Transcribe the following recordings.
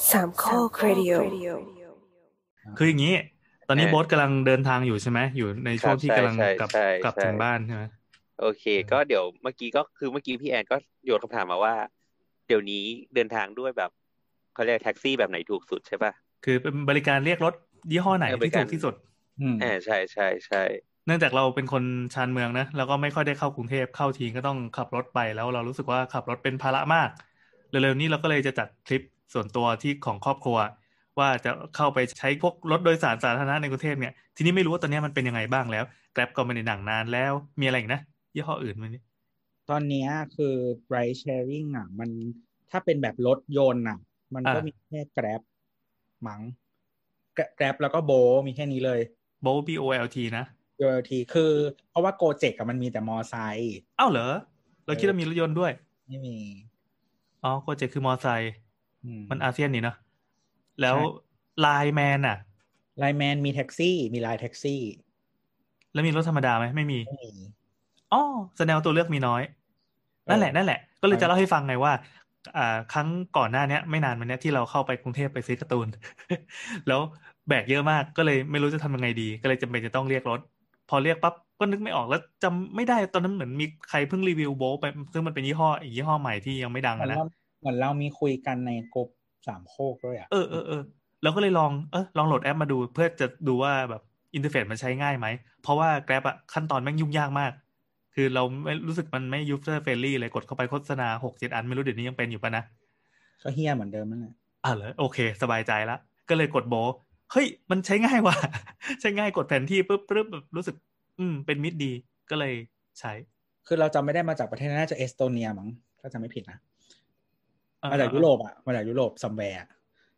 สามข้อครดิโอคืออย่างนี้ตอนนี้โบ๊ทกำลังเดินทางอยู่ใช่ไหมอยู่ในช่วงที่กำลังกลับถึงบ้านใช่ไหมโอเคก็เดี๋ยวเมื่อกี้พี่แอนก็โยนคำถามมาว่าเดี๋ยวนี้เดินทางด้วยแบบเขาเรียกแท็กซี่แบบไหนถูกสุดใช่ป่ะคือเป็นบริการเรียกรถยี่ห้อไหนที่ถูกที่สุดใช่เนื่องจากเราเป็นคนชานเมืองนะแล้วก็ไม่ค่อยได้เข้ากรุงเทพเข้าทีก็ต้องขับรถไปแล้วเรารู้สึกว่าขับรถเป็นภาระมากเร็วๆนี้เราก็เลยจะจัดทริปส่วนตัวที่ของครอบครัวว่าจะเข้าไปใช้พวกรถโดยสารสาธารณะในกรุงเทพเนี่ยทีนี้ไม่รู้ว่าตอนนี้มันเป็นยังไงบ้างแล้ว Grab ก็ไม่ได้หนังนานแล้วมีอะไรอีกนะยี่ห้ออื่นไหมนี่ตอนนี้คือ ride sharing อ่ะมันถ้าเป็นแบบรถยนต์อ่ะมันก็มีแค่ Grab มั้ง Grab แล้วก็โบมีแค่นี้เลยโบ BOLT นะ BOLT คือเพราะว่า Gojek อ่ะมันมีแต่มอไซค์อ้าวเหรอเราคิดว่ามีรถยนต์ด้วยไม่มีอ๋อ Gojek คือมอไซค์มันอาเซียนนี่เนาะแล้วไลน์แมนอ่ะไลน์แมนมีแท็กซี่มีไลน์แท็กซี่แล้วมีรถธรรมดาไหมไม่มีอ๋อแสดงว่าตัวเลือกมีน้อยนั่นแหละก็เลยจะเล่าให้ฟังไงว่าครั้งก่อนหน้านี้ไม่นานมานี้ที่เราเข้าไปกรุงเทพไปซื้อการ์ตูน แล้วแบกเยอะมากก็เลยไม่รู้จะทำยังไงดีก็เลยจำเป็นจะต้องเรียกรถพอเรียกปั๊บก็นึกไม่ออกแล้วจำไม่ได้ตอนนั้นเหมือนมีใครเพิ่งรีวิวโบ๊ทไปซึ่งมันเป็นยี่ห้ออีกยี่ห้อใหม่ที่ยังไม่ดังนะเหมือนเรามีคุยกันในกลุ่มสามโคกด้วยอ่ะเราก็เลยลองโหลดแอปมาดูเพื่อจะดูว่าแบบอินเทอร์เฟซมันใช้ง่ายไหมเพราะว่า Grab อะขั้นตอนแม่งยุ่งยากมากคือเราไม่รู้สึกมันไม่ user friendly เลยกดเข้าไปโฆษณา 6-7 อันไม่รู้เดี๋ยวนี้ยังเป็นอยู่ป่ะนะก็เฮี้ยเหมือนเดิมนั่นแหละเหรอโอเคสบายใจละก็เลยกดโบเฮ้ยมันใช้ง่ายว่ะ ใช้ง่ายกดแผนที่ปุ๊บแบบรู้สึกเป็นมิตรดีก็เลยใช้คือเราจำไม่ได้มาจากประเทศน่าจะเอสโตเนียมั้งถ้าจำไม่ผิดนะมาจากยุโรปอ่ะมาจากยุโรปซัมแวร์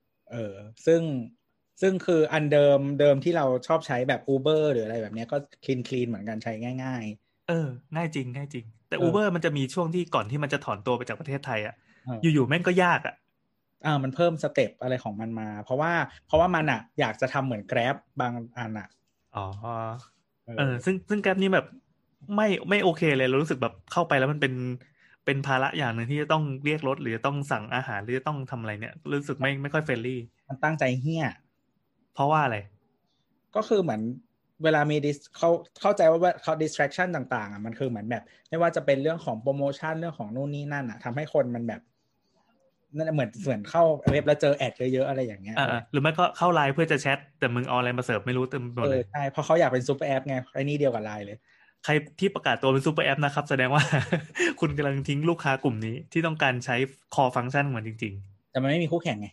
ซึ่งคืออันเดิมที่เราชอบใช้แบบ Uber หรืออะไรแบบนี้ก็คลีนเหมือนกันใช้ง่ายง่ายจริงแต่ Uber มันจะมีช่วงที่ก่อนที่มันจะถอนตัวไปจากประเทศไทยอ่ะอยู่ๆแม่งก็ยากอ่ะมันเพิ่มสเต็ปอะไรของมันมาเพราะว่ามันอ่ะอยากจะทำเหมือน Grab บางอันอ่ะซึ่ง Grab นี่แบบไม่โอเคเลยเรารู้สึกแบบเข้าไปแล้วมันเป็นภาระอย่างหนึ่งที่จะต้องเรียกรถหรือจะต้องสั่งอาหารหรือจะต้องทำอะไรเนี่ยรู้สึกไม่ค่อยเฟรนลี่มันตั้งใจเหี้ยเพราะว่าอะไรก็คือเหมือนเวลามีเข้าใจว่าเขา distraction ต่างๆอ่ะมันคือเหมือนแบบไม่ว่าจะเป็นเรื่องของโปรโมชั่นเรื่องของนู่นนี่นั่นอ่ะทำให้คนมันแบบนั่นเหมือนเข้าเว็บแล้วเจอแอดเยอะๆอะไรอย่างเงี้ยหรือไม่ก็เข้าไลน์เพื่อจะแชทแต่มึงเอาอะไรมาเสิร์ฟไม่รู้เต็มหมดเลยใช่เพราะเขาอยากเป็นซูเปอร์แอปไงไอ้นี่เดียวกับไลน์เลยใครที่ประกาศตัวเป็นซูเปอร์แอปนะครับแสดงว่า คุณกำลังทิ้งลูกค้ากลุ่มนี้ที่ต้องการใช้คอฟังก์ชันเหมือนจริงๆแต่มันไม่มีคู่แข่งไง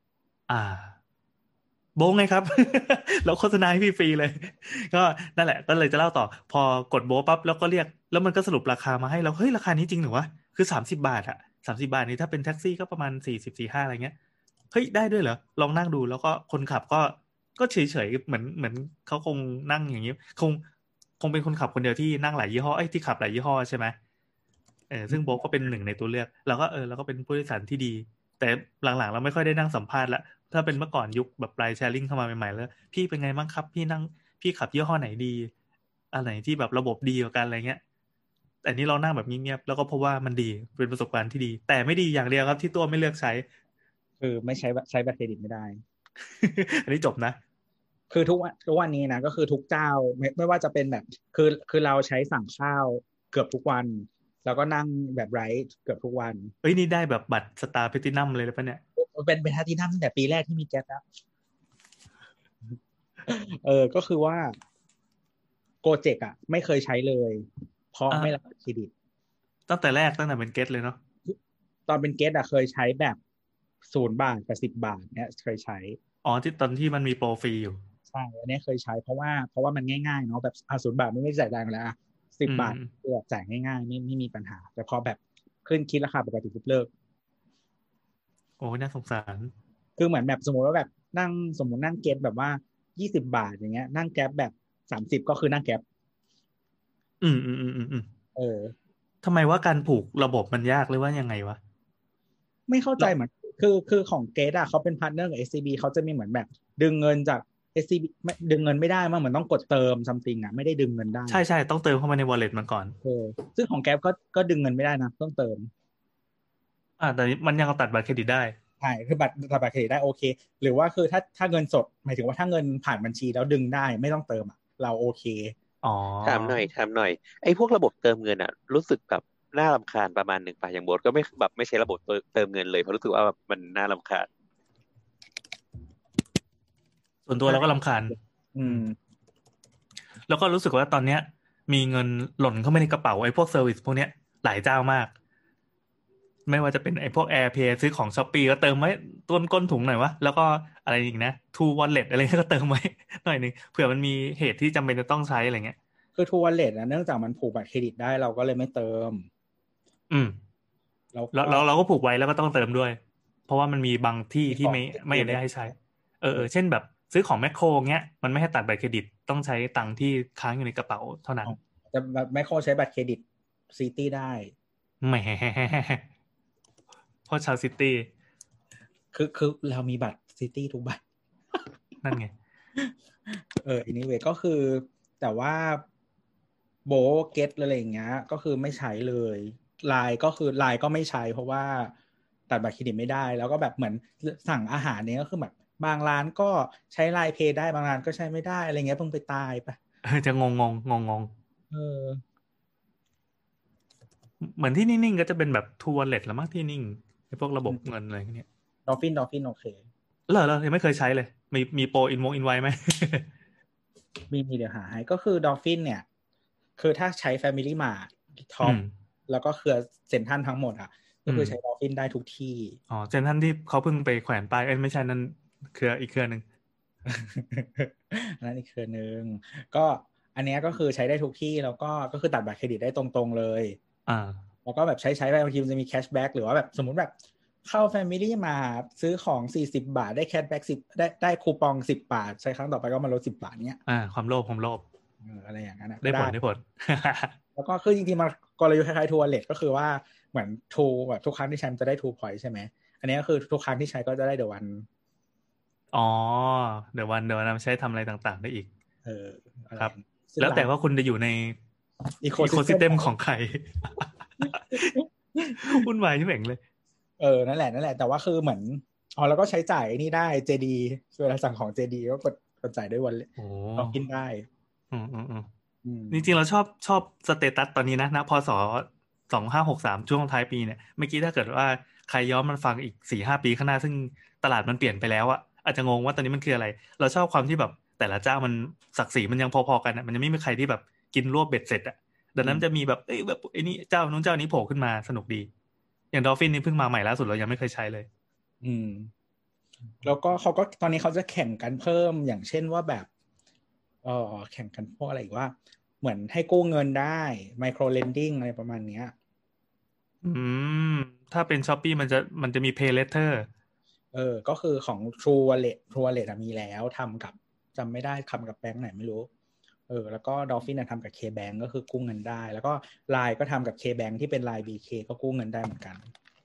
โบงไงครับ แล้วโฆษณาให้ฟรีเลยก็นั่นแหละก็เลยจะเล่าต่อพอกดโบปั๊บแล้วก็เรียกแล้วมันก็สรุปราคามาให้เราเฮ้ยราคานี้จริงหรือวะคือ30 บาทอะ30 บาทนี้ถ้าเป็นแท็กซี่ก็ประมาณ40-45อะไรเงี้ยเฮ้ยได้ด้วยเหรอลองนั่งดูแล้วก็คนขับก็เฉยๆเหมือนเขาคงนั่งอย่างนี้คงเป็นคนขับคนเดียวที่นั่งหลายยี่ห้อที่ขับหลายยี่ห้อใช่ไหมซึ่งโบก็เป็นหนึ่งในตัวเลือกเราก็เป็นผู้โดยสารที่ดีแต่หลังๆเราไม่ค่อยได้นั่งสัมภาษณ์ละถ้าเป็นเมื่อก่อนยุคแบบride sharingเข้ามาใหม่ๆแล้วพี่เป็นไงบ้างครับพี่ขับยี่ห้อไหนดีอะไรที่แบบระบบดีกว่ากันอะไรเงี้ยแต่นี้เรานั่งแบบเงียบๆแล้วก็พบว่ามันดีเป็นประสบการณ์ที่ดีแต่ไม่ดีอย่างเดียวครับที่ตัวไม่เลือกใช้คือไม่ใช้บัตรเครดิตไม่ได้อันนี้จบนะคือทุกวันนี้นะก็คือทุกเจ้าไม่ว่าจะเป็นแบบคือเราใช้สั่งข้าวเกือบทุกวันแล้วก็นั่งแบบไรท์เกือบทุกวันนี่ได้แบบบัตรสตาร์แพลตินัมเลยหรือเปล่าเนี่ยเป็นแพลตินัมตั้งแต่ปีแรกที่มีแก๊สแล้วก็คือว่าโกเจกอ่ะไม่เคยใช้เลยเพราะไม่รับเครดิตตั้งแต่เป็นเกตเลยเนาะตอนเป็นเกตอ่ะเคยใช้แบบ0 บาทกับ10 บาทเนี่ยเคยใช้ที่ตอนที่มันมีโปรฟรีอยู่ใช่อันนี้เคยใช้เพราะว่ามันง่ายๆเนาะแบบ0 บาทไม่จ่ายตังค์แล้ว10 บาทคือจ่ายง่ายๆไม่มีปัญหาแต่พอแบบขึ้นคิดราคาปกติปุ๊บเลิกโอ้น่าสงสารคือเหมือนแบบสมมติว่าแบบสมมตินั่งเก็ตแบบว่า20 บาทอย่างเงี้ยนั่งแก๊ปแบบ30ก็คือนั่งแก๊ปทำไมว่าการผูกระบบมันยากหรือว่ายังไงวะไม่เข้าใจเหมือนคือของเกตอ่ะเขาเป็นพาร์ทเนอร์กับ SCB เขาจะมีเหมือนแบบดึงเงินจาก SCB ไม่ดึงเงินไม่ได้มั้งเหมือนต้องกดเติม something อ่ะไม่ได้ดึงเงินได้ใช่ต้องเติมเข้ามาใน wallet มันก่อนซึ่งของแก๊ปก็ดึงเงินไม่ได้นะต้องเติมแต่มันยังตัดบัตรเครดิตได้ใช่คือบัตรเครดิตได้โอเคหรือว่าคือถ้าเงินสดหมายถึงว่าถ้าเงินผ่านบัญชีแล้วดึงได้ไม่ต้องเติมเราโอเคอ๋อถามหน่อยไอ้พวกระบบเติมเงินอ่ะรู้สึกแบบน่ารำคาญประมาณหนึ่งป่ะอย่างโบ๊ทก็ไม่แบบไม่ใช้ระบบเติมเงินเลยเพราะรู้สึกว่าแบบมันน่ารำคาญส่วนตัวเราก็รำคาญแล้วก็รู้สึกว่าตอนเนี้ยมีเงินหล่นเข้ามาในกระเป๋าไอ้พวกเซอร์วิสพวกเนี้ยหลายเจ้ามากไม่ว่าจะเป็นไอ้พวก AirPay ซื้อของ Shopee ก็เติมไว้ต้นก้นถุงหน่อยวะแล้วก็อะไรอีกนะ True Wallet อะไรก็เติมไว้หน่อยนึงเผื่อมันมีเหตุที่จำเป็นจะต้องใช้อะไรเงี้ยคือ True Wallet เนื่องจากมันผูกบัตรเครดิตได้เราก็เลยไม่เติมแล้วเราก็ผูกไว้แล้วก็ต้องเติมด้วยเพราะว่ามันมีบางที่ที่ไม่ได้ให้ใช้เช่นแบบซื้อของแมคโครเงี้ยมันไม่ให้ตัดบัตรเครดิตต้องใช้ตังค์ที่ค้างอยู่ในกระเป๋าเท่านั้นแต่แบบแมคโครใช้บัตรเครดิตซิตี้ได้แหมเพราะชาวซิตี้คือเรามีบัตรซิตี้ทุกใบนั่นไง anyway ก็คือแต่ว่าโบเก็ตอะไรอย่างเงี้ยก็คือไม่ใช้เลยไลน์ก็ไม่ใช้เพราะว่าตัดบัตรเครดิตไม่ได้แล้วก็แบบเหมือนสั่งอาหารเนี้ยก็คือแบบบางร้านก็ใช้ไลน์เพย์ได้บางร้านก็ใช้ไม่ได้อะไรเงี้ยเพิ่งไปตายปะจะงงเหมือนที่นิ่งๆก็จะเป็นแบบทัวร์เล็ตแล้วมั้งที่นิ่งไอ้พวกระบบเงินอะไรเงี้ยดอฟฟินโอเคเหรอยังไม่เคยใช้เลยมีโปรอินไว้ไหมมีเดี๋ยวหาให้ก็คือดอฟฟินเนี่ยคือถ้าใช้ Family Mart ท็อปแล้วก็เครือเซ็นทรัลทั้งหมดก็คือใช้ดอฟฟินได้ทุกที่เซ็นทรัลที่เขาเพิ่งไปแขวนป้ายไม่ใช่นั่นเครืออีกเครือนึงนั่นอีกเครือนึงก็อันนี้ก็คือใช้ได้ทุกที่แล้วก็คือตัดบัตรเครดิตได้ตรงๆเลยแล้วก็แบบใช้ไปบางทีมันจะมีแคชแบ็กหรือว่าแบบสมมุติแบบเข้า Family มาซื้อของ40 บาทได้แคชแบ็ก10ได้คูปอง10 บาทใช้ครั้งต่อไปก็มาลด10 บาทเนี้ยความโลภอะไรอย่างนั้นได้ผลแล้วก็คือจริงๆมันกลยุทธ์คล้ายๆทัวร์เลทก็คือว่าเหมือนทูแบบทุกครั้งที่ใช้มันจะได้ทูพอยต์ใช่ไหมอันนี้ก็คือทุกครั้งที่ใช้ก็จะได้เดวันเดี๋ยววันนำใช้ทำอะไรต่างๆได้อีกครับแแล้วแต่ว่าคุณจะอยู่ในอีโคซิสเต็มของใครวุ่นวายชิบเป่งเลยนั่นแหละแต่ว่าคือเหมือนแล้วก็ใช้จ่ายนี่ได้ JD เวลาสั่งของ JD ก็กดจ่ายด้วยวันล็อกอินได้จริงๆเราชอบสเตตัสตอนนี้นะพศ2563ช่วงท้ายปีเนี่ยเมื่อกี้ถ้าเกิดว่าใครย้อนมันฟังอีก 4-5 ปีข้างหน้าซึ่งตลาดมันเปลี่ยนไปแล้วอาจจะงงว่าตอนนี้มันคืออะไรเราชอบความที่แบบแต่ละเจ้ามันศักดิ์ศรีมันยังพอๆกันมันยังไม่มีใครที่แบบกินรวบเบ็ดเสร็จดังนั้นจะมีแบบแบบไอ้นี่เจ้านู้นเจ้านี้โผล่ขึ้นมาสนุกดีอย่างดอลฟินนี่เพิ่งมาใหม่ล่าสุดเรายังไม่เคยใช้เลยแล้วก็เขาก็ตอนนี้เขาจะแข่งกันเพิ่มอย่างเช่นว่าแบบแข่งกันพวกอะไรอีกว่าเหมือนให้กู้เงินได้ไมโครเลนดิ้งอะไรประมาณนี้ถ้าเป็น Shopee มันจะมี Pay Later ก็คือของ True Wallet มีแล้วทำกับจำไม่ได้ทำกับแบงค์ไหนไม่รู้แล้วก็ Dolphin ทำกับ KBank ก็คือกู้เงินได้แล้วก็ Line ก็ทำกับ KBank ที่เป็น Line BK ก็กู้เงินได้เหมือนกัน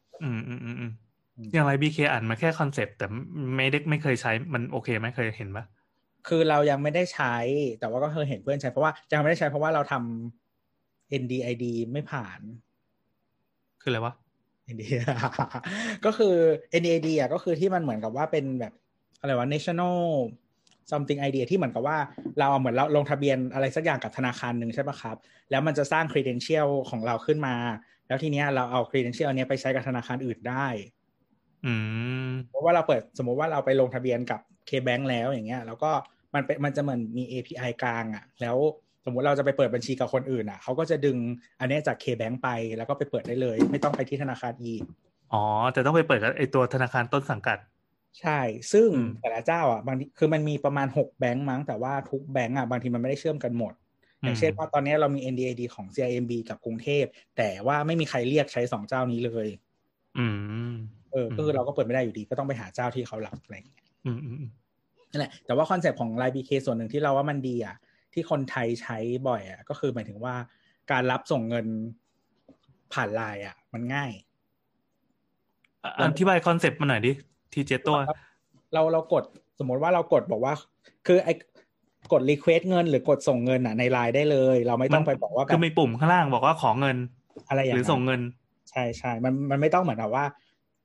อย่างไร BK อ่านมาแค่คอนเซ็ปต์แต่ไม่เคยใช้มันโอเคไหมเคยเห็นปะคือเรายังไม่ได้ใช้แต่ว่าก็เคยเห็นเพื่อนใช้เพราะว่ายังไม่ได้ใช้เพราะว่าเราทำ NDID ไม่ผ่านคืออะไรวะ NDID ก็คือ NDID ก็คือที่มันเหมือนกับว่าเป็นแบบอะไรวะ National something idea ที่เหมือนกับว่าเราเหมือนเราลงทะเบียนอะไรสักอย่างกับธนาคารหนึ่งใช่ปะครับแล้วมันจะสร้าง credential ของเราขึ้นมาแล้วทีเนี้ยเราเอา credential เนี้ยไปใช้กับธนาคารอื่นได้เพราะว่าเราสมมติว่าเราไปลงทะเบียนกับ KBank แล้วอย่างเงี้ยแล้วก็มันจะเหมือนมี API กลางแล้วสมมุติเราจะไปเปิดบัญชีกับคนอื่นเขาก็จะดึงอันนี้จาก KBank ไปแล้วก็ไปเปิดได้เลยไม่ต้องไปที่ธนาคารอีกแต่ต้องไปเปิดกับไอตัวธนาคารต้นสังกัดใช่ซึ่งแต่ละเจ้าบางทีคือมันมีประมาณ6แบงค์มั้งแต่ว่าทุกแบงค์บางทีมันไม่ได้เชื่อมกันหมดอย่างเช่นว่าตอนนี้เรามี NDID ของ CIMB กับกรุงเทพแต่ว่าไม่มีใครเรียกใช้2เจ้านี้เลยก็คือเราก็เปิดไม่ได้อยู่ดีก็ต้องไปหาเจ้าที่เขารับอะไรอย่างเงี้ยนั่นแหละแต่ว่าคอนเซ็ปต์ของ Line BK ส่วนหนึ่งที่เราว่ามันดีที่คนไทยใช้บ่อยก็คือหมายถึงว่าการรับส่งเงินผ่าน Line มันง่ายอธิบายคอนเซ็ปต์มาหน่อยดิทีเจตัวเรากดสมมติว่าเรากดบอกว่าคือไอ้กด request เงินหรือกดส่งเงินใน Line ได้เลยเราไม่ต้องไปบอกว่าคือมีปุ่มข้างล่างบอกว่าขอเงินอะไรอย่างหรือส่งเงินใช่ๆมันไม่ต้องเหมือนแบบว่า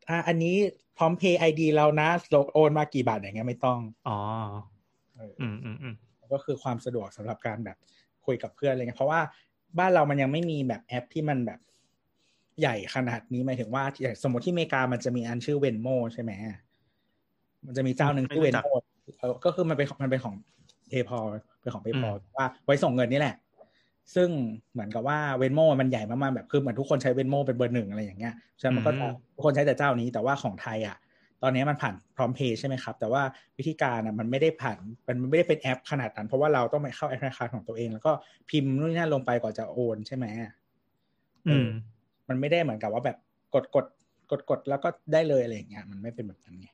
อันนี้พร้อมเพย์ไอดีเรานะโอนมากี่บาทอย่างเงี้ยไม่ต้องอ๋ออืมก็คือความสะดวกสำหรับการแบบคุยกับเพื่อนอะไรเงี้ยเพราะว่าบ้านเรามันยังไม่มีแบบแอปที่มันแบบใหญ่ขนาดนี้หมายถึงว่าสมมติที่อเมริกามันจะมีอันชื่อ Venmo ใช่ไหมมันจะมีเจ้าหนึ่งชื่อ Venmo ก็คือมันเป็นของ PayPal เป็นของ PayPal ว่าไว้ส่งเงินนี่แหละซึ่งเหมือนกับว่า Venmo มันใหญ่มากๆแบบคือเหมือนทุกคนใช้ Venmo เป็นเบอร์หนึ่งอะไรอย่างเงี้ยฉะนั้นมันก็จะทุกคนใช้แต่เจ้านี้แต่ว่าของไทยอ่ะตอนนี้มันผ่านพร้อมเพย์ใช่ไหมครับแต่ว่าวิธีการมันไม่ได้ผ่านมันไม่ได้เป็นแอปขนาดนั้นเพราะว่าเราต้องไปเข้าแอปธนาคารของตัวเองแล้วก็พิมพ์นู่นนี่นั่นลงไปก่อนจะโอนใช่ไหมมันไม่ได้เหมือนกับว่าแบบกดแล้วก็ได้เลยอะไรอย่างเงี้ยมันไม่เป็นแบบนั้นไง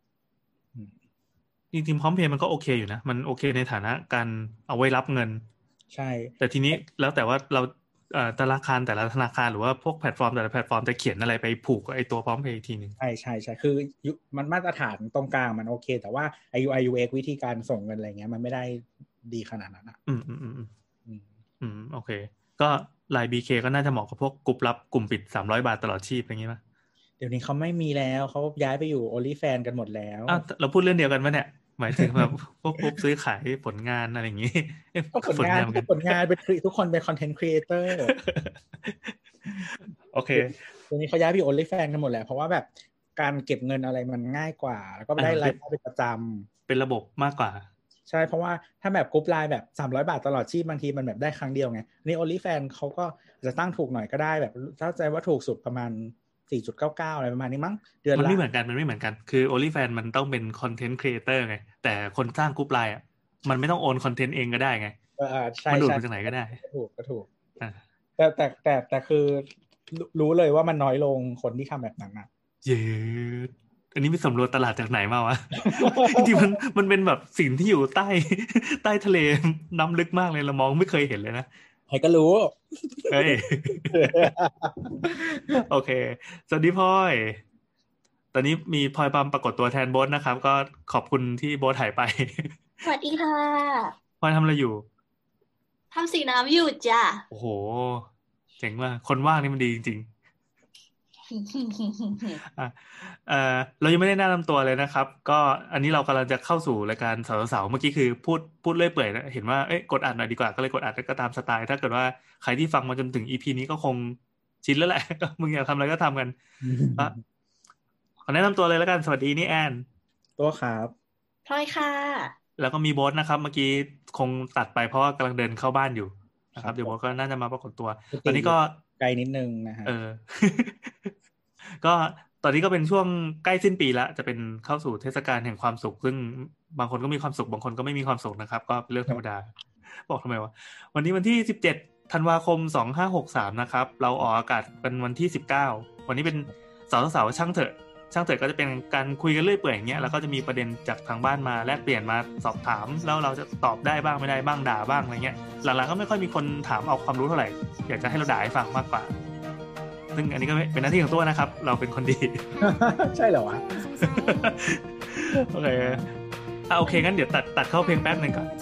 จริงๆพร้อมเพย์มันก็โอเคอยู่นะมันโอเคในฐานะการเอาไว้รับเงินใช่แต่ทีนี้แล้วแต่ว่าเราแต่ละแต่ละธนาคารหรือว่าพวกแพลตฟอร์มแต่ละแพลตฟอร์มจะเขียนอะไรไปผูกกับไอ้ตัวพร้อมเพย์อีกทีนึงใช่คือมันมาตรฐานตรงกลางมันโอเคแต่ว่า UI UX วิธีการส่งเงินอะไรเงี้ยมันไม่ได้ดีขนาดนั้นโอเคก็ไลน์ BK ก็น่าจะเหมาะกับพวกกลุ่มลับกลุ่มปิด300 บาทตลอดชีพอย่างงี้ป่ะเดี๋ยวนี้เขาไม่มีแล้วเขาย้ายไปอยู่ OnlyFans กันหมดแล้วเราพูดเรื่องเดียวกันป่ะเนี่ยหมายถึงแบบพวกซื้อขายผลงานอะไรอย่างงี้ก็ผลงานเป็นทุกคนเป็นคอนเทนต์ครีเอเตอร์โอเคเดี๋ยวนี้เขาย้ายไปอยู่ OnlyFans กันหมดแล้วเพราะว่าแบบการเก็บเงินอะไรมันง่ายกว่าแล้วก็ได้รายได้เป็นประจำเป็นระบบมากกว่าใช่เพราะว่าถ้าแบบกรุ๊ปไลน์แบบ300 บาทตลอดชีพบางทีมันแบบได้ครั้งเดียวไงนี่ OnlyFans เขาก็จะตั้งถูกหน่อยก็ได้แบบเข้าใจว่าถูกสุดประมาณ4.99 อะไรประมาณนี้มั้งเดือนละมันไม่เหมือนกันคือ OnlyFans มันต้องเป็นคอนเทนต์ครีเอเตอร์ไงแต่คนสร้างกรุ๊ปไลน์อ่ะมันไม่ต้องโอนคอนเทนต์เองก็ได้ไงมันดูดมาจากไหนก็ได้ก็ถูกแต่คือรู้เลยว่ามันน้อยลงคนที่ทำแบบนั้นนะเย้อันนี้มีสำรวจตลาดจากไหนมาวะ จริงๆมันเป็นแบบสิ่งที่อยู่ใต้ทะเลน้ำลึกมากเลยเรามองไม่เคยเห็นเลยนะใครก็รู้เฮ้ย โอเคสวัสดีพลอยตอนนี้มีพลอยปามปรากฏตัวแทนโบ๊ทนะครับก็ขอบคุณที่โบ๊ทหายไปสวัสดีค่ะพลอยทำอะไรอยู่ทำสีน้ำอยู่จ้ะโอ้โหเจ๋งมากคนว่างนี่มันดีจริงๆเรายังไม่ได้แนะนำตัวเลยนะครับก็อันนี้เรากำลังจะเข้าสู่รายการสาวๆเมื่อกี้คือพูดเรื่อยเปื่อยนะเห็นว่าเอ๊ะกดอัดหน่อยดีกว่าก็เลยกดอัดก็ตามสไตล์ถ้าเกิดว่าใครที่ฟังมาจนถึง EP นี้ก็คงชินแล้วแหละมึงอยากทำอะไรก็ทำกันขอแนะนำตัวเลยแล้วกันสวัสดีนี่แอนตัวครับพลอยค่ะแล้วก็มีโบ๊ทนะครับเมื่อกี้คงตัดไปเพราะว่ากำลังเดินเข้าบ้านอยู่นะครับเดี๋ยวโบ๊ทก็น่าจะมาปรากฏตัวตอนนี้ก็ไกลนิดนึงนะฮะก็ตอนนี้ก็เป็นช่วงใกล้สิ้นปีแล้วจะเป็นเข้าสู่เทศกาลแห่งความสุขซึ่งบางคนก็มีความสุขบางคนก็ไม่มีความสุขนะครับก็เป็นเรื่องธรรมดาบอกทำไมวะวันนี้วันที่17 ธันวาคม2563นะครับเราออกอากาศเป็นวันที่19วันนี้เป็นเสาช่างเถอะก็จะเป็นการคุยกันเรื่อยเปื่อยอย่างเงี้ยแล้วก็จะมีประเด็นจากทางบ้านมาแลกเปลี่ยนมาสอบถามแล้วเราจะตอบได้บ้างไม่ได้บ้างด่าบ้างอะไรเงี้ยหลังๆก็ไม่ค่อยมีคนถามเอาความรู้เท่าไหร่อยากจะให้เราด่าให้ฟังมากกว่าซึ่งอันนี้ก็เป็นหน้าที่ของตัวนะครับเราเป็นคนดีใช่เหรอวะโอเคโอเคงั้นเดี๋ยวตัดเข้าเพลงแป๊บนึงก่อน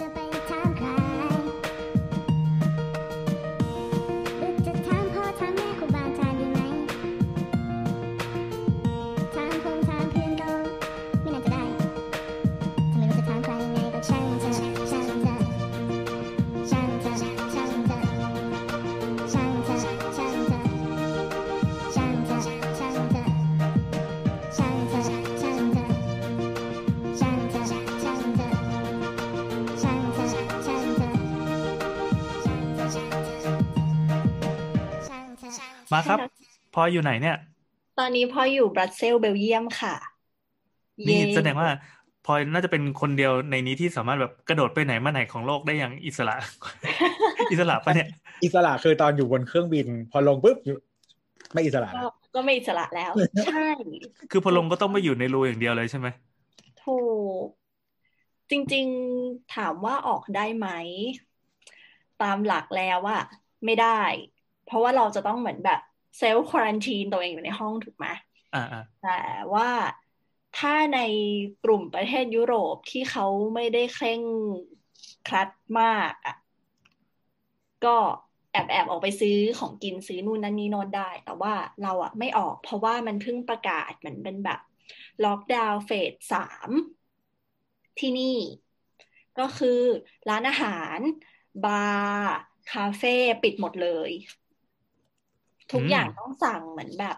มาครับพออยู่ไหนเนี่ยตอนนี้พออยู่บรัสเซลส์เบลเยียมค่ะนี่แสดงว่าพอน่าจะเป็นคนเดียวในนี้ที่สามารถแบบกระโดดไปไหนมาไหนของโลกได้อย่างอิสระ อิสระปะเนี่ยอิสระคือตอนอยู่บนเครื่องบินพอลงปุ๊บไม่อิสระก็ไม่อิสระแล้วใช่คือพอลงก็ต้องไปอยู่ในรูอย่างเดียวเลยใช่ไหมถูกจริงๆถามว่าออกได้ไหมตามหลักแล้วว่าไม่ได้เพราะว่าเราจะต้องเหมือนแบบเซลฟ์ควอรันทีนตัวเองอยู่ในห้องถูกไหมแต่ว่าถ้าในกลุ่มประเทศยุโรปที่เขาไม่ได้เคร่งครัดมากอ่ะก็แอบออกไปซื้อของกินซื้อนู่นนั่นนี่โน่นได้แต่ว่าเราอะไม่ออกเพราะว่ามันเพิ่งประกาศเหมือนเป็นแบบล็อกดาวน์เฟส 3ที่นี่ก็คือร้านอาหารบาร์คาเฟ่ปิดหมดเลยทุกอย่างต้องสั่งเหมือนแบบ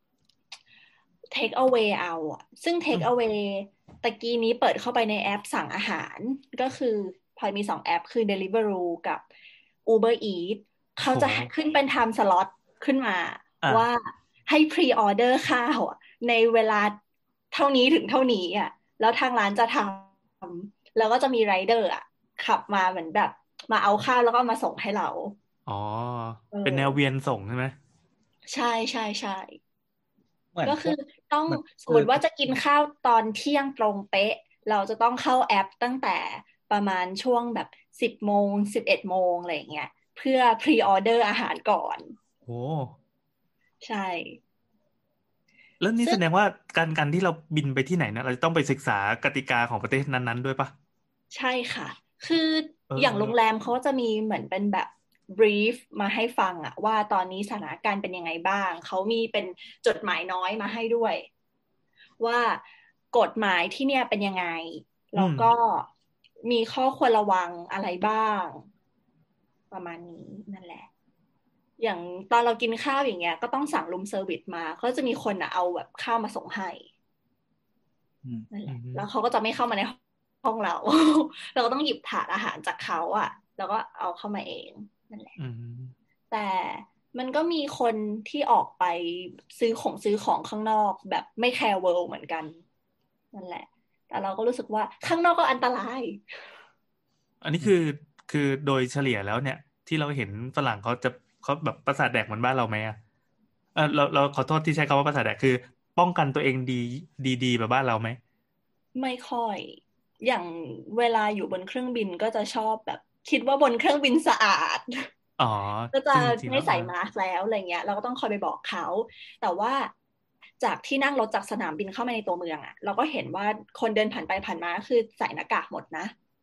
take away เอาอะซึ่ง take away ตะกี้นี้เปิดเข้าไปในแอปสั่งอาหารก็คือพลอยมี2แอปคือ Deliveroo กับ Uber Eats เขาจะขึ้นเป็น time slot ขึ้นมาว่าให้ pre order ข้าวในเวลาเท่านี้ถึงเท่านี้อ่ะแล้วทางร้านจะทำแล้วก็จะมีไรเดอร์อ่ะขับมาเหมือนแบบมาเอาข้าวแล้วก็มาส่งให้เราอ๋อเป็นแนวเวียนส่งใช่ไหมใช่ใช่ใช่ก็คือต้องสมมติว่าจะกินข้าวตอนเที่ยงตรงเป๊ะเราจะต้องเข้าแอปตั้งแต่ประมาณช่วงแบบ10 โมง11 โมงอะไรอย่างเงี้ยเพื่อพรีออเดอร์อาหารก่อนโอ้ใช่แล้วนี่แสดงว่าการที่เราบินไปที่ไหนนะเราจะต้องไปศึกษากติกาของประเทศนั้นๆด้วยปะใช่ค่ะคืออย่างโรงแรมเขาจะมีเหมือนเป็นแบบbrief มาให้ฟังอะว่าตอนนี้สถานการณ์เป็นยังไงบ้างเขามีเป็นจดหมายน้อยมาให้ด้วยว่ากฎหมายที่เนี่ยเป็นยังไงแล้วก็มีข้อควรระวังอะไรบ้างประมาณนี้นั่นแหละอย่างตอนเรากินข้าวอย่างเงี้ยก็ต้องสั่งรูมเซอร์วิสมาเขาจะมีคนอะเอาแบบข้าวมาส่งให้นั่นแหละแล้วเขาก็จะไม่เข้ามาในห้องเรา เราก็ต้องหยิบถาดอาหารจากเขาอะแล้วก็เอาเข้ามาเองนั่นแหละแต่มันก็มีคนที่ออกไปซื้อของข้างนอกแบบไม่แคร์เวิลด์เหมือนกันนั่นแหละแต่เราก็รู้สึกว่าข้างนอกก็อันตรายอันนี้คือโดยเฉลี่ยแล้วเนี่ยที่เราเห็นฝรั่งเขาแบบประสาทแดกเหมือนบ้านเราไหมอ่ะเราขอโทษที่ใช้คำว่าประสาทแดกคือป้องกันตัวเองดีแบบบ้านเราไหมไม่ค่อยอย่างเวลาอยู่บนเครื่องบินก็จะชอบแบบคิดว่าบนเครื่องบินสะอาดก็จะไม่ใส่มาสก์แล้วอะไรเงี้ยเราก็ต้องคอยไปบอกเขาแต่ว่าจากที่นั่งรถจากสนามบินเข้ามาในตัวเมืองอ่ะเราก็เห็นว่าคนเดินผ่านไปผ่านมาคือใส่หน้ากากหมดนะ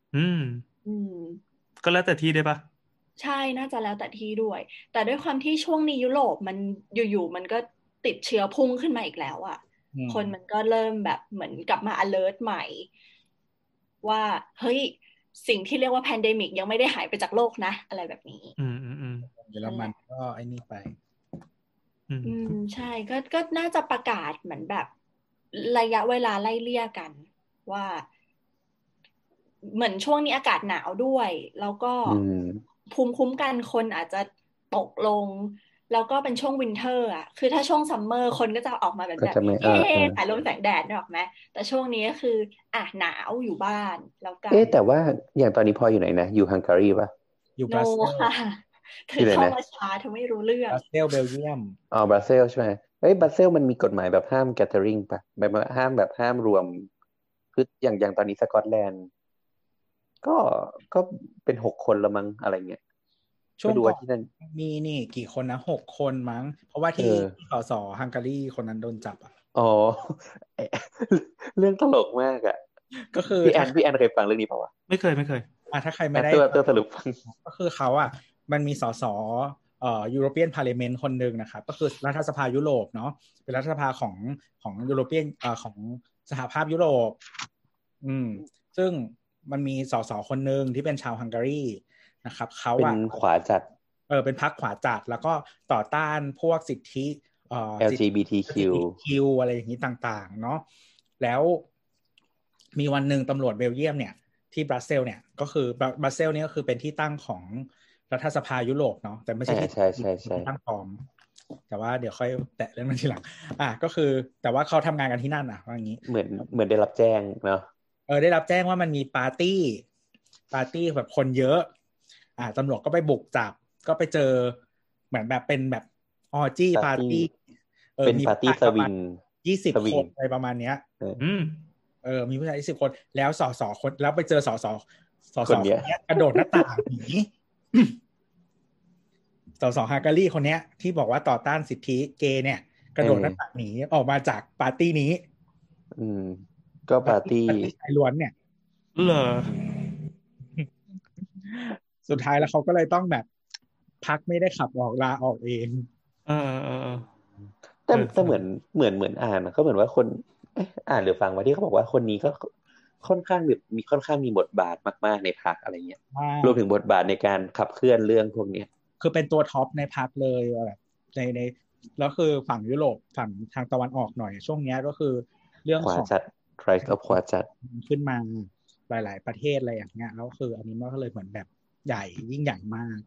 ก็แล้วแต่ที่ได้ปะใช่น่าจะแล้วแต่ที่ด้วยแต่ด้วยความที่ช่วงนี้ยุโรปมันอยู่ๆมันก็ติดเชื้อพุ่งขึ้นมาอีกแล้วอ่ะคนมันก็เริ่มแบบเหมือนกลับมา alert ใหม่ว่าเฮ้ยสิ่งที่เรียกว่าแพนเดมิกยังไม่ได้หายไปจากโลกนะอะไรแบบนี้เยอรมันก็ไอ้นี่ไปใช่ก็น่าจะประกาศเหมือนแบบระยะเวลาไล่เลี่ยกันว่าเหมือนช่วงนี้อากาศหนาวด้วยแล้วก็ภูมิคุ้มกันคนอาจจะตกลงแล้วก็เป็นช่วงวินเทอร์อ่ะคือถ้าช่วงซัมเมอร์คนก็จะออกมาแบบเฮ้ถ่ายลมแสงแดดนึกออกไหมแต่ช่วงนี้ก็คือหนาวอยู่บ้านแล้วกันแต่ว่าอย่างตอนนี้พออยู่ไหนนะอยู่ฮังการีป่ะอยู่บราซิลค่ะเธอเข้ามาช้าเธอไม่รู้เรื่องบราซิลเบลเยียมบราซิลใช่ไหมบราซิลมันมีกฎหมายแบบห้ามแกเทอริงป่ะแบบห้ามรวมคืออย่างตอนนี้สกอตแลนด์ก็เป็น6 คนละมั้งอะไรเงี้ยช่วงก่อนที่นั่นมีนี่กี่คนนะ6 คนมั้งเพราะว่าที่ส.ฮังการีคนนั้นโดนจับเรื่องตลกมากอ่ะก็คือพี่แอนเคยฟังเรื่องนี้เปล่าวะไม่เคยถ้าใครไม่ได้ตัวสรุปก็คือเขามันมีส.ยูโรเปียนพาร์ลิเมนต์คนหนึ่งนะครับก็คือรัฐสภายุโรปเนาะเป็นรัฐสภาของยูโรเปียนของสหภาพยุโรปซึ่งมันมีส.คนหนึ่งที่เป็นชาวฮังการีนะครับเขาเป็นขวาจัดเป็นพรรคขวาจัดแล้วก็ต่อต้านพวกสิทธิ LGBTQ อะไรอย่างนี้ต่างๆเนาะแล้วมีวันหนึ่งตำรวจเบลเยียมเนี่ยที่บรัสเซลเนี่ยก็คือบรัสเซลนี่ก็คือเป็นที่ตั้งของรัฐสภายุโรปเนาะแต่ไม่ใช่ที่ตั้งปลอมแต่ว่าเดี๋ยวค่อยแตะเรื่องนั้นทีหลังก็คือแต่ว่าเขาทำงานกันที่นั่นว่าอย่างนี้เหมือนได้รับแจ้งเนาะได้รับแจ้งว่ามันมีปาร์ตี้แบบคนเยอะตำรวจก็ไปบุกจับก็ไปเจอเหมือนแบบเป็นแบบออจี้ปาร์ตี้เป็นปาร์ตี้สวิง 20 คนอะไรประมาณเนี้ยมีผู้ชาย20 คนแล้วส.คนแล้วไปเจอส.คนเนี้ยกระโดดหน้าต่างหนีส.ฮังการีคนเนี้ยที่บอกว่าต่อต้านสิทธิเกย์เนี่ยกระโดดหน้าต่างหนีออกมาจากปาร์ตี้นี้ก็ปาร์ตี้ชายล้วนเนี่ยเหรอสุดท้ายแล้วเขาก็เลยต้องแบบพรรคไม่ได้ขับออกลาออกเองเออแต่เหมือนอ่านก็เหมือนว่าคนอ่านหรือฟังว่าที่เขาบอกว่าคนนี้ก็ค่อนข้างมีบทบาทมากๆในพรรคอะไรเงี้ยรวมถึงบทบาทในการขับเคลื่อนเรื่องพวกเนี้ยคือเป็นตัวท็อปในพรรคเลยแบบในแล้วคือฝั่งยุโรปฝั่งทางตะวันออกหน่อยช่วงนี้ก็คือเรื่องของ Rise of ขวาจัดขึ้นมาหลายๆประเทศอะไรอย่างเงี้ยแล้วคืออันนี้มันก็เลยเหมือนแบบใหญ่ยิ่งใหญ่มาก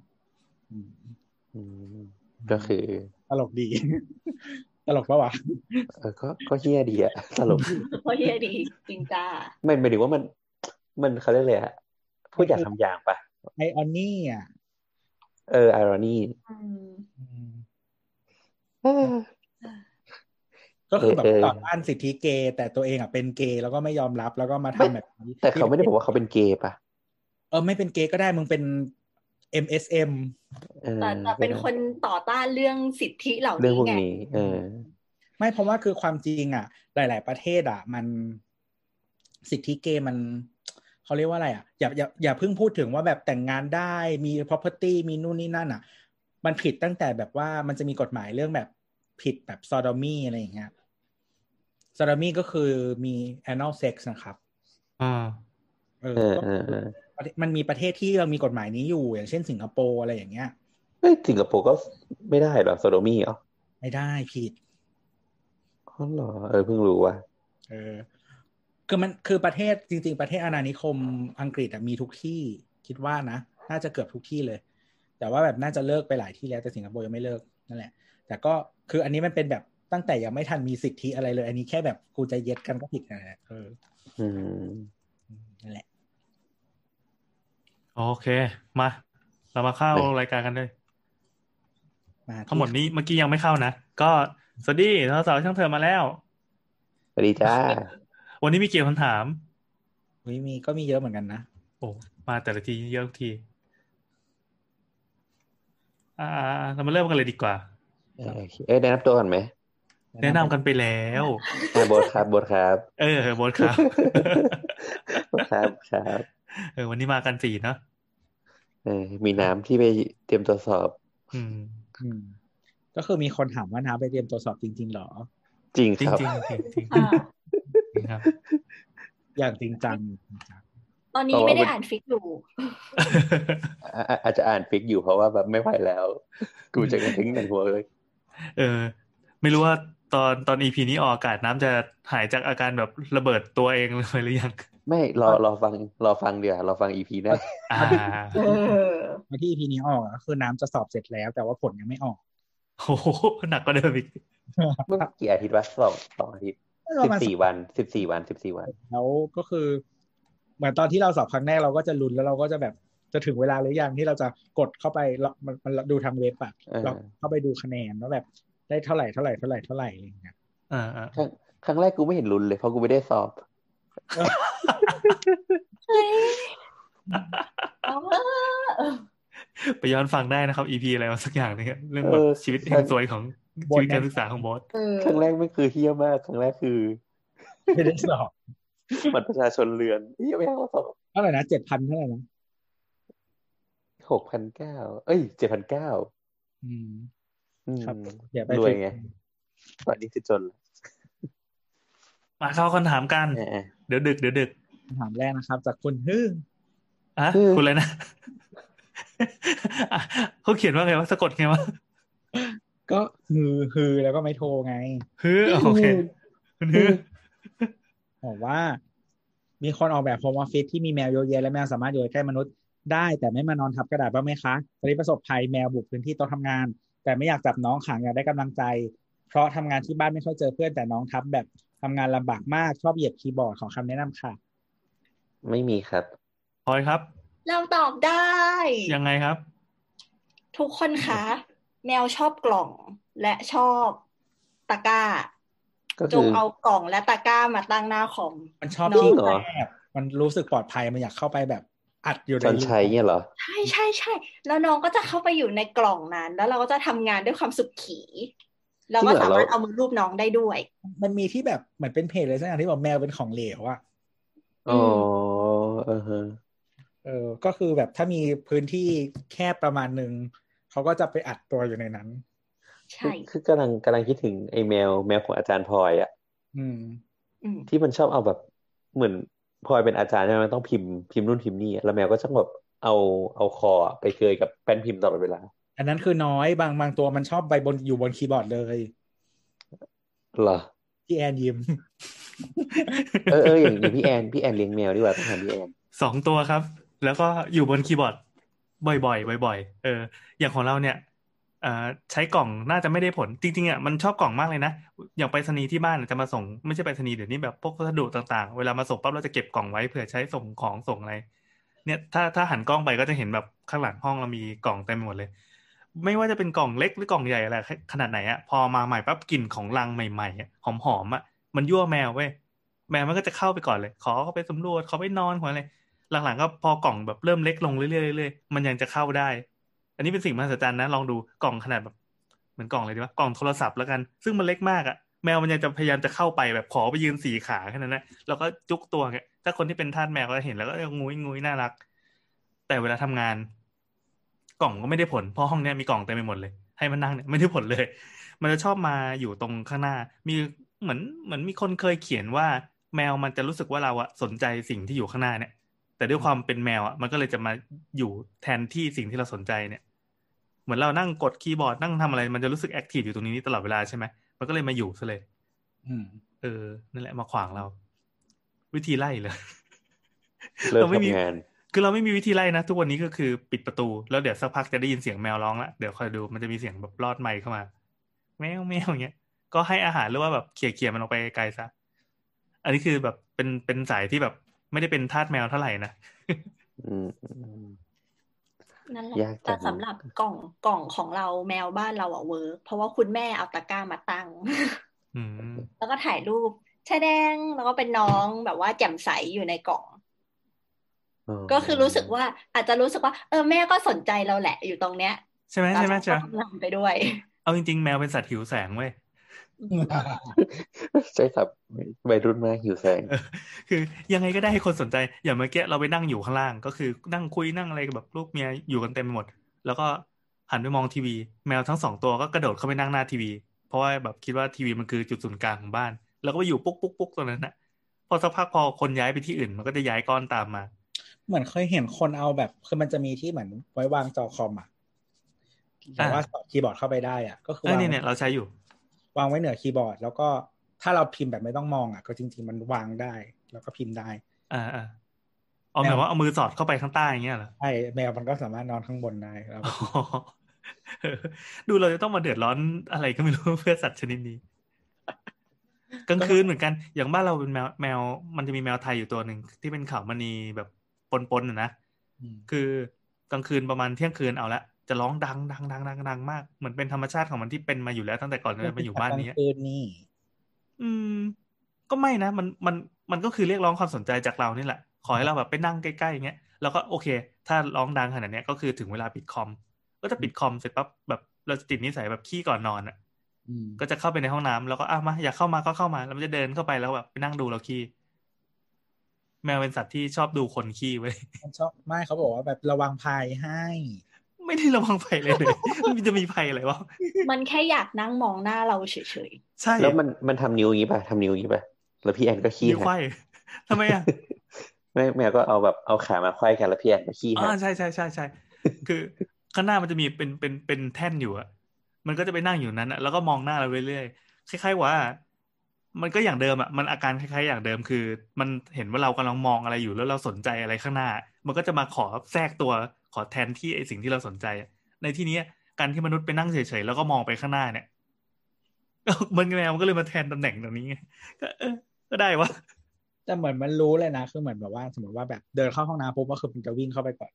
ก็คือตลกดี ตลกปะวะก็เฮี้ยดีอะตลกก็เฮี้ยดีจริงจ้าไม่หมายถึงว่ามันเขาเรียกอะไรฮะพูดอย่างคำอย่างปะไอออนนี่อ่ะไอรอนี่ก็คือแบบต่อต้านสิทธิเกย์แต่ตัวเองอ่ะเป็นเกย์แล้วก็ไม่ยอมรับแล้วก็มาทำแบบนี้แต่เขาไม่ได้บอกว่าเขาเป็นเกย์ปะไม่เป็นเกย์ก็ได้มึงเป็น MSM แต่เป็นคนต่อต้านเรื่องสิทธิเหล่านี้ไงไม่เพราะว่าคือความจริงอ่ะหลายๆประเทศอ่ะมันสิทธิเกย์มันเขาเรียกว่าอะไรอ่ะอย่าเพิ่งพูดถึงว่าแบบแต่งงานได้มี property มีนู่นนี่นั่นอ่ะมันผิดตั้งแต่แบบว่ามันจะมีกฎหมายเรื่องแบบผิดแบบ sodomy อะไรอย่างเงี้ย sodomy ก็คือมี anal sex นะครับมันมีประเทศที่เรามีกฎหมายนี้อยู่อย่างเช่นสิงคโปร์อะไรอย่างเงี้ยสิงคโปร์ก็ไม่ได้หรอ sodomy เหรอไม่ได้ผิดอ๋อเหรอเพิ่งรู้ว่าคือมันคือประเทศจริงๆประเทศอาณานิคมอังกฤษมีทุกที่คิดว่านะน่าจะเกือบทุกที่เลยแต่ว่าแบบน่าจะเลิกไปหลายที่แล้วแต่สิงคโปร์ยังไม่เลิกนั่นแหละแต่ก็คืออันนี้มันเป็นแบบตั้งแต่ยังไม่ทันมีสิทธิอะไรเลยอันนี้แค่แบบกูจะเย็ดกันก็ผิดนะนั่นแหละโอเคมาเรามาเข้ารายการกันเลยทั้งหมดนี้เมื่อกี้ยังไม่เข้านะก็สวัสดีสาวๆช่างเธอมาแล้วสวัสดีจ้าวันนี้มีเกี่ยวคำถามมีเยอะเหมือนกันนะโอ้มาแต่ละทีเยอะทุกทีเรามาเริ่มกันเลยดีกว่าแนะนำตัวก่อนไหมแนะนำกันไปแล้วโบ๊ทครับโบ๊ทครับโบ๊ทครับครับวันนี้มากัน4เนาะมีน้ำที่ไปเตรียมตัวสอบก็คือมีคนถามว่าน้ำไปเตรียมตัวสอบจริงๆหรอจริงครับจริงครับอย่างจริงจังตอนนี้ไม่ได้อ่านฟิกอยู่อาจจะอ่านฟิกอยู่เพราะว่าแบบไม่ไหวแล้วกูจะกระทิ้งกันหัวเลยไม่รู้ว่าตอน EP นี้ออกอากาศน้ำจะหายจากอาการแบบระเบิดตัวเองเลยหรือยังไม่รอฟังเดี๋ยวรอฟัง EP ได้ที่ EP นี้ออกก็คือน้ำจะสอบเสร็จแล้วแต่ว่าผลยังไม่ออกโอ้โหหนักกว่าเดิมอีกเมื่อกี่อาทิตย์วะ2อาทิตย์14 วันแล้วก็คือเหมือนตอนที่เราสอบครั้งแรกเราก็จะลุ้นแล้วเราก็จะแบบจะถึงเวลาหรือยังที่เราจะกดเข้าไปมันดูทางเว็บอ่ะเราเข้าไปดูคะแนนว่าแบบได้เท่าไหร่อะไรอย่างเงี้ยครั้งแรกกูไม่เห็นลุ้นเลยเพราะกูไม่ได้สอบไปย้อนฟังได้นะครับ EP อะไรมาสักอย่างนึงเรื่องแบบชีวิตแห่งสวยของชีวิตการศึกษาของบอสครั้งแรกไม่คือเฮี้ยมากครั้งแรกคือไม่ได้สอบบัตรประชาชนเรือนไม่ให้เขาสอบเท่าไหร่นะ 7,000 เท่าไหร่นะ 6,900 7,900 ครับอย่าไปรวยไงตอนนี้คือจนมาเข้าคำถามกันเดี๋ยวดึกคำถามแรกนะครับจากคุณฮึ่งคุณเลยนะเขาเขียนว่าไงวะสะกดไงวะก็ฮือแล้วก็ไม่โทรไงโอเคคุณฮือบอกว่ามีคนออกแบบโฮมออฟฟิศที่มีแมวเยอะแยะและแมวสามารถอยู่ใกล้มนุษย์ได้แต่ไม่มานอนทับกระดาษบ้างไหมคะตอนนี้ประสบภัยแมวบุกพื้นที่โต๊ะทำงานแต่ไม่อยากจับน้องขังอยากได้กำลังใจเพราะทำงานที่บ้านไม่ค่อยเจอเพื่อนแต่น้องทับแบบทำงานลำบากมากชอบเหยียบคีย์บอร์ดขอคำแนะนำค่ะไม่มีครับพลอยครับเราตอบได้ยังไงครับทุกคนคะแมวชอบกล่องและชอบตะกร้าจงเอากล่องและตะกร้ามาตั้งหน้าคอมมันชอบที่แคบมันรู้สึกปลอดภัยมันอยากเข้าไปแบบอัดอยู่ในใช่เนี่ยเหรอใช่แล้วน้องก็จะเข้าไปอยู่ในกล่องนั้นแล้วเราก็จะทำงานด้วยความสุขขีเราก็สามารถเอามือรูปน้องได้ด้วยมันมีที่แบบเหมือนเป็นเพจเลยสักอย่างที่บอกแมวเป็นของเหลวอ่ะก็คือแบบถ้ามีพื้นที่แคบประมาณนึงเขาก็จะไปอัดตัวอยู่ในนั้นใช่คือกำลังคิดถึงไอ้แมวของอาจารย์พลอยอ่ะอืมที่มันชอบเอาแบบเหมือนพลอยเป็นอาจารย์ใช่ไหมมันต้องพิมพ์นู่นพิมพ์นี่แล้วแมวก็ชอบแบบเอาคอไปเกยกับแป้นพิมพ์ตลอดเวลาอันนั้นคือน้อยบางตัวมันชอบไปอยู่บนคีย์บอร์ดเลยเหรอพี่แอนยิ้มอย่างพี่แอนเลี้ยงแมวดีกว่าต้องถามพี่แอน 2 ตัวครับ แล้วก็อยู่บนคีย์บอร์ดบ่อยอย่างของเราเนี่ยใช้กล่องน่าจะไม่ได้ผลจริงๆอ่ะมันชอบกล่องมากเลยนะอย่างไปรษณีย์ที่บ้านจะมาส่งไม่ใช่ไปรษณีย์เดี๋ยวนี้แบบพวกพัสดุต่างๆเวลามาส่งปั๊บเราจะเก็บกล่องไว้เผื่อใช้ส่งของส่งอะไรเนี่ยถ้าหันกล้องไปก็จะเห็นแบบข้างหลังห้องเรามีกล่องเต็มไปหมดเลยไม่ว่าจะเป็นกล่องเล็กหรือกล่องใหญ่อะไรขนาดไหนอ่ะพอมาใหม่ปั๊บกลิ่นของรังใหม่ๆอ่ะหอมๆอ่ะมันยั่วแมวเว้ยแมวมันก็จะเข้าไปก่อนเลยขอเข้าไปสำรวจขอไปนอนขออะไรหลังๆก็พอกล่องแบบเริ่มเล็กลงเรื่อยๆเรื่อยๆมันยังจะเข้าได้อันนี้เป็นสิ่งมหัศจรรย์นะลองดูกล่องขนาดแบบเหมือนกล่องอะไรดีวะกล่องโทรศัพท์แล้วกันซึ่งมันเล็กมากอ่ะแมวมันยังจะพยายามจะเข้าไปแบบขอไปยืน4 ขาแค่นั้นนะแล้วก็จุกตัวเนี่ยถ้าคนที่เป็นทาสแมวก็เห็นแล้วก็งุ้ยงุ้ยน่ารักแต่เวลาทำงานกล่องก็ไม่ได้ผลเพราะห้องเนี้ยมีกล่องเต็มไปหมดเลยให้มันนั่งเนี่ยไม่ได้ผลเลยมันจะชอบมาอยู่ตรงข้างหน้ามีเหมือนมีคนเคยเขียนว่าแมวมันจะรู้สึกว่าเราอะสนใจสิ่งที่อยู่ข้างหน้าเนี่ยแต่ด้วยความเป็นแมวอะมันก็เลยจะมาอยู่แทนที่สิ่งที่เราสนใจเนี่ยเหมือนเรานั่งกดคีย์บอร์ดนั่งทำอะไรมันจะรู้สึกแอคทีฟอยู่ตรงนี้ตลอดเวลาใช่ไหมมันก็เลยมาอยู่ซะเลยนั่นแหละมาขวางเราวิธีไล่เลยเริ่มเราไม่มีทำงานคือเราไม่มีวิธีไล่นะทุกวันนี้ก็คือปิดประตูแล้วเดี๋ยวสักพักจะได้ยินเสียงแมวร้องละเดี๋ยวคอยดูมันจะมีเสียงแบบลอดไมค์เข้ามาแมวอย่างเงี้ยก็ให้อาหารหรือว่าแบบเขี่ยมันออกไปไกลซะอันนี้คือแบบเป็นสายที่แบบไม่ได้เป็นทาสแมวเท่าไหร่นะนั่นแหละยากจัแต่งสำหรับกล่องของเราแมวบ้านเราอะเวิร์กเพราะว่าคุณแม่เอาตะกร้ามาตั้ง แล้วก็ถ่ายรูปแช่แดงแล้วก็เป็นน้องแบบว่าแจ่มใสอยู่ในกล่อง ก็คือรู้สึกว่าอาจจะรู้สึกว่าแม่ก็สนใจเราแหละอยู่ตรงเนี้ยใช่ไหมเราก็จ๊ะทำงานไปด้วยเอาจริงๆแมวเป็นสัตว์หิวแสงเว้ยใช้ศัพท์วัยรุ่นมากหิวแสงคือยังไงก็ได้ให้คนสนใจอย่างเมื่อกี้เราไปนั่งอยู่ข้างล่างก็คือนั่งคุยนั่งอะไรกับแบบลูกเมียอยู่กันเต็มไปหมดแล้วก็หันไปมองทีวีแมวทั้ง2 ตัวก็กระโดดเข้าไปนั่งหน้าทีวีเพราะว่าแบบคิดว่าทีวีมันคือจุดศูนย์กลางของบ้านแล้วก็ไปอยู่ปุ๊กตรงนั้นนะพอสักพักพอคนย้ายไปที่อื่นมันก็จะย้ายก้อนตามมาเหมือนเคยเห็นคนเอาแบบคือมันจะมีที่เหมือนไว้วางจอคอมอ่ะแต่ว่าสอดคีย์บอร์ดเข้าไปได้อ่ะก็คือวางเนี่ยเราใช้อยู่วางไว้เหนือคีย์บอร์ดแล้วก็ถ้าเราพิมพ์แบบไม่ต้องมองอ่ะก็จริงๆมันวางได้แล้วก็พิมพ์ได้เอาหมายว่าเอามือสอดเข้าไปข้างใต้อย่างเงี้ยเหรอใช่แมวมันก็สามารถนอนข้างบนได้แล้วก็ดูเราจะต้องมาเดือดร้อนอะไรก็ไม่รู้เพื่อสัตว์ชนิดนี้กลางคืนเหมือนกันอย่างบ้านเราเป็นแมวมันจะมีแมวไทยอยู่ตัวหนึ่งที่เป็นขาวมณีแบบปนนะคือกลางคืนประมาณเที่ยงคืนเอาละจะร้องดังมากเหมือนเป็นธรรมชาติของมันที่เป็นมาอยู่แล้วตั้งแต่ก่อนจะมาอยู่บ้านนี้ก็ไม่นะมันก็คือเรียกร้องความสนใจจากเรานี่แหละขอให้เราแบบไปนั่งใกล้ๆอย่างเงี้ยแล้วก็โอเคถ้าร้องดังขนาดนี้ก็คือถึงเวลาปิดคอมก็จะปิดคอมเสร็จปั๊บแบบเราจะติดนิสัยแบบขี้ก่อนนอนอ่ะก็จะเข้าไปในห้องน้ำแล้วก็มาอยากเข้ามาก็เข้ามาแล้วมันจะเดินเข้าไปแล้วแบบไปนั่งดูเราขี้แมวเป็นสัตว์ที่ชอบดูคนขี้เว้ยมันชอบไม่เขาบอกว่าแบบระวังภัยให้ไม่ได้ระวังภัยเลยมันจะมีภัยอะไรวะมันแค่อยากนั่งมองหน้าเราเฉยๆใช่แล้วมันทำนิ้วอย่างนี้ป่ะแล้วพี่แอนก็ขี้นิ้วไขว้ทำไมอ่ะแมวก็เอาขามาไขว้กันแล้วพี่แอนก็ขี้ใช่คือข้างหน้ามันจะมีเป็นแท่นอยู่อะมันก็จะไปนั่งอยู่นั้นอะแล้วก็มองหน้าเราเรื่อยๆคล้ายๆว่ามันก็อย่างเดิมอะมันอาการคล้ายๆอย่างเดิมคือมันเห็นว่าเรากำลังมองอะไรอยู่แล้วเราสนใจอะไรข้างหน้ามันก็จะมาขอแทรกตัวขอแทนที่ไอ้สิ่งที่เราสนใจในที่นี้การที่มนุษย์ไปนั่งเฉยๆแล้วก็มองไปข้างหน้าเนี่ยมันแมวมันก็เลยมาแทนตำแหน่งตรงนี้ไงก็ได้วะแต่เหมือนมันรู้เลยนะคือเหมือนแบบว่าสมมติว่าแบบเดินเข้าห้องน้ำปุ๊บก็คือมันจะวิ่งเข้าไปก่อน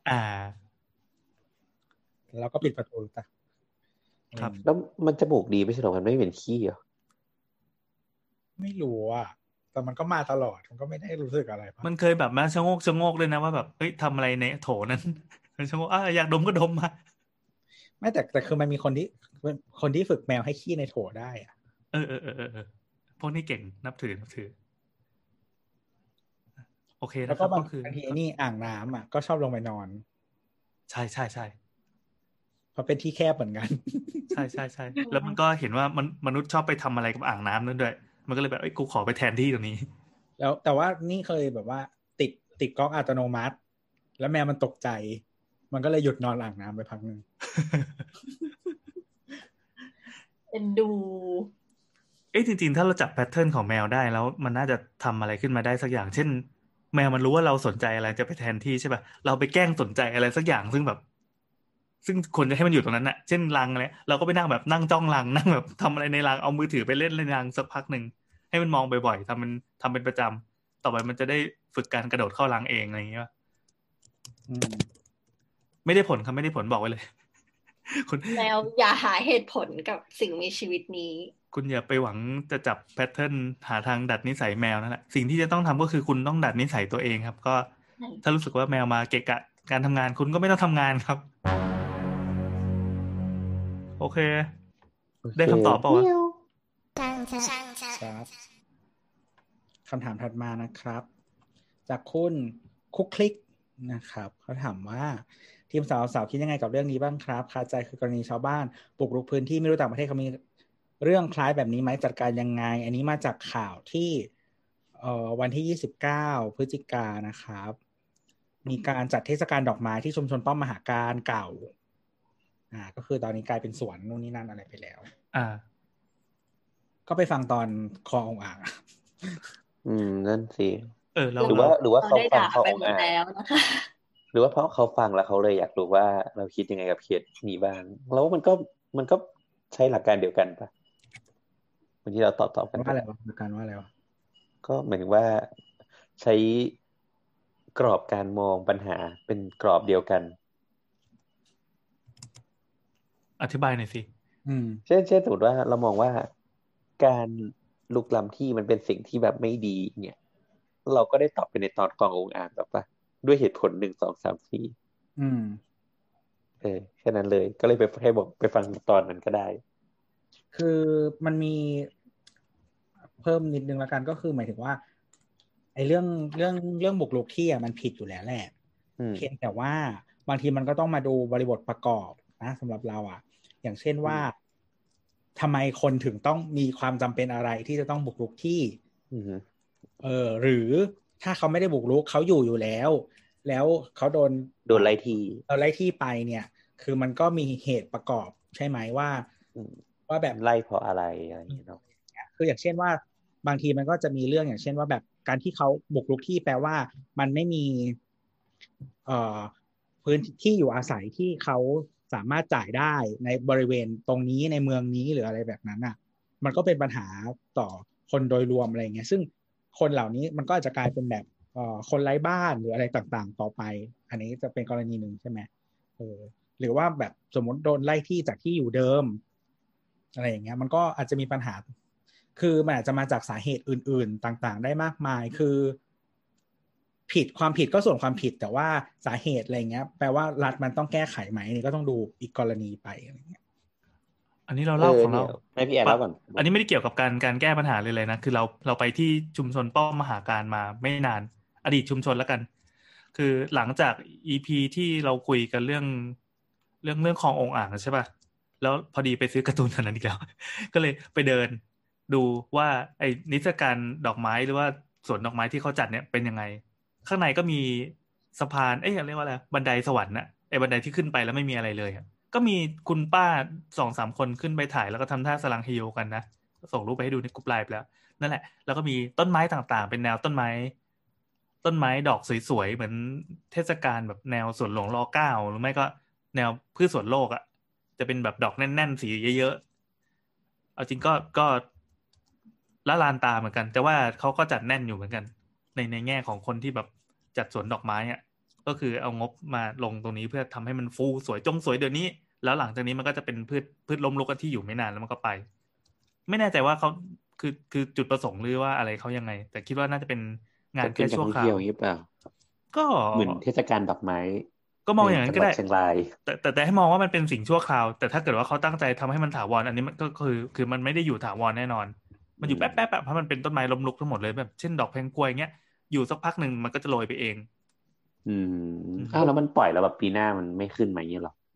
แล้วก็ปิดประตูจ้ะครับแล้วมันจมูกดีไม่ใช่หรอมันไม่เป็นขี้เหรอไม่รู้อ่ะแต่มันก็มาตลอดมันก็ไม่ได้รู้สึกอะไรมันเคยแบบมาชะโงกเลยนะว่าแบบเฮ้ยทำอะไรในโถนั้นชะโงกอยากดมก็ดมมาไม่แต่คือมันมีคนที่ฝึกแมวให้ขี้ในโถได้อ่ะพวกนี้เก่งนับถือโอเคแล้วก็บางทีนี่อ่างน้ำอ่ะก็ชอบลงไปนอนใช่เพราะเป็นที่แคบเหมือนกันใช่ใช่ใช่แล้วมันก็เห็นว่ามนุษย์ชอบไปทำอะไรกับอ่างน้ำนั่นด้วยมันก็เลยแบบกูขอไปแทนที่ตรงนี้แล้วแต่ว่านี่เคยแบบว่าติดก๊อกอัตโนมัติแล้วแมวมันตกใจมันก็เลยหยุดนอนอ่างน้ำไปพักนึงเอ็นดูจริงๆถ้าเราจับแพทเทิร์นของแมวได้แล้วมันน่าจะทำอะไรขึ้นมาได้สักอย่างเช่นแมวมันรู้ว่าเราสนใจอะไรจะไปแทนที่ใช่ป่ะเราไปแกล้งสนใจอะไรสักอย่างซึ่งควรจะให้มันอยู่ตรงนั้นน่ะเช่นรังอะไรเราก็ไปนั่งแบบนั่งจ้องรังนั่งแบบทำอะไรในรังเอามือถือไปเล่นในรังสักพักหนึ่งให้มันมองบ่อยๆทำเป็นประจำต่อไปมันจะได้ฝึกการกระโดดเข้ารังเองอะไรอย่างเงี้ยไม่ได้ผลครับไม่ได้ผลบอกไว้เลยคุณแมวอย่าหาเหตุผลกับสิ่งมีชีวิตนี้คุณอย่าไปหวังจะจับแพทเทิร์นหาทางดัดนิสัยแมวนั่นแหละสิ่งที่จะต้องทำก็คือคุณต้องดัดนิสัยตัวเองครับก็ถ้ารู้สึกว่าแมวมาเกะกะการทำงานคุณก็ไม่ต้องทำงานครับโอเคได้คำตอบเปล่าวะครับคำถามถัดมานะครับจากคุณคุกคลิกนะครับเขาถามว่าทีมสาวคิดยังไงกับเรื่องนี้บ้างครับคาใจคือกรณีชาวบ้านบุกรุกพื้นที่ไม่รู้ต่างประเทศเขามีเรื่องคล้ายแบบนี้ไหมจัดการยังไงอันนี้มาจากข่าวที่วันที่29พฤศจิกายนนะครับมีการจัดเทศกาลดอกไม้ที่ชุมชนป้อมมหาการเก่าก็คือตอนนี้กลายเป็นสวนนู่นนี่นั่นอะไรไปแล้วก็ไปฟังตอนคอองอ่างนั่นสิหรือว่าเขาฟังเขาองอ่างแล้วนะคะหรือว่าเพราะเขาฟังแล้วเขาเลยอยากรู้ว่าเราคิดยังไงกับเคสนี้บ้างแล้วมันก็ใช้หลักการเดียวกันปะวันที่เราตอบกันว่าอะไรวะหลักการว่าอะไรวะก็หมายถึงว่าใช้กรอบการมองปัญหาเป็นกรอบเดียวกันอธิบายหน่อยสิเช่นสมมติว่าเรามองว่าการลุกล้ำที่มันเป็นสิ่งที่แบบไม่ดีเนี่ยเราก็ได้ตอบไปในตอนกององอ่างแบบว่าด้วยเหตุผล1 2 3 4แค่นั้นเลยก็เลยให้บอกไปฟังตอนนั้นก็ได้คือมันมีเพิ่มนิดนึงละกันก็คือหมายถึงว่าไอ้เรื่องบุกรุกที่มันผิดอยู่แล้วแหละเพียงแต่ว่าบางทีมันก็ต้องมาดูบริบทประกอบนะสำหรับเราอย่างเช่นว่าทำไมคนถึงต้องมีความจำเป็นอะไรที่จะต้องบุกรุกที่หรือถ้าเขาไม่ได้บุกรุกเขาอยู่แล้วเขาโดนไล่ที่ไปเนี่ยคือมันก็มีเหตุประกอบใช่ไหมว่าแบบไล่เพราะอะไรอย่างเงี้ยเนาะคืออย่างเช่นว่าบางทีมันก็จะมีเรื่องอย่างเช่นว่าแบบการที่เขาบุกรุกที่แปลว่ามันไม่มีพื้นที่อยู่อาศัยที่เขาสามารถจ่ายได้ในบริเวณตรงนี้ในเมืองนี้หรืออะไรแบบนั้นมันก็เป็นปัญหาต่อคนโดยรวมอะไรเงี้ยซึ่งคนเหล่านี้มันก็อาจจะกลายเป็นแบบคนไร้บ้านหรืออะไรต่างๆต่อไปอันนี้จะเป็นกรณีหนึ่งใช่ไหมหรือว่าแบบสมมติโดนไล่ที่จากที่อยู่เดิมอะไรอย่างเงี้ยมันก็อาจจะมีปัญหาคือมันอาจจะมาจากสาเหตุอื่นๆต่างๆได้มากมายคือความผิดก็ส่วนความผิดแต่ว่าสาเหตุอะไรเงี้ยแปลว่ารัฐมันต้องแก้ไขไหมนี่ก็ต้องดูอีกกรณีไปอะไรเงี้ยอันนี้เราเล่าของเราให้พี่แอร์เล่าก่อนอันนี้ไม่ได้เกี่ยวกับการแก้ปัญหาเลยนะคือเราไปที่ชุมชนป้อมมหาการมาไม่นานอดีตชุมชนแล้วกันคือหลังจาก EP ที่เราคุยกันเรื่องคลององอ่างใช่ป่ะแล้วพอดีไปซื้อการ์ตูนอันนั้นอีกแล้วก็เลยไปเดินดูว่าไอ้นิทรรศการดอกไม้หรือว่าสวนดอกไม้ที่เขาจัดเนี่ยเป็นยังไงข้างในก็มีสะพานเรียกว่าอะไรบันไดสวรรค์น่ะไอ้บันไดที่ขึ้นไปแล้วไม่มีอะไรเลยก็มีคุณป้า 2-3 คนขึ้นไปถ่ายแล้วก็ทำท่าสลังเฮโยกันนะส่งรูปไปให้ดูในกลุ่มไลน์ไปแล้วนั่นแหละแล้วก็มีต้นไม้ต่างๆเป็นแนวต้นไม้ดอกสวยๆเหมือนเทศกาลแบบแนวสวนหลวงร.9หรือไม่ก็แนวพืชสวนโลกจะเป็นแบบดอกแน่นๆสีเยอะๆเอาจริงก็ละลานตาเหมือนกันแต่ว่าเขาก็จัดแน่นอยู่เหมือนกันในแง่ของคนที่แบบจัดสวนดอกไม้ก็คือเอางบมาลงตรงนี้เพื่อทำให้มันฟูสวยเดี๋ยวนี้แล้วหลังจากนี้มันก็จะเป็นพืชล้มลุกที่อยู่ไม่นานแล้วมันก็ไปไม่แน่ใจว่าเขาคือจุดประสงค์หรือว่าอะไรเขายังไงแต่คิดว่าน่าจะเป็นงานแค่ชั่วคราวหรือเปล่าก็เหมือนเทศกาลดอกไม้ก็มองอย่างนั้นก็ได้เชียงรายแต่ให้มองว่ามันเป็นสิ่งชั่วคราวแต่ถ้าเกิดว่าเขาตั้งใจทำให้มันถาวรอันนี้มันก็คือมันไม่ได้อยู่ถาวรแน่นอนมันอยู่แป๊บเพราะมันเป็นต้นไม้ล้มลุกทั้งหมดเลยแบบเช่นดอกแพงกวยเงี้ยอยู่สักพักหนึ่งมันก็จะโรยไปเองแล้วมันปล่อยแล้วแบบปีหน้ามันไม่ขึ้นไหมเนี่ยหรอ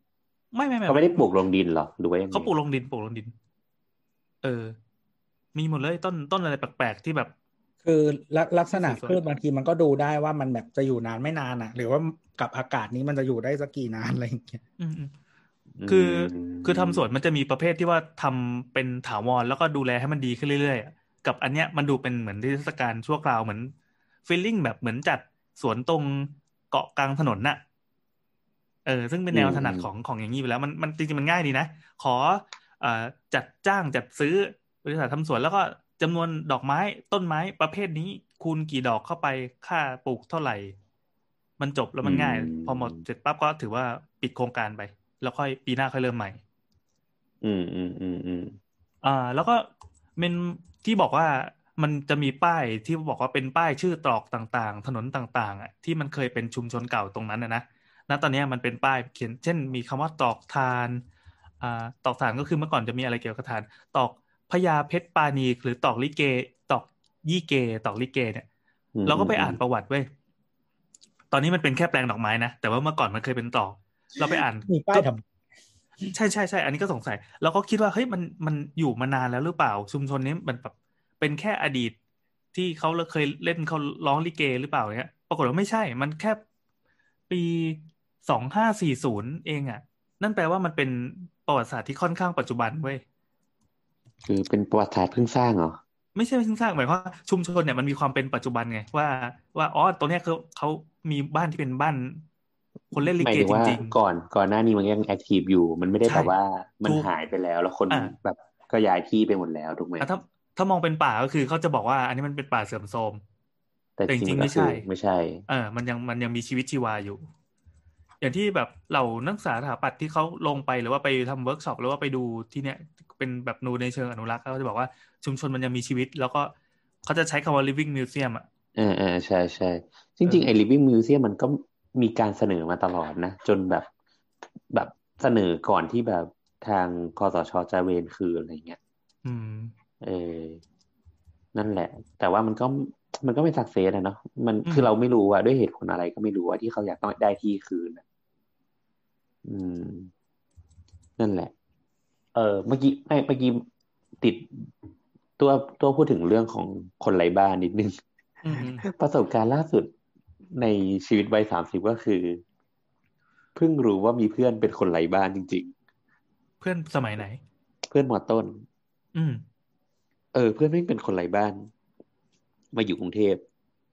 ไม่เขาไม่ได้ปลูกลงดินหรอหรือว่ายังไงเขาปลูกลงดินเออมีหมดเลยต้นอะไรแปลกๆที่แบบคือลักษณะสวยพืชบางทีมันก็ดูได้ว่ามันแบบจะอยู่นานไม่นานอ่ะ หรือว่ากับอากาศนี้มันจะอยู่ได้สักกี่นานอะไรอย่างเงี้ยคือคือทำสวนมันจะมีประเภทที่ว่าทำเป็นถาวรแล้วก็ดูแลให้มันดีขึ้นเรื่อยๆกับอันเนี้ยมันดูเป็นเหมือนเทศกาลชั่วคราวเหมือนฟีลลิ่งแบบเหมือนจัดสวนตรงเกาะกลางถนนน่ะซึ่งเป็นแนวถนัดของอย่างนี้ไปแล้วมันจริงๆมันง่ายดีนะขอจัดจ้างจัดซื้อบริษัททำสวนแล้วก็จำนวนดอกไม้ต้นไม้ประเภทนี้คูณกี่ดอกเข้าไปค่าปลูกเท่าไหร่มันจบแล้วมันง่ายพอหมดเสร็จปั๊บก็ถือว่าปิดโครงการไปแล้วค่อยปีหน้าค่อยเริ่มใหม่แล้วก็เป็นที่บอกว่ามันจะมีป้ายที่บอกว่าเป็นป้ายชื่อตรอกต่างๆถนนต่างๆอ่ะที่มันเคยเป็นชุมชนเก่าตรงนั้นนะตอนนี้มันเป็นป้ายเขียนเช่นมีคำว่าตรอกทานตรอกทานก็คือเมื่อก่อนจะมีอะไรเกี่ยวกับทานตรอกพญาเพชรปานีหรือตรอกลิเกตรอกยี่เกตรอกลิเกเนี่ยเราก็ไปอ่านประวัติเว้ยตอนนี้มันเป็นแค่แปลงดอกไม้นะแต่ว่าเมื่อก่อนมันเคยเป็นตรอกเราไปอ่านมีป้ายทำใช่อันนี้ก็สงสัยแล้วก็คิดว่าเฮ้ยมันอยู่มานานแล้วหรือเปล่าชุมชนนี้มันแบบเป็นแค่อดีตที่เขาเคยเล่นเขาร้องลิเกหรือเปล่าเนี่ยปรากฏว่าไม่ใช่มันแค่ปี2540เองอ่ะนั่นแปลว่ามันเป็นประวัติศาสตร์ที่ค่อนข้างปัจจุบันเว้ยคือเป็นประวัติศาสตร์เพิ่งสร้างเหรอไม่ใช่เพิ่งสร้างหมายความว่าชุมชนเนี่ยมันมีความเป็นปัจจุบันไงว่าอ๋อตรงเนี้ยเขามีบ้านที่เป็นบ้านคนเล่นลิเกหมายถึงว่าจริงก่อนหน้านี้มันยังแอคทีฟอยู่มันไม่ๆใช่ได้แบบว่ามันถูกหายไปแล้วคนอ่าแบบก็ย้ายที่ไปหมดแล้วถูกไหมถ้ามองเป็นป่าก็คือเขาจะบอกว่าอันนี้มันเป็นป่าเสื่อมโทรมแต่แต่จจริงมันก็คือริงๆไม่ใช่ไม่ใช่มันยังมีชีวิตชีวาอยู่อย่างที่แบบเหล่านักศึกษาสถาปัตย์ที่เขาลงไปหรือว่าไปทำเวิร์กช็อปหรือว่าไปดูที่เนี้ยเป็นแบบดูในเชิงอนุรักษ์เขาจะบอกว่าชุมชนมันยังมีชีวิตแล้วก็เขาจะใช้คำว่า living museum อ่ะใช่ใช่จเออริงๆไอ้ Living Museum มันก็มีการเสนอมาตลอดนะจนแบบเสนอก่อนที่แบบทางคสชจะเวรคืนอะไรเงี้ยอืมเออนั่นแหละแต่ว่ามันก็ไม่สักเซสอะเนาะมันอืมคือเราไม่รู้ว่าด้วยเหตุผลอะไรก็ไม่รู้ว่าที่เขาอยากต้องได้ที่คืนอะอืมนั่นแหละเมื่อกี้ติดตัวตัวพูดถึงเรื่องของคนไร้บ้านนิดนึงอืมประสบการณ์ล่าสุดในชีวิตวัย30ก็คือเพิ่งรู้ว่ามีเพื่อนเป็นคนไร้บ้านจริงเพื่อนสมัยไหนๆเพื่อนมอต้นอืมเพื่อนไม่งเป็นคนไร้บ้านมาอยู่กรุงเทพ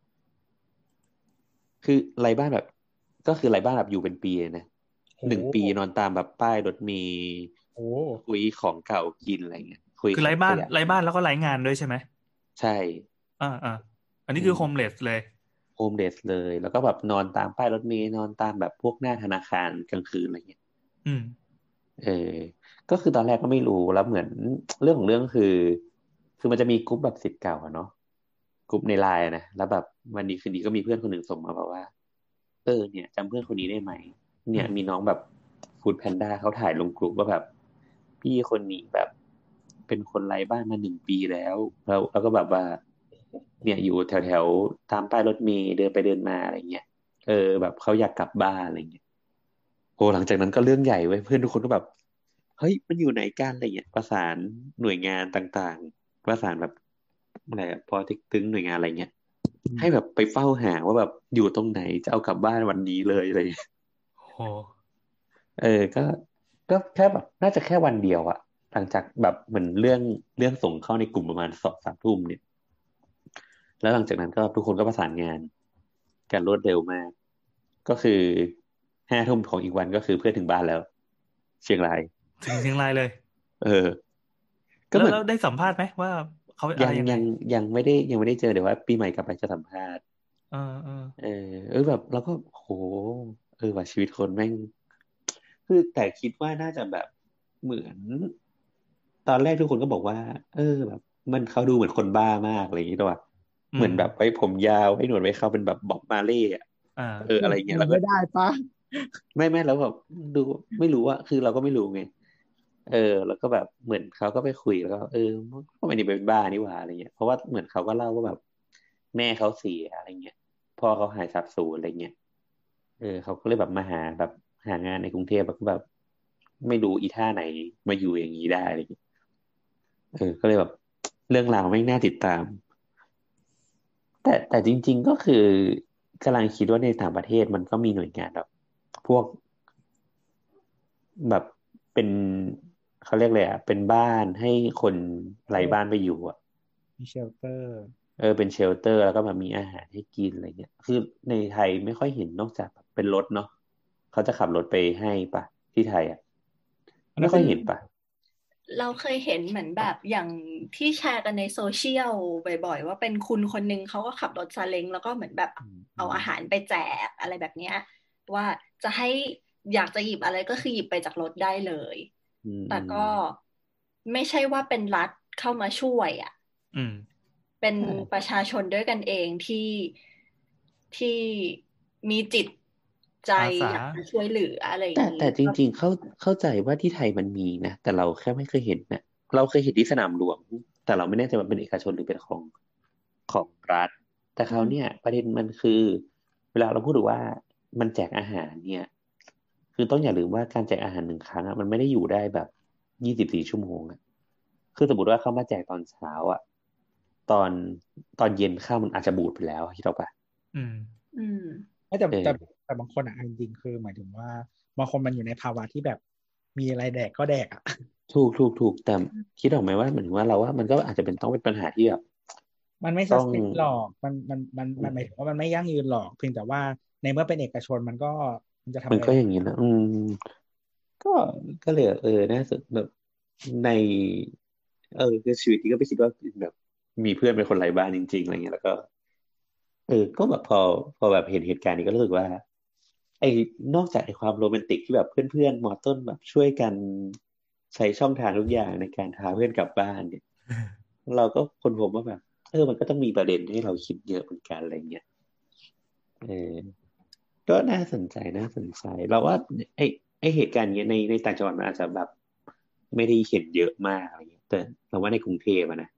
คือไร้บ้านแบบก็คือไร้บ้านแบบอยู่เป็นปีเลยนะโอ้ 1 ปีนอนตามแบบป้ายรถเมล์โอ้คุยของเก่ากินอะไรเงี้ยคุยคือขยะไร้บ้านแล้วก็ไร้งานด้วยใช่ไหมใช่อ่าอันนี้อืคือโฮมเลมสเลยโฮมเดสเลยแล้วก็แบบนอนตามป้ายรถเมล์นอนตามแบบพวกหน้าธนาคารกลางคืนอะไรเงี้ยอืมเออก็คือตอนแรกก็ไม่รู้แล้วเหมือนเรื่องของเรื่องคือมันจะมีกลุ่มแบบศิษย์เก่าอะเนาะกลุ่มในไลน์อะนะแล้วแบบวันนี้คืนดีก็มีเพื่อนคนหนึ่งส่งมาบอกว่าเนี่ยจำเพื่อนคนนี้ได้ไหมเนี่ยอืมมีน้องแบบฟู้ดแพนด้าเขาถ่ายลงกลุ่มว่าแบบพี่คนนี้แบบเป็นคนไร้บ้านมา1 ปีแล้วก็แบบว่าเนี่ยอยู่แถวตามป้ายรถเมล์เดินไปเดินมาอะไรเงี้ยแบบเขาอยากกลับบ้านอะไรเงี้ย โอ้หลังจากนั้นก็เรื่องใหญ่เว้ยเพื่อนทุกคนก็แบบเฮ้ยมันอยู่ไหนกันอะไรเงี้ยประสานหน่วยงานต่างๆประสานแบบอะไรอะพอติ๊กตึงหน่วยงานอะไรเงี้ยให้แบบไปเฝ้าหาว่าแบบอยู่ตรงไหนจะเอากลับบ้านวันนี้เลยอะไรเงี้ยโหเออก็ก็แค่แบบน่าจะแค่วันเดียวอะหลังจากแบบเหมือนเรื่องส่งเข้าในกลุ่มประมาณ2-3 ทุ่มเนี่ยแล้วหลังจากนั้นก็ทุกคนก็ประสานงานกันรวดเร็วมากก็คือ5 ทุ่มของอีกวันก็คือเพื่อนถึงบ้านแล้วเชียงรายถึงเชียงรายเลยเออ ก็เหมือนแล้วได้สัมภาษณ์ไหมว่าเขาอะไรยังไงยังไม่ได้เจอเดี๋ยวว่าปีใหม่กลับไปจะสัมภาษณ์เออเออเออแบบเราก็โหว่าชีวิตคนแม่งคือแต่คิดว่าน่าจะแบบเหมือนตอนแรกทุกคนก็บอกว่าแบบมันเขาดูเหมือนคนบ้ามากอะไรอย่างงี้ตัวเหมือนอืมแบบไว้ผมยาวไว้หนวดไว้เขาเป็นแบบบ๊อบมาเล่อะอ่าอะไรเงี้ยแล้วก็ไม่ได้ปะไม่แล้วแบบดูไม่รู้อะคือเราก็ไม่รู้ไงเออแล้วก็แบบเหมือนเขาก็ไปคุยแล้วก็ก็ไม่ได้เป็นบ้านี่หว่าอะไรเงี้ยเพราะว่าเหมือนเขาก็เล่าว่าแบบแม่เขาเสียอะไรเงี้ยพ่อเขาหายสาบสูญอะไรเงี้ยเขาก็เลยแบบมาหางานในกรุงเทพแล้วก็แบบไม่รู้อีท่าไหนมาอยู่อย่างนี้ได้อะไรอย่างเงี้ยก็เลยแบบเรื่องราวไม่น่าติดตาม แต่จริงๆก็คือกำลังคิดว่าในต่างประเทศมันก็มีหน่วยงานแบบพวกแบบเป็นเขาเรียกเลยเป็นบ้านให้คนไร้บ้านไปอยู่มีเชลเตอร์เป็นเชลเตอร์แล้วก็แบบมีอาหารให้กินอะไรเงี้ยคือในไทยไม่ค่อยเห็นนอกจากแบบเป็นรถเนาะเขาจะขับรถไปให้ปะที่ไทยไม่ค่อยเห็นปะเราเคยเห็นเหมือนแบบอย่างที่แชร์กันในโซเชียลบ่อยๆว่าเป็นคุณคนนึงเขาก็ขับรถซาเล้งแล้วก็เหมือนแบบเอาอาหารไปแจกอะไรแบบเนี้ยว่าจะให้อยากจะหยิบอะไรก็คือหยิบไปจากรถได้เลยแต่ก็ไม่ใช่ว่าเป็นรัฐเข้ามาช่วยเป็นประชาชนด้วยกันเองที่มีจิตใจอยากจะช่วยเหลืออะไรอย่างนี้แต่จริงๆเข้าใจว่าที่ไทยมันมีนะแต่เราแค่ไม่เคยเห็นนะเราเคยเห็นที่สนามหลวงแต่เราไม่แน่ใจว่าเป็นเอกชนหรือเป็นของรัฐแต่คราวเนี้ยประเด็นมันคือเวลาเราพูดถึงว่ามันแจกอาหารเนี่ยคือต้องอย่าลืมว่าการแจกอาหารหนึ่งครั้งมันไม่ได้อยู่ได้แบบ24 ชั่วโมงคือสมมติว่าเขามาแจกตอนเช้าตอนเย็นข้าวมันอาจจะบูดไปแล้วคิดออกปะแต่บางคนจริงๆคือหมายถึงว่าบางคนมันอยู่ในภาวะที่แบบมีอะไรแดกก็แดกถูกแต่คิดออกไหมว่าเหมือนว่าเราว่ามันก็อาจจะต้องเป็นปัญหาที่แบบมันไม่ซัสเทนหรอกมันหมายถึงว่ามันไม่ยั่งยืนหรอกเพียงแต่ว่าในเมื่อเป็นเอกชนมันจะทำอะไรมันก็อย่างนี้นะก็เลยน่าสนแบบในคือชีวิตนี้ก็ไม่คิดว่าแบบมีเพื่อนเป็นคนไร้บ้านจริงๆอะไรเงี้ยแล้วก็ก็แบบพอแบบเห็นเหตุการณ์นี้ก็รู้สึกว่าไอ้นอกจากไอ้ความโรแมนติกที่แบบเพื่อนๆมอต้นแบบช่วยกันใช้ช่องทางทุกอย่างในการพาเพื่อนกลับบ้านเนี่ยเราก็ค้นพบว่าแบบมันก็ต้องมีประเด็นให้เราคิดเยอะเหมือนกันอะไรเงี้ยก็น่าสนใจเราว่าไอ้เหตุการณ์เนี้ยในต่างจังหวัดมันอาจจะแบบไม่ได้เห็นเยอะมากอะไรเงี้ยแต่เราว่าในกรุงเทพนะ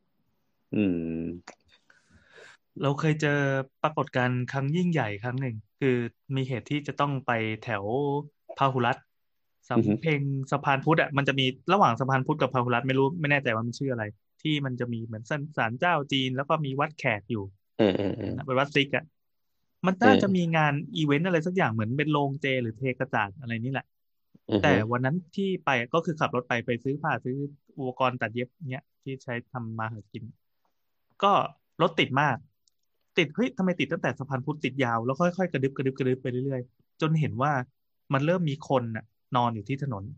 เราเคยเจอปรากฏการณ์ครั้งยิ่งใหญ่ครั้งหนึ่งคือมีเหตุที่จะต้องไปแถวพาหุรัตน์สำเพ็งสะพานพุทธมันจะมีระหว่างสะพานพุทธกับพาหุรัตน์ไม่แน่ใจว่ามันชื่ออะไรที่มันจะมีเหมือนศาลเจ้าจีนแล้วก็มีวัดแขกอยู่เป็นวัดซิกมันน่าจะมีงานอีเวนต์อะไรสักอย่างเหมือนเป็นโรงเจหรือเทกระจาดอะไรนี่แหละแต่วันนั้นที่ไปก็คือขับรถไปซื้อผ้าซื้ออุปกรณ์ตัดเย็บเนี้ยที่ใช้ทำมาหากินก็รถติดมากเฮ้ยทำไมติดตั้งแต่สะพานพุทธติดยาวแล้วค่อยๆกระดึบไปเรื่อยๆจนเห็นว่ามันเริ่มมีคนนอนอยู่ที่ถนน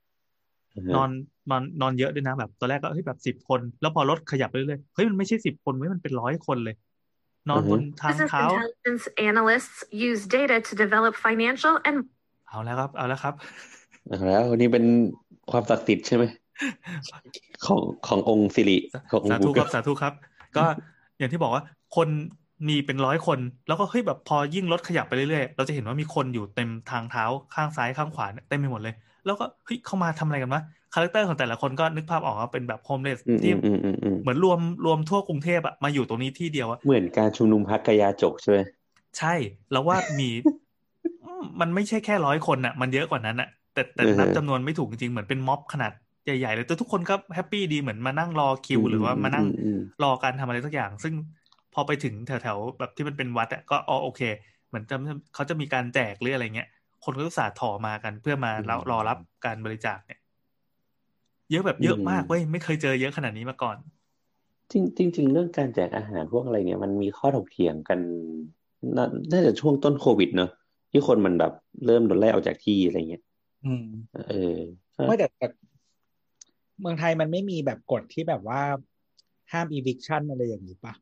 นอนเยอะด้วยนะแบบตอนแรกก็เฮ้ยแบบ10 คนแล้วพอรถขยับไปเรื่อยๆเฮ้ยมันไม่ใช่10 คนเว้ยมันเป็น100 คนเลยนอนบนทางเท้า Intelligence analysts use data to develop financial and เอาแล้วครับแล้วนี่เป็นความศักดิ์สิทธิ์ใช่ไหมขององค์สิริขององค์สาธุครับก็อย่างที่บอกว่าคนมีเป็น100 คนแล้วก็เฮ้ยแบบพอยิ่งรถขยับไปเรื่อยๆเราจะเห็นว่ามีคนอยู่เต็มทางเท้าข้างซ้ายข้างขวาเต็มไปหมดเลยแล้วก็เฮ้ยเข้ามาทำอะไรกันวะคาแรคเตอร์ของแต่ละคนก็นึกภาพออกว่าเป็นแบบโฮมเลสที่เหมือนรวมทั่วกรุงเทพมาอยู่ตรงนี้ที่เดียวเหมือนการชุมนุมพรรคกยาจกใช่ไหมใช่แล้วว่ามีมันไม่ใช่แค่100 คนมันเยอะกว่านั้นแต่นับจำนวนไม่ถูกจริงๆเหมือนเป็นม็อบขนาดใหญ่ๆเลยแต่ทุกคนก็แฮปปี้ดีเหมือนมานั่งรอคิวหรือว่ามานั่งรอการทำอะไรสักอย่างซึ่งพอไปถึงแถวๆแบบที่มันเป็นวัดก็โอเคเหมือนเขาจะมีการแจกหรืออะไรเงี้ยคนก็อุตส่าห์ถ่อมากันเพื่อมารอรับการบริจาคเนี่ยเยอะแบบเยอะมากเว้ยไม่เคยเจอเยอะขนาดนี้มาก่อนจริงเรื่องการแจกอาหารพวกอะไรเนี่ยมันมีข้อถกเถียงกันน่าจะช่วงต้นโควิดเนอะที่คนมันแบบเริ่มโดนไล่ออกจากที่อะไรเงี้ยไม่แต่เมืองไทยมันไม่มีแบบกฎที่แบบว่าห้าม eviction อะไรอย่างนี้ปะ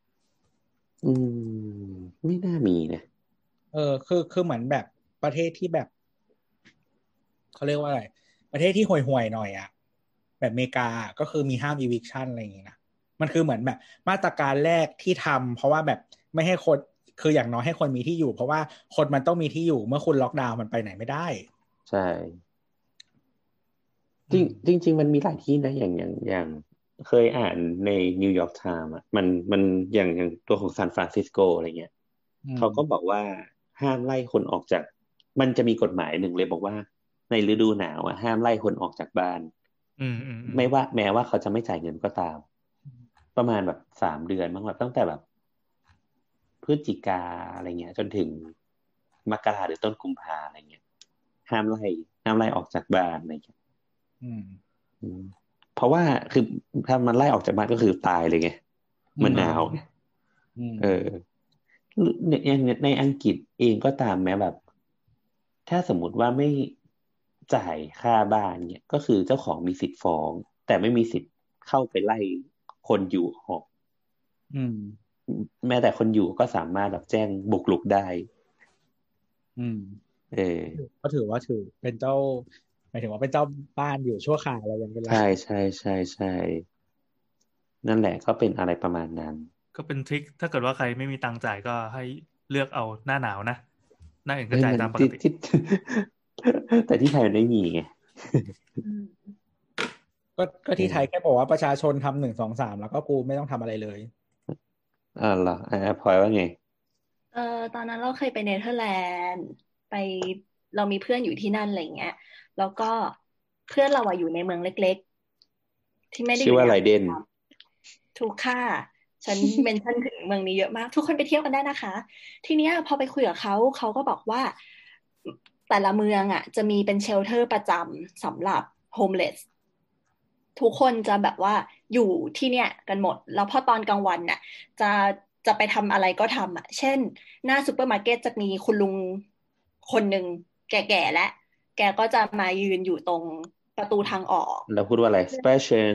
ไม่น่ามีนะคือเหมือนแบบประเทศที่แบบเขาเรียกว่าอะไรประเทศที่ห่วยๆหน่อยแบบอเมริกาก็คือมีห้าม eviction อะไรอย่างนี้นะมันคือเหมือนแบบมาตรการแรกที่ทำเพราะว่าแบบไม่ให้คนคืออย่างน้อยให้คนมีที่อยู่เพราะว่าคนมันต้องมีที่อยู่เมื่อคุณล็อกดาวน์มันไปไหนไม่ได้ใช่จริงมันมีหลายที่นะอย่างเคยอ่านในนิวยอร์กไทม์มันอย่างตัวของซานฟรานซิสโกอะไรเงี้ยเขาก็บอกว่าห้ามไล่คนออกจากมันจะมีกฎหมายหนึ่งเลยบอกว่าในฤดูหนาวอ่ะห้ามไล่คนออกจากบ้านไม่ว่าแม้ว่าเขาจะไม่จ่ายเงินก็ตาม ประมาณแบบ3 เดือนมั้งแบบตั้งแต่แบบพฤศจิกาอะไรเงี้ยจนถึงมกราหรือต้นกุมภาอะไรเงี้ยห้ามไล่ออกจากบ้านอะไรเงี้ยเพราะว่าคือถ้ามันไล่ออกจากบ้านก็คือตายเลยไงมันหนาวในอังกฤษเองก็ตามแม้แบบถ้าสมมุติว่าไม่จ่ายค่าบ้านเนี่ยก็คือเจ้าของมีสิทธิ์ฟ้องแต่ไม่มีสิทธิ์เข้าไปไล่คนอยู่ออกแม้แต่คนอยู่ก็สามารถแบบแจ้งบุกรุกได้ก็ถือเป็นเจ้าหมายถึงว่าเป็นเจ้าบ้านอยู่ชั่วคราวอะไรอย่างเงี้ยใช่ใช่ใช่ใช่นั่นแหละก็เป็นอะไรประมาณนั้นก็เป็นทริคถ้าเกิดว่าใครไม่มีตังค์จ่ายก็ให้เลือกเอาหน้าหนาวนะหน้าอื่นก็จ่ายตามปกติแต่ที่ไทยมันไม่มีไงก็ที่ไทยแค่บอกว่าประชาชนทำ1 2 3แล้วก็กูไม่ต้องทำอะไรเลยเหรอพลอยว่าไงตอนนั้นเราเคยไปเนเธอร์แลนด์ไปเรามีเพื่อนอยู่ที่นั่นอะไรเงี้ยแล้วก็เพื่อนเราอยู่ในเมืองเล็กๆที่ไม่ได้ชื่อว่าไรเดนถูกค่ะฉันเมนชั่นถึงเมืองนี้เยอะมากทุกคนไปเที่ยวกันได้นะคะทีเนี้ยพอไปคุยกับเขาก็บอกว่าแต่ละเมืองจะมีเป็นเชลเตอร์ประจำสำหรับโฮมเลสทุกคนจะแบบว่าอยู่ที่เนี่ยกันหมดแล้วพอตอนกลางวันน่ะจะไปทำอะไรก็ทำเช่นหน้าซูเปอร์มาร์เก็ตจะมีคุณลุงคนหนึ่งแก่ๆและแกก็จะมายืนอยู่ตรงประตูทางออกแล้วพูดว่าอะไร special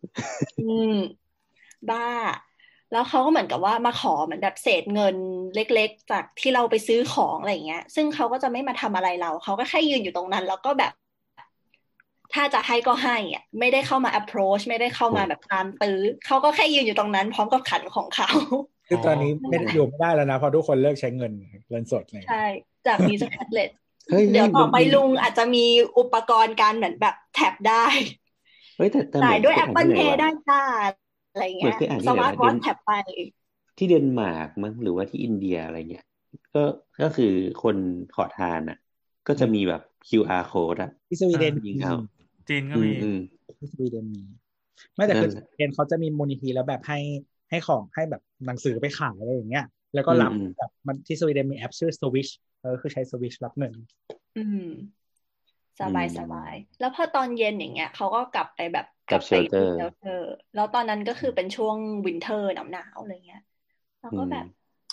บ้าแล้วเขาก็เหมือนกับว่ามาขอเหมือนแบบเศษเงินเล็กๆจากที่เราไปซื้อของอะไรเงี้ยซึ่งเขาก็จะไม่มาทำอะไรเราเขาก็แค่ยืนอยู่ตรงนั้นแล้วก็แบบถ้าจะให้ก็ให้ไม่ได้เข้ามา approach ไม่ได้เข้ามาแบบตามตื้อเขาก็แค่ยืนอยู่ตรงนั้นพร้อมกับขันของเขาคือตอนนี้ไม่อยู่ไม่ได้แล้วนะเพราะทุกคนเลิกใช้เงินสดเลยใช่จากมีสแคตเลตเดี๋ยวต่อไปลุงอาจจะมีอุปกรณ์การเหมือนแบบแท็บได้จ่ายด้วย Apple Pay ได้จ้าอะไรเงี้ยสมาร์ทวอทแท็บไปที่เดนมาร์กมั้งหรือว่าที่อินเดียอะไรเงี้ยก็คือคนขอทานก็จะมีแบบ QR code ที่สวีเดนจีนก็มีที่สวีเดนมีไม่แต่คือสวีเดนเขาจะมีมูลนิธิแล้วแบบให้ของให้แบบหนังสือไปขายอะไรอย่างเงี้ยแล้วก็รับแบบมันที่สวีเดนมีแอปชื่อ Swish คือใช้ Swish รับเงินสบายแล้วพอตอนเย็นอย่างเงี้ยเขาก็กลับไปแบบกลับเชลเตอร์แล้วตอนนั้นก็คือเป็นช่วงวินเทอร์หนาวๆอะไรเงี้ยแล้วก็แบบ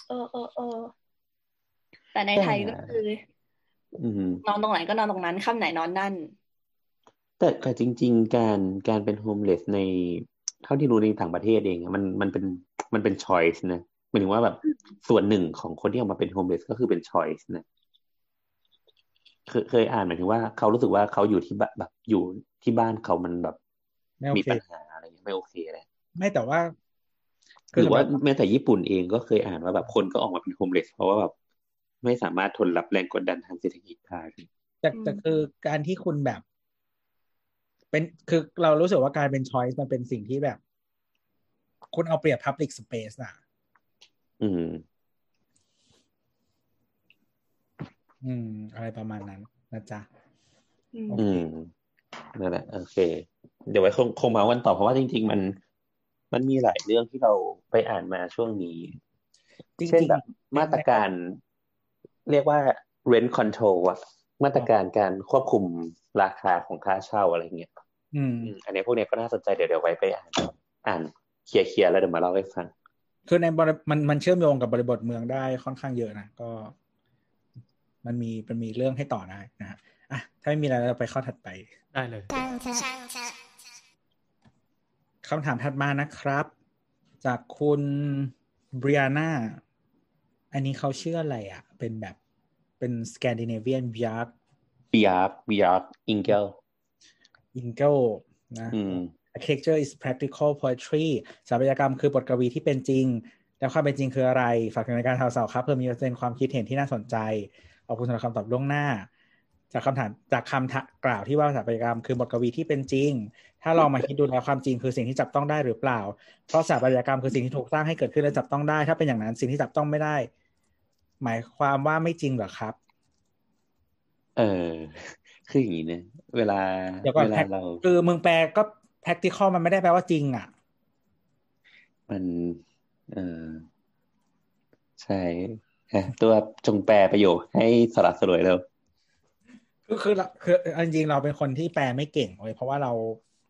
แต่ในไทยก็คือนอนตรงไหนก็นอนตรงนั้นค่ำไหนนอนนั่นแต่จริงๆการเป็นโฮมเลสในเท่าที่รู้ในต่างประเทศเองมันเป็นช้อยส์นะหมายถึงว่าแบบส่วนหนึ่งของคนที่ออกมาเป็นโฮมเลสก็คือเป็นช้อยส์นะเคยอ่านหมายถึงว่าเขารู้สึกว่าเขาอยู่ที่แบบอยู่ที่บ้านเขามันแบบมีปัญหาอะไรอย่างไม่โอเคเลยไม่แต่ว่าหรือว่าแม้แต่ญี่ปุ่นเองก็เคยอ่านว่าแบบคนก็ออกมาเป็นโฮมเลสเพราะว่าแบบไม่สามารถทนรับแรงกดดันทางเศรษฐกิจได้แต่คือการที่คุณแบบเป็นคือเรารู้สึกว่าการเป็นช้อยส์มันเป็นสิ่งที่แบบคุณเอาเปรียบ public space อะไรประมาณนั้นนะจ๊ะนั่นแหละโอเคเดี๋ยวไว้คงมาวันต่อเพราะว่าจริงๆมันมีหลายเรื่องที่เราไปอ่านมาช่วงนี้เช่นแบบมาตรการเรียกว่า rent control มาตรการการควบคุมราคาของค่าเช่าอะไรเงี้ยอันนี้พวกนี้ก็น่าสนใจเดี๋ยวไว้ไปอ่านเคลียร์แล้วเดี๋ยวมาเล่าให้ฟังคือในมันเชื่อมโยงกับบริบทเมืองได้ค่อนข้างเยอะนะก็มันมีเรื่องให้ต่อได้นะฮะถ้าไม่มีอะไรเราไปข้อถัดไปได้เลยคำถามถัดมานะครับจากคุณบริอาน่าอันนี้เขาชื่ออะไรเป็นแบบเป็นสแกนดิเนเวียนบิาร์กอิงเกลนะ Architecture is practical poetry สถาปัตยกรรมคือบทกวีที่เป็นจริงแล้วความเป็นจริงคืออะไรฝากถึงในการทำเสาครับเพื่อมีเป็นความคิดเห็นที่น่าสนใจขอบคุณสำหรับคำตอบล่วงหน้าจากคำกล่าวที่ว่าสถาปัตยกรรมคือบทกวีที่เป็นจริงถ้าลองมาคิดดูแล้วความจริงคือสิ่งที่จับต้องได้หรือเปล่าเพราะสถาปัตยกรรมคือสิ่งที่ถูกสร้างให้เกิดขึ้นและจับต้องได้ถ้าเป็นอย่างนั้นสิ่งที่จับต้องไม่ได้หมายความว่าไม่จริงเหรอครับคืออย่างนี้เนี่ยเวลาเดี๋ยวก่อนเราคือมึงแปลก็ practical มันไม่ได้แปลว่าจริงอ่ะมันเออใช่ตัวจงแปลประโยคให้สละสลวยเร็วคือจริงๆเราเป็นคนที่แปลไม่เก่งเลยเพราะว่าเรา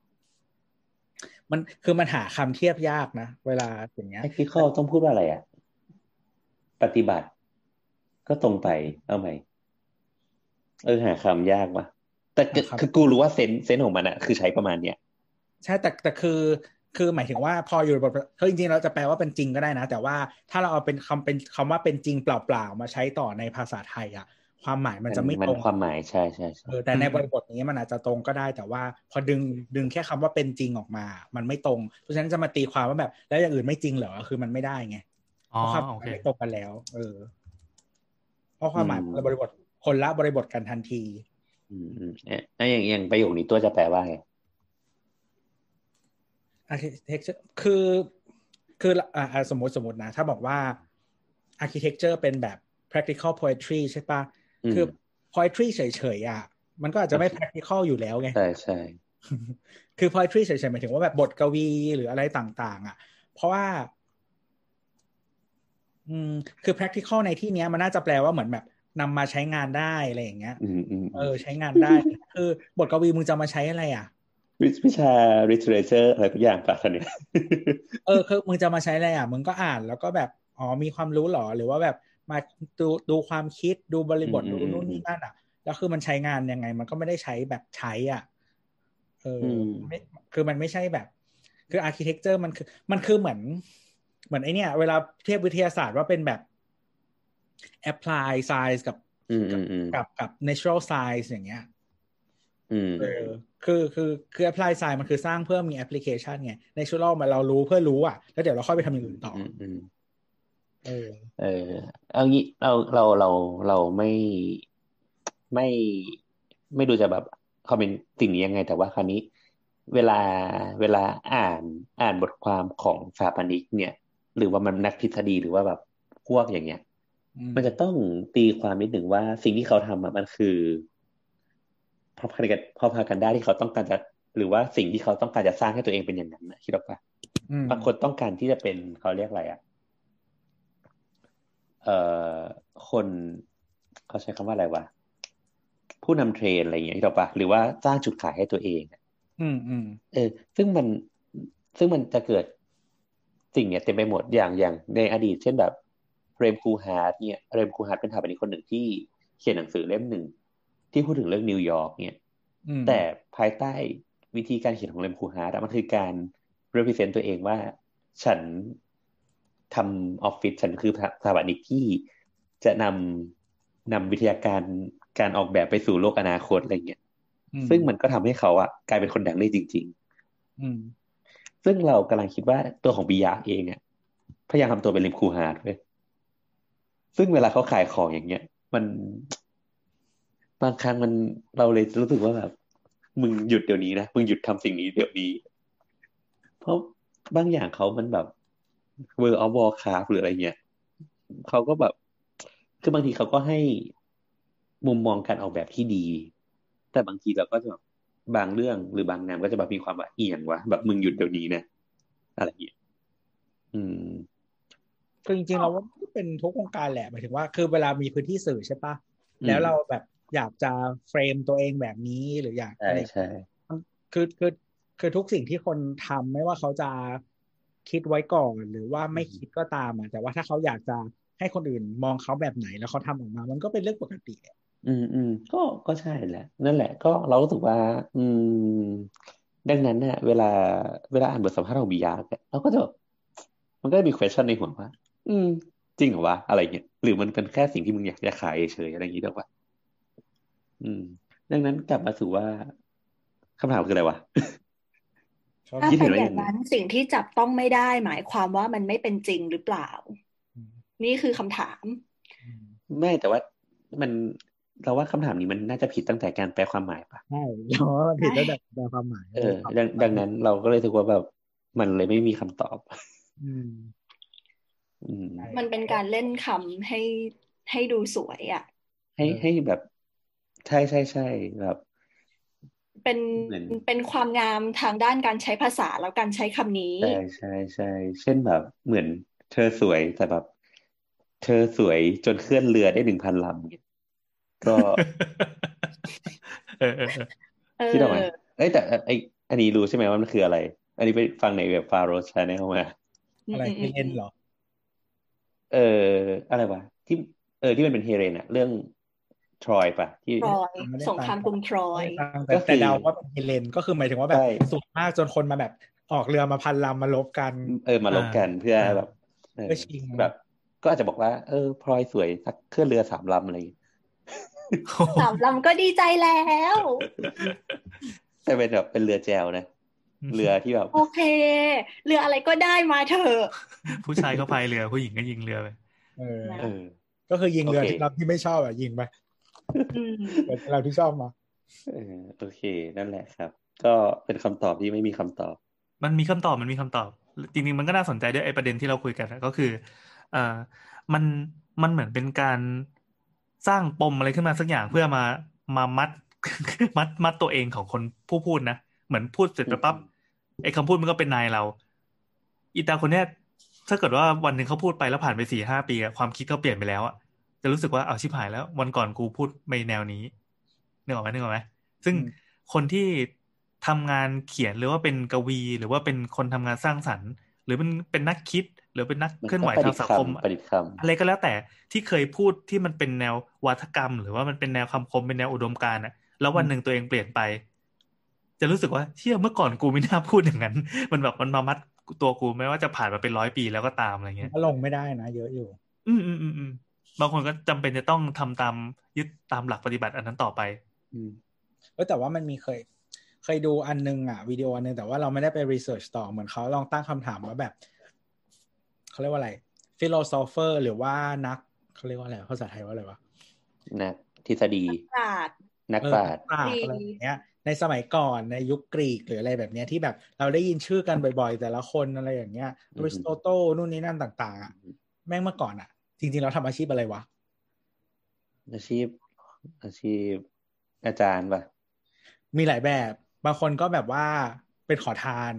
มันหาคำเทียบยากนะเวลาอย่างเงี้ย practical ต้องพูดว่าอะไรอ่ะปฏิบัติก็ตรงไปเอาไหมหาคำยากว่ะแต่คือกูรู้ว่าเซนส์ของมันอ่ะคือใช้ประมาณเนี้ยใช่แต่คือหมายถึงว่าพออยู่บทคือจริงๆเราจะแปลว่าเป็นจริงก็ได้นะแต่ว่าถ้าเราเอาเป็นคำว่าเป็นจริงเปล่าๆมาใช้ต่อในภาษาไทยอ่ะความหมายมันจะไม่ตรงความหมายใช่แต่ในบริบทนี้มันอาจจะตรงก็ได้แต่ว่าพอดึงแค่คำว่าเป็นจริงออกมามันไม่ตรงเพราะฉะนั้นจะมาตีความว่าแบบแล้วอย่างอื่นไม่จริงเหรอคือมันไม่ได้ไงเพราะความหมายไม่ตรงกันแล้วเพราะความหมายบริบทคนละบริบทกันทันทีอย่างประโยคนี้ตัวจะแปลว่าไง architecture คือสมมตินะถ้าบอกว่า architecture เป็นแบบ practical poetry ใช่ปะคือ poetry เฉยๆอ่ะมันก็อาจจะไม่ practical อยู่แล้วไงใช่คือ poetry เฉยๆหมายถึงว่าแบบบทกวีหรืออะไรต่างๆอ่ะเพราะว่าคือ practical ในที่นี้มันน่าจะแปลว่าเหมือนแบบนำมาใช้งานได้อะไรอย่างเงี้ยใช้งานได้คือบทกวีมึงจะมาใช้อะไรอ่ะวิชา literature อะไรทุกอย่างป่ะท่านเนี่ยคือมึงจะมาใช้อะไรอ่ะมึงก็อ่านแล้วก็แบบมีความรู้หรอหรือว่าแบบมาดูความคิดดูบริบทดูนู่นนี่นั่นอ่ะแล้วคือมันใช้งานยังไงมันก็ไม่ได้ใช้แบบใช้อ่ะคือมันไม่ใช่แบบคือ architecture มันคือเหมือนไอเนี้ยเวลาเทียบวิทยาศาสตร์ว่าเป็นแบบ apply science กับ natural science อย่างเงี้ยคือ apply science มันคือสร้างเพื่อมี application ไง natural มันเรารู้เพื่อรู้อ่ะแล้วเดี๋ยวเราค่อยไปทำอย่างอื่นต่อเอางี้เราไม่ดูจะแบบคอมเมนต์สิ่งนี้ยังไงแต่ว่าคราวนี้เวลาอ่านบทความของสถาปนิกเนี่ยหรือว่ามันนักทฤษฎีหรือว่าแบบพวกอย่างเงี้ยมันจะต้องตีความนิดหนึ่งว่าสิ่งที่เขาทำมันคือพอพากันได้ที่เขาต้องการจะหรือว่าสิ่งที่เขาต้องการจะสร้างให้ตัวเองเป็นอย่างนั้นนะคิดว่าปะบางคนต้องการที่จะเป็นเขาเรียกอะไรคนเขาใช้คำว่าอะไรวะผู้นำเทรนอะไรอย่างเงี้ยที่เราปะหรือว่าสร้างจุดขายให้ตัวเองซึ่งมันจะเกิดสิ่งเนี้ยเต็มไปหมดอย่างในอดีตเช่นแบบเรมคูฮาร์ดเนี่ยเรมคูฮาร์ดเป็นสถาปนิกคนหนึ่งที่เขียนหนังสือเล่มหนึ่งที่พูดถึงเรื่องนิวยอร์กเนี่ยแต่ภายใต้วิธีการเขียนของเรมคูฮาร์ดมันคือการ represent ตัวเองว่าฉันทำออฟฟิศฉันคือสถาปนิกที่จะนำวิทยาการออกแบบไปสู่โลกอนาคตอะไรเงี้ยซึ่งมันก็ทำให้เขากลายเป็นคนดังได้จริงๆซึ่งเรากำลังคิดว่าตัวของปิยะเองพยายามทำตัวเป็นเรมคูฮาร์ดเว้ยซึ่งเวลาเขาขายของอย่างเงี้ยมันบางครั้งเราเลยรู้สึกว่าแบบมึงหยุดเดี๋ยวนี้นะมึงหยุดทำสิ่งนี้เดี๋ยวนี้เพราะบางอย่างเขามันแบบ World of Warcraft หรืออะไรเงี้ยเขาก็แบบคือบางทีเขาก็ให้มุมมองการออกแบบที่ดี แต่บางทีเราก็จะแบบบางเรื่องหรือบางงานก็จะแบบมีความแบบเอียงวะแบบมึงหยุดเดี๋ยวนี้นะอะไรอย่างเงี้ยคือจริงๆเราว่าเป็นทุกวงการแหละหมายถึงว่าคือเวลามีพื้นที่สื่อใช่ปะแล้วเราแบบอยากจะเฟรมตัวเองแบบนี้หรืออยากอะไรใช่คือทุกสิ่งที่คนทำไม่ว่าเขาจะคิดไว้ก่อนหรือว่าไม่คิดก็ตามแต่ว่าถ้าเขาอยากจะให้คนอื่นมองเขาแบบไหนแล้วเขาทำออกมามันก็เป็นเรื่องปกติก็ใช่แหละนั่นแหละก็เรารู้สึกว่าดังนั้นเนี่ยเวลาอ่านบทสัมภาษณ์ของบิยาเราก็จะมันก็จะมี question ในหัวว่าจริงเหรอวะอะไรเงี้ยหรือมันเป็นแค่สิ่งที่มึงอยากจะขายเฉยอะไรอย่างงี้หรอวะดังนั้นกลับมาสู่ว่าคำถามคืออะไรวะถ้าเป็นอย่างนั้นสิ่งที่จับต้องไม่ได้หมายความว่ามันไม่เป็นจริงหรือเปล่านี่คือคำถามไม่แต่ว่าเราว่าคำถามนี้มันน่าจะผิดตั้งแต่การแปลความหมายปะใช่เราว่ามันผิดตั้งแต่แปลความหมายดังนั้นเราก็เลยถือว่าแบบมันเลยไม่มีคำตอบมันเป็นการเล่นคำให้ดูสวยให้แบบใช่แบบเป็นเหมือนเป็นความงามทางด้านการใช้ภาษาแล้วการใช้คำนี้ใช่ใช่ใช่เช่นแบบเหมือนเธอสวยแต่แบบเธอสวยจนเคลื่อนเรือได้1,000 ลำเนี่ยก็เออเอคิดออกไหมอแต่อันนี้รู้ใช่ไหมว่ามันคืออะไร อันนี้ไปฟังในแบบฟาโรชาแนลมาอะไรเฮเลนเหรอเอออะไรวะที่ที่มันเป็นเฮเลนอะเรื่องทรอยปะที่ทรอยไม่ได้สงฟังครามกรุงทรอไม่ยได้ฟังก็คือแต่เดาว่าเป็นเฮเลนก็คือหมายถึงว่าแบบใช่สูงมากจนคนมาแบบออกเรือมาพันลำมาลบกันมาลบกันเพื่อแบบเพื่อชิงแบบ ก็อาจจะบอกว่าพลอยสวยสักเคลื่อนเรือ3 ลำอะไรอย่างเงี้ย 3 ลำก็ดีใจแล้วแต่เป็นแบบเป็นเรือแจวนะ เรือที่แบบโอเค เรืออะไรก็ได้มาเถอะผู้ชายก็พายเรือผู้หญิงก็ยิงเรือไปเออนะก็คือยิงเรือโอเคที่ลำที่ไม่ชอบอ่ะยิงไปอืมแต่เราที่ชอบมาโอเคนั่นแหละครับ ก็เป็นคำตอบที่ไม่มีคำตอบมันมีคำตอบจริงๆมันก็น่าสนใจด้วยไอ้ประเด็นที่เราคุยกันนะก็คือเอ่อมันเหมือนเป็นการสร้างปมอะไรขึ้นมาสักอย่างเพื่อมามัด มัดตัวเองของคนผู้พูดนะเหมือนพูดเสร็จไปปั๊บไอ้คำพูดมันก็เป็นนายเราอีตาคนเนี้ยถ้าเกิดว่าวันหนึ่งเขาพูดไปแล้วผ่านไป 4-5 ปีอะความคิดเขาเปลี่ยนไปแล้วอะจะรู้สึกว่าเอาชิบหายแล้ววันก่อนกูพูดไม่แนวนี้นึกออกไหมซึ่งคนที่ทำงานเขียนหรือว่าเป็นกวีหรือว่าเป็นคนทำงานสร้างสรรค์หรือเป็นนักคิดหรือเป็นนักเคลื่อนไหวทางสังคมประดิษฐ์คำอะไรก็แล้วแต่ที่เคยพูดที่มันเป็นแนววาทกรรมหรือว่ามันเป็นแนวคำคมเป็นแนวอุดมการณ์อะแล้ววันหนึ่งตัวเองเปลี่ยนไป จะรู้สึกว่าเชื่อเมื่อก่อนกูไม่น่าพูดอย่างนั้น มันแบบมันมามัดตัวกูไม่ว่าจะผ่านมาเป็น100 ปีแล้วก็ตามอะไรเงี้ยก็ลงไม่ได้นะเยอะอยู่บางคนก็จำเป็นจะต้องทำตามยึดตามหลักปฏิบัติอันนั้นต่อไปแต่ว่ามันมีเคยดูอันนึงอ่ะวิดีโออันนึงแต่ว่าเราไม่ได้ไปรีเสิร์ชต่อเหมือนเขาลองตั้งคำถามว่าแบบเขาเรียกว่าอะไรฟิโลโซเฟอร์หรือว่านักเขาเรียกว่าอะไรภาษาไทยว่าอะไรวะนักทฤษฎีนักปราชญ์อะไรอย่างเงี้ยในสมัยก่อนในยุคกรีกหรืออะไรแบบเนี้ยที่แบบเราได้ยินชื่อกันบ่อยๆแต่ละคนอะไรอย่างเงี้ยอริสโตเติลนู่นนี่นั่นต่างๆอ่ะแม่งเมื่อก่อนอ่ะจริงๆเราทำอาชีพอะไรวะอาชีพอาจารย์ป่ะมีหลายแบบบางคนก็แบบว่าเป็นขอทาน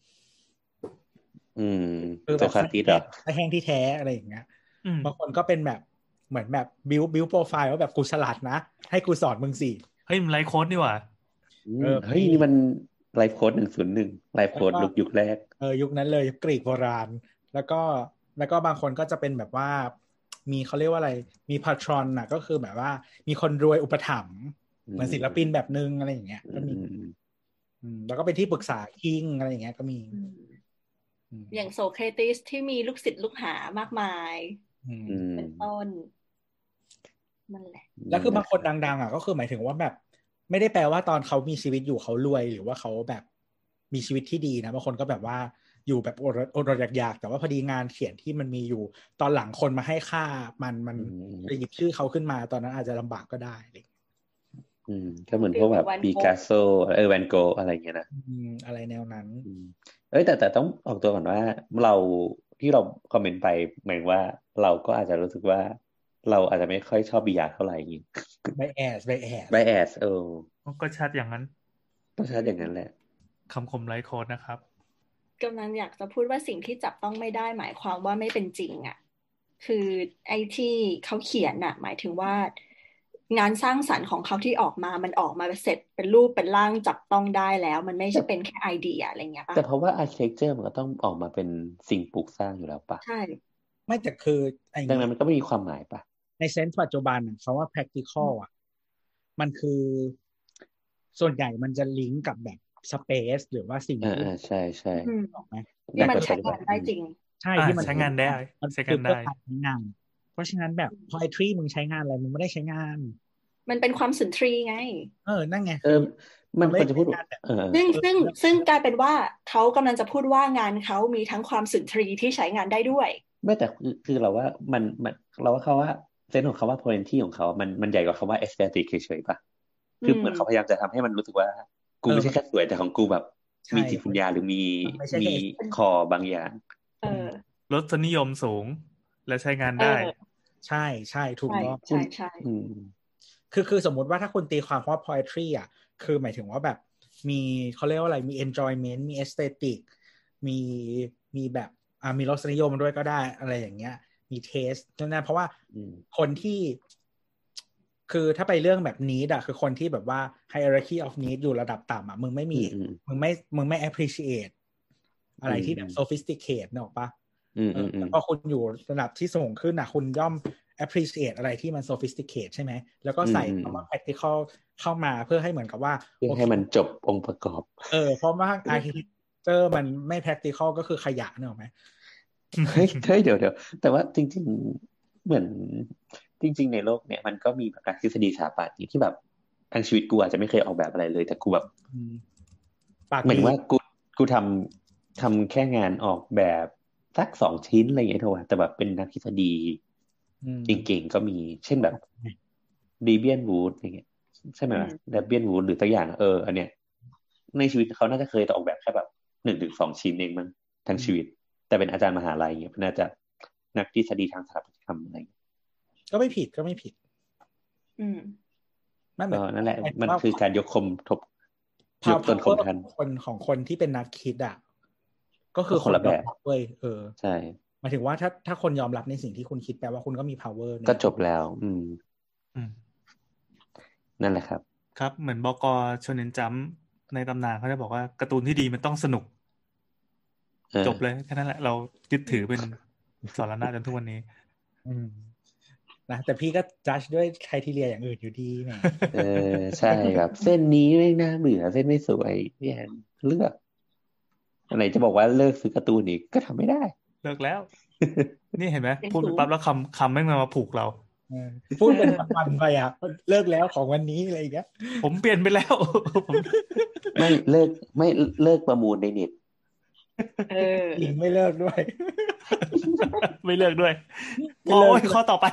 โซคราติสเหรอแห้งที่แท้อะไรอย่างเงี้ยบางคนก็เป็นแบบเหมือนแบบบิวโปรไฟล์ว่าแบบกูฉลาดนะให้กูสอนมึงสิเฮ้ยมันไลฟ์โค้ดนี่หว่าเฮ้ยนี่มันไลฟ์โค้ด101ไลฟ์โค้ดยุคแรกยุคนั้นเลยกรีกโบราณแล้วก็บางคนก็จะเป็นแบบว่ามีเขาเรียกว่าอะไรมีพาทรอนน่ะก็คือแบบว่ามีคนรวยอุปถัมภ์เหมือนศิลปินแบบนึงอะไรอย่างเงี้ยก็มีแล้วก็เป็นที่ปรึกษาคิงอะไรอย่างเงี้ยก็มีอย่างโสเครติสที่มีลูกศิษย์ลูกหามากมายเป็นต้นนั่นแหละแล้วคือบางคนดังๆอ่ะก็คือหมายถึงว่าแบบไม่ได้แปลว่าตอนเขามีชีวิตอยู่เขารวยหรือว่าเขาแบบมีชีวิตที่ดีนะบางคนก็แบบว่าอยู่แบบอดอยากๆแต่ว่าพอดีงานเขียนที่มันมีอยู่ตอนหลังคนมาให้ค่ามันจะหยิบชื่อเขาขึ้นมาตอนนั้นอาจจะลำบากก็ได้ก็เหมือนพวกแบบปิกัสโซแวนโกอะไรอย่างเงี้ยนะอะไรแนวนั้นแต่ต้องออกตัวก่อนว่าเราที่เราคอมเมนต์ไปหมายว่าเราก็อาจจะรู้สึกว่าเราอาจจะไม่ค่อยชอบบิยาเท่าไหร่อย่างงี้ไบแอสก็ชัดอย่างนั้นก็ชัดอย่างนั้นแหละคำคมไลฟ์โค้ดนะครับกำลังอยากจะพูดว่าสิ่งที่จับต้องไม่ได้หมายความว่าไม่เป็นจริงอ่ะคือไอ้ที่เขาเขียนน่ะหมายถึงว่างานสร้างสรรค์ของเขาที่ออกมามันออกมาเสร็จเป็นรูปเป็นร่างจับต้องได้แล้วมันไม่ใช่เป็นแค่ไอเดียอะไรเงี้ยป่ะแต่เพราะว่า architecture มันก็ต้องออกมาเป็นสิ่งปลูกสร้างอยู่แล้วป่ะใช่ไม่แต่คือดังนั้นมันก็ไม่มีความหมายป่ะในเซนส์ปัจจุบันคำว่า practical อ่ะมันคือส่วนใหญ่มันจะลิงก์กับแบบสเปซหรือว่าสิ่งที่ใช่ใช่ถูกไหมที่มันใช้งานได้จริงใช่ที่มันใช้งานได้ใช้งานเพราะฉะนั้นแบบ poetry มึงใช้งานอะไรมึงไม่ได้ใช้งานมันเป็นความสุนทรีไงนั่นไงมันควรจะพูดซึ่งกลายเป็นว่าเขากำลังจะพูดว่างานเขามีทั้งความสุนทรีที่ใช้งานได้ด้วยไม่แต่คือเราว่ามันเราว่าเขาว่าเซนส์ของเขาว่า poetry ของเขามันใหญ่กว่าคำว่า aesthetic เฉยๆป่ะคือเหมือนเขาพยายามจะทำให้มันรู้สึกว่ากูไม่ใช่แค่สวยแต่ของกูแบบมีจิตวิญญาณหรือมีคอบางอย่างรสนิยมสูงและใช้งานได้ใช่ถูกต้องใช่คือสมมุติว่าถ้าคุณตีความว่า poetry อ่ะคือหมายถึงว่าแบบมีเขาเรียกว่าอะไรมี enjoyment มี aesthetic มีแบบมีรสนิยมด้วยก็ได้อะไรอย่างเงี้ยมี taste นั่นเพราะว่าคนที่คือถ้าไปเรื่องแบบ need อ่ะคือคนที่แบบว่า hierarchy of need อยู่ระดับต่ำอ่ะมึงไม่ appreciate อะไรที่แบบ sophisticate นึกออกปะพอคุณอยู่ระดับที่สูงขึ้นอ่ะคุณย่อม appreciate อะไรที่มัน sophisticate ใช่ไหมแล้วก็ใส่คำว่า practical เข้ามาเพื่อให้เหมือนกับว่าเพื่อให้มันจบองค์ประกอบเพราะว่า architecture มันไม่ practical ก็คือขยะนึกออกไหมเฮ้ยเดี๋ยวแต่ว่าจริงๆเหมือนจริงๆในโลกเนี่ยมันก็มีแบบนักทฤษฎีสถาปัตย์ที่แบบทั้งชีวิตกูอาจจะไม่เคยออกแบบอะไรเลยแต่กูแบบเหมือนว่ากูทำแค่งานออกแบบสัก2 ชิ้นอะไรอย่างเงี้ยเท่าไหร่แต่แบบเป็นนักทฤษฎีเก่งๆก็มีเช่นแบบดีเบียนวูดอะไรเงี้ยใช่ไหมล่ะดีเบียนวูดหรือตัวอย่างอันเนี้ยในชีวิตเขาน่าจะเคยออกแบบแค่แบบ1-2 ชิ้นเองมั้งทั้งชีวิตแต่เป็นอาจารย์มหาลัยเงี้ยน่าจะนักทฤษฎีทางสถาปัตยกรรมอะไรก็ไม่ผิดนั่นแหละมันคือการยกต้นคมทันคนที่เป็นนักคิดอ่ะก็คือคนละแบบเว้ยใช่หมายถึงว่าถ้าคนยอมรับในสิ่งที่คุณคิดแปลว่าคุณก็มี power ก็จบแล้วนั่นแหละครับครับเหมือนบก.โชเน็นจัมป์ในตำนานเขาจะบอกว่าการ์ตูนที่ดีมันต้องสนุกจบเลยแค่นั้นแหละเรายึดถือเป็นสรณะจนทุกวันนี้นะแต่พี่ก็จัดด้วยไครทีเรียอย่างอื่นอยู่ดีแหมใช่ครับเส้นนี้ไม่น่าเบื่อเส้นไม่สวยพี่แอนเลือกอันไหนจะบอกว่าเลิกซื้อการ์ตูนอีกก็ทำไม่ได้เลิกแล้ว นี่เห็นไหมพูดปั๊บแล้วคำไม่มาผูกเราพูดเป็นวันไปอ่ะเลิกแล้วของวันนี้อะไรอย่างเงี้ยผมเปลี่ยนไปแล้วไม่เลิกประมูลในเน็ตจริงไม่เลิกด้วยไม่เลิกด้วยโอ้ยข้อต่อไป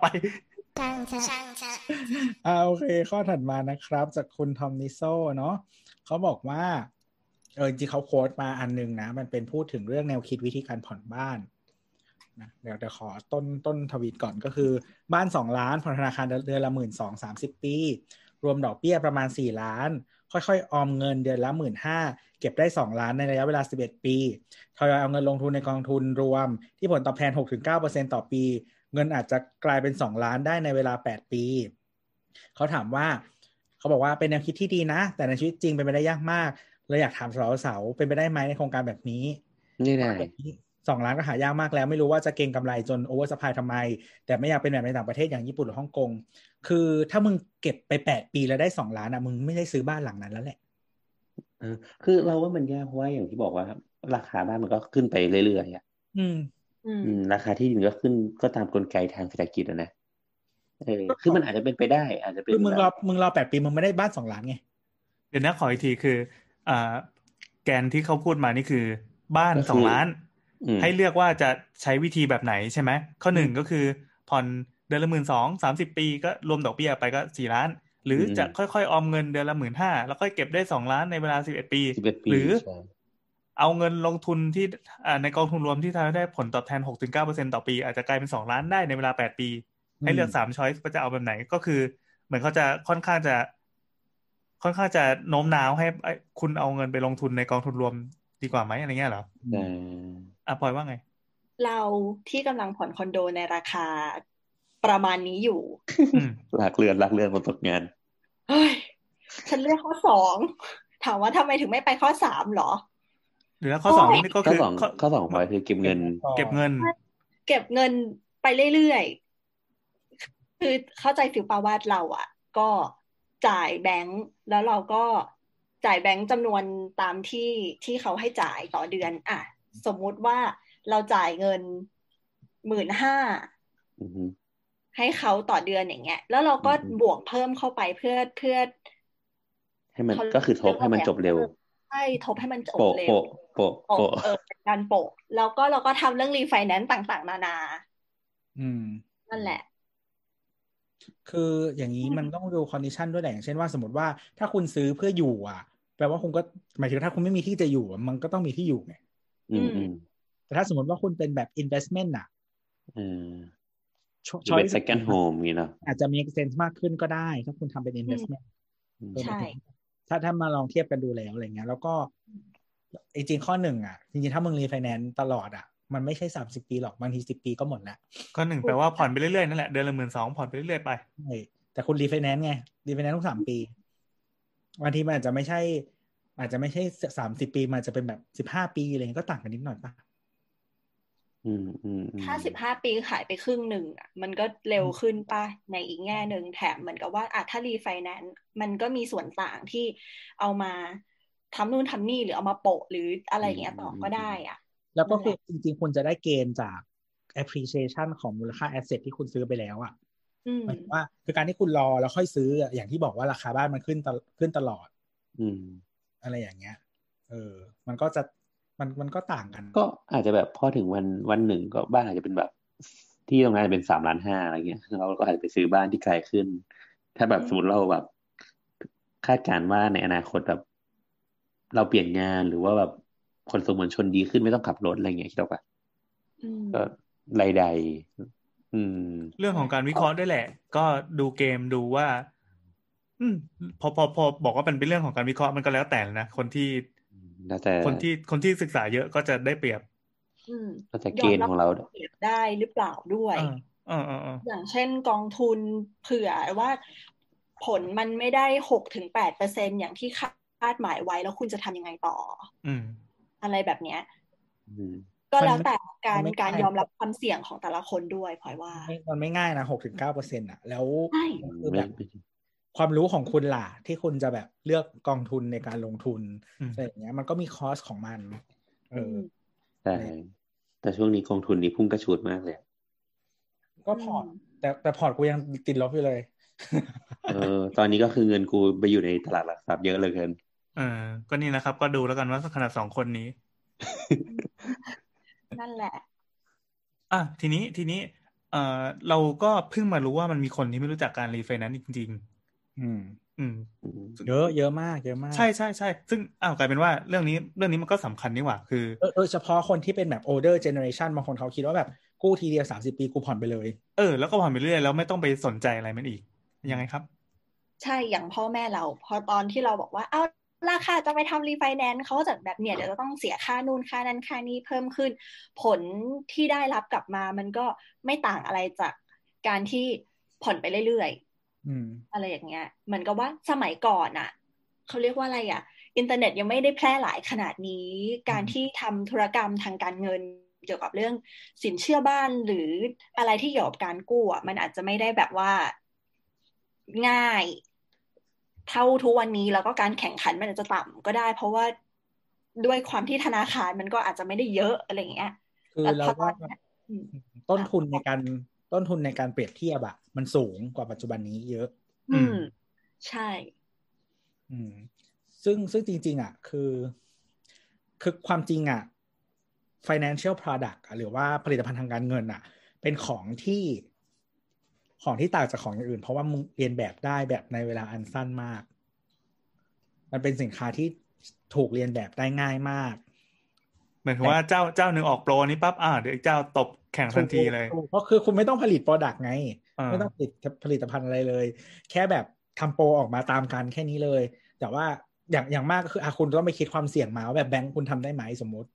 โอเคข้อถัดมานะครับจากคุณทอมนิโซเนาะเขาบอกว่าจริงเขาโค้ดมาอันนึงนะมันเป็นพูดถึงเรื่องแนวคิดวิธีการผ่อนบ้านนะเดี๋ยวขอต้นทวีตก่อนก็คือบ้าน2 ล้านผ่อนธนาคารเดือนละ 12,000 30 ปีรวมดอกเบี้ยประมาณ4 ล้านค่อยๆออมเงินเดือนละ 15,000 เก็บได้2 ล้านในระยะเวลา11 ปีทยอยเอาเงินลงทุนในกองทุนรวมที่ผลตอบแทน 6-9% ต่อปีเงินอาจจะกลายเป็น2 ล้านได้ในเวลา8 ปีเขาถามว่าเขาบอกว่าเป็นแนวคิดที่ดีนะแต่ในชีวิตจริงเป็นไปได้ยากมากเลยอยากถามสาวๆเป็นไปได้ไหมในโครงการแบบนี้นี่ได้ 2 ล้านก็หายากมากแล้วไม่รู้ว่าจะเก็งกำไรจนโอเวอร์ซัพพลายทำไมแต่ไม่อยากเป็นแบบในต่างประเทศอย่างญี่ปุ่นหรือฮ่องกงคือถ้ามึงเก็บไป8 ปีแล้วได้2 ล้านอ่ะมึงไม่ได้ซื้อบ้านหลังนั้นแล้วแหละคือเราว่ามันยากเพราะว่าอย่างที่บอกว่าราคาบ้านมันก็ขึ้นไปเรื่อยๆอ่ะราคาที่ดินก็ขึ้นก็ตามกลไกทางเศรษฐกิจนะคือมันอาจจะเป็นไปได้อาจจะเป็นคือมึงรอ8 ปีมึงไม่ได้บ้าน2 ล้านไงเดี๋ยวนะขออีกทีคือแกนที่เขาพูดมานี่คือบ้าน2 ล้านให้เลือกว่าจะใช้วิธีแบบไหนใช่ไหมข้อ1ก็คือผ่อนเดือนละ 12,000 30 ปีก็รวมดอกเบี้ยไปก็4 ล้านหรือจะค่อยๆออมเงินเดือนละ 15,000 แล้วก็เก็บได้2 ล้านในเวลา11 ปีหรือเอาเงินลงทุนที่ในกองทุนรวมที่ทำให้ได้ผลตอบแทน 6-9% ต่อปีอาจจะกลายเป็น2 ล้านได้ในเวลา8 ปีให้เลือก3 ช้อยส์ว่าจะเอาแบบไหนก็คือเหมือนเขาจะค่อนข้างจะโน้มน้าวให้คุณเอาเงินไปลงทุนในกองทุนรวมดีกว่าไหมอะไรเงี้ยเหรอปอยว่าไงเราที่กำลังผ่อนคอนโดในราคาประมาณนี้อยู่หลักเรือนคนตกงานเฮ้ยฉันเลือกข้อ2ถามว่าทำไมถึงไม่ไปข้อ3หรอหรือข้อ2นี่ก็คือข้อ2คือเก็บเงินไปเรื่อยๆคือเข้าใจฟิลปาว่าเราอ่ะก็จ่ายแบงค์แล้วเราก็จ่ายแบงค์จำนวนตามที่เขาให้จ่ายต่อเดือนอ่ะสมมุติว่าเราจ่ายเงิน 15,000 ให้เขาต่อเดือนอย่างเงี้ยแล้วเราก็บวกเพิ่มเข้าไปเพื่อให้มันก็คือทบให้มันจบเร็วใช่ทบให้มันจบเร็วเป็นการโปะแล้วก็เราก็ทำเรื่องรีไฟแนนซ์ต่างๆนานานั่นแหละคืออย่างนี้มันต้องดูคอนดิชันด้วยแหละอย่างเช่นว่าสมมติว่าถ้าคุณซื้อเพื่ออยู่แปลว่าคุณก็หมายถึงถ้าคุณไม่มีที่จะอยู่มันก็ต้องมีที่อยู่ไงแต่ถ้าสมมติว่าคุณเป็นแบบ investment ช้อยส์ second home นี่เนาะอาจจะมี extent มากขึ้นก็ได้ถ้าคุณทำเป็น investment ใช่ถ้ามาลองเทียบกันดูแล้วอะไรเงี้ยแล้วก็จริงๆข้อหนึ่งอ่ะจริงๆถ้ามึงรีไฟแนนซ์ตลอดอ่ะมันไม่ใช่30 ปีหรอกบางที10 ปีก็หมดแล้วก็หนึ่งแปลว่าผ่อนไปเรื่อยๆนั่นแหละเดือนละ12,000ผ่อนไปเรื่อยๆไปใช่แต่คุณรีไฟแนนซ์ไงรีไฟแนนซ์ทุก3 ปีบางทีมันอาจจะไม่ใช่30 ปีมันจะเป็นแบบ15 ปีอะไรเงี้ยก็ต่างกันนิดหน่อยป่ะถ้า15 ปีขายไปครึ่งหนึ่งอ่ะมันก็เร็วขึ้นป่ะในอีกแง่หนึ่งแถมเหมือนกับว่าถ้ารีไฟแนนซ์มันก็มีส่วนต่างที่เอามาทำนู่นทำนี่หรือเอามาโปะหรืออะไรอย่างเงี้ยต่อก็ได้อ่ะแล้วก็คือจริงๆคุณจะได้เกณฑ์จาก appreciation ของมูลค่า asset ที่คุณซื้อไปแล้วอ่ะหมายถึงว่าคือการที่คุณรอแล้วค่อยซื้ออย่างที่บอกว่าราคาบ้านมันขึ้นตลอดอะไรอย่างเงี้ยมันก็จะมันก็ต่างกันก็อาจจะแบบพอถึงวันหนึ่งก็บ้านอาจจะเป็นแบบที่ตรงนั้นจะเป็น3.5 ล้านอะไรเงี้ยเราก็อาจจะไปซื้อบ้านที่ไกลขึ้นถ้าแบบสมมติเราแบบคาดการณ์ว่าในอนาคตแบบเราเปลี่ยนงานหรือว่าแบบขนส่งมวลชนดีขึ้นไม่ต้องขับรถอะไรเงี้ยคิดว่าก็รายได้เรื่องของการวิเคราะห์ด้วยแหละก็ดูเกมดูว่าพอบอกว่าเป็นเรื่องของการวิเคราะห์มันก็แล้วแต่นะคนที่ศึกษาเยอะก็จะได้เปรียบก็จะเกณฑ์ของเราได้หรือเปล่าด้วยอย่างเช่นกองทุนเผื่อว่าผลมันไม่ได้ 6-8% อย่างที่คาดหมายไว้แล้วคุณจะทำยังไงต่ออะไรแบบเนี้ยก็แล้วแต่การยอมรับความเสี่ยงของแต่ละคนด้วยพลอยว่ามันไม่ง่ายนะ 6-9% อ่ะแล้วคือแบบความรู้ของคุณล่ะที่คุณจะแบบเลือกกองทุนในการลงทุนอะไรอย่างเงี้ยมันก็มีคอสของมันแต่ช่วงนี้กองทุนนี้พุ่งกระฉูดมากเลยก็พอร์ตแต่พอร์ตกูยังติดลบอยู่เลยตอนนี้ก็คือเงินกูไปอยู่ในตลาดหลักทรัพย์เยอะเลยเกินก็นี่นะครับก็ดูแล้วกันว่าขนาด2 คนนี้นั่นแหละทีนี้เราก็เพิ่งมารู้ว่ามันมีคนที่ไม่รู้จักการรีไฟแนนซ์จริงๆเยอะมากใช่ซึ่งกลายเป็นว่าเรื่องนี้มันก็สำคัญนี่หว่าคือโดยเฉพาะคนที่เป็นแบบ older generation บางคนเขาคิดว่าแบบกู้ทีเดียว30 ปีกูผ่อนไปเลยแล้วก็ผ่อนไปเรื่อยแล้วไม่ต้องไปสนใจอะไรมันอีกยังไงครับใช่อย่างพ่อแม่เราพอตอนที่เราบอกว่าราคาจะไปทำรีไฟแนนซ์เขาจะแบบเนี่ยเดี๋ยวจะต้องเสียค่านู่นค่านั้นค่านี้เพิ่มขึ้นผลที่ได้รับกลับมามันก็ไม่ต่างอะไรจากการที่ผ่อนไปเรื่อยๆอะไรอย่างเงี้ยเหมือนกับว่าสมัยก่อนอ่ะเขาเรียกว่าอะไรอ่ะอินเทอร์เน็ตยังไม่ได้แพร่หลายขนาดนี้การที่ทำธุรกรรมทางการเงินเกี่ยวกับเรื่องสินเชื่อบ้านหรืออะไรที่เกี่ยวกับการกู้อ่ะมันอาจจะไม่ได้แบบว่าง่ายเท่าทุกวันนี้แล้วก็การแข่งขันมันอาจจะต่ำก็ได้เพราะว่าด้วยความที่ธนาคารมันก็อาจจะไม่ได้เยอะอะไรอย่างเงี้ยคือเราว่าต้นทุนในการเปรียบเทียบอะมันสูงกว่าปัจจุบันนี้เยอะใช่ซึ่งจริงๆอะคือความจริงอะ financial product หรือว่าผลิตภัณฑ์ทางการเงินอะเป็นของที่ต่างจากของอย่างอื่นเพราะว่ามึงเรียนแบบได้แบบในเวลาอันสั้นมากมันเป็นสินค้าที่ถูกเรียนแบบได้ง่ายมากเหมือนว่าเจ้าหนึ่งออกโปรนี้ปั๊บเดี๋ยวอีกเจ้าตบแข่งทันทีเลยก็คือคุณไม่ต้องผลิตโปรดักต์ไงไม่ต้องผลิตภัณฑ์อะไรเลยแค่แบบทำโปรออกมาตามกันแค่นี้เลยแต่ว่าอย่างมากก็คือคุณต้องไปคิดความเสี่ยงมาว่าแบบแบงค์คุณทำได้ไหมสมมติ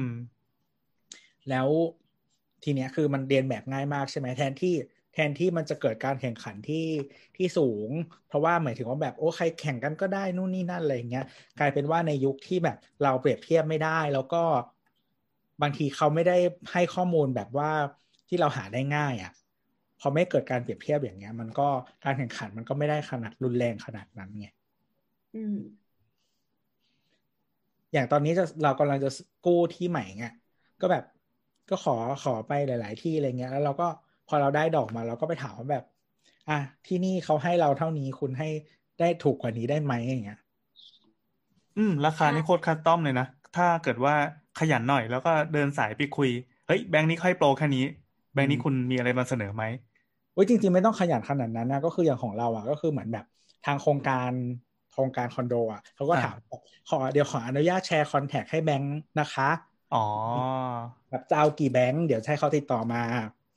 แล้วทีเนี้ยคือมันเรียนแบบง่ายมากใช่ไหมแทนที่มันจะเกิดการแข่งขันที่สูงเพราะว่าหมายถึงว่าแบบใครแข่งกันก็ได้นู่นนี่นั่นอะไรอย่างเงี้ยกลายเป็นว่าในยุคที่แบบเราเปรียบเทียบไม่ได้แล้วก็บางทีเขาไม่ได้ให้ข้อมูลแบบว่าที่เราหาได้ง่ายอ่ะพอไม่เกิดการเปรียบเทียบอย่างเงี้ยมันก็การแข่งขันมันก็ไม่ได้ขนาดรุนแรงขนาดนั้นไงอย่างตอนนี้เรากำลังจะกู้ที่ใหม่เงี้ยก็แบบก็ขอไปหลายๆที่อะไรเงี้ยแล้วเราก็พอเราได้ดอกมาเราก็ไปถามว่าแบบที่นี่เขาให้เราเท่านี้คุณให้ได้ถูกกว่านี้ได้ไหมอย่างเงี้ยราคานี่โคตรคัสตอมเลยนะถ้าเกิดว่าขยันหน่อยแล้วก็เดินสายไปคุยเฮ้ยแบงค์นี้ค่อยโปรแค่นี้แบงค์นี้คุณมีอะไรมาเสนอไหมจริงๆไม่ต้องขยันขนาดนั้นนะก็คืออย่างของเราก็คือเหมือนแบบทางโครงการคอนโดเขาก็ถามเดี๋ยวขออนุญาตแชร์คอนแทคให้แบงค์นะคะแบบจะเอากี่แบงค์เดี๋ยวให้เขาติดต่อมา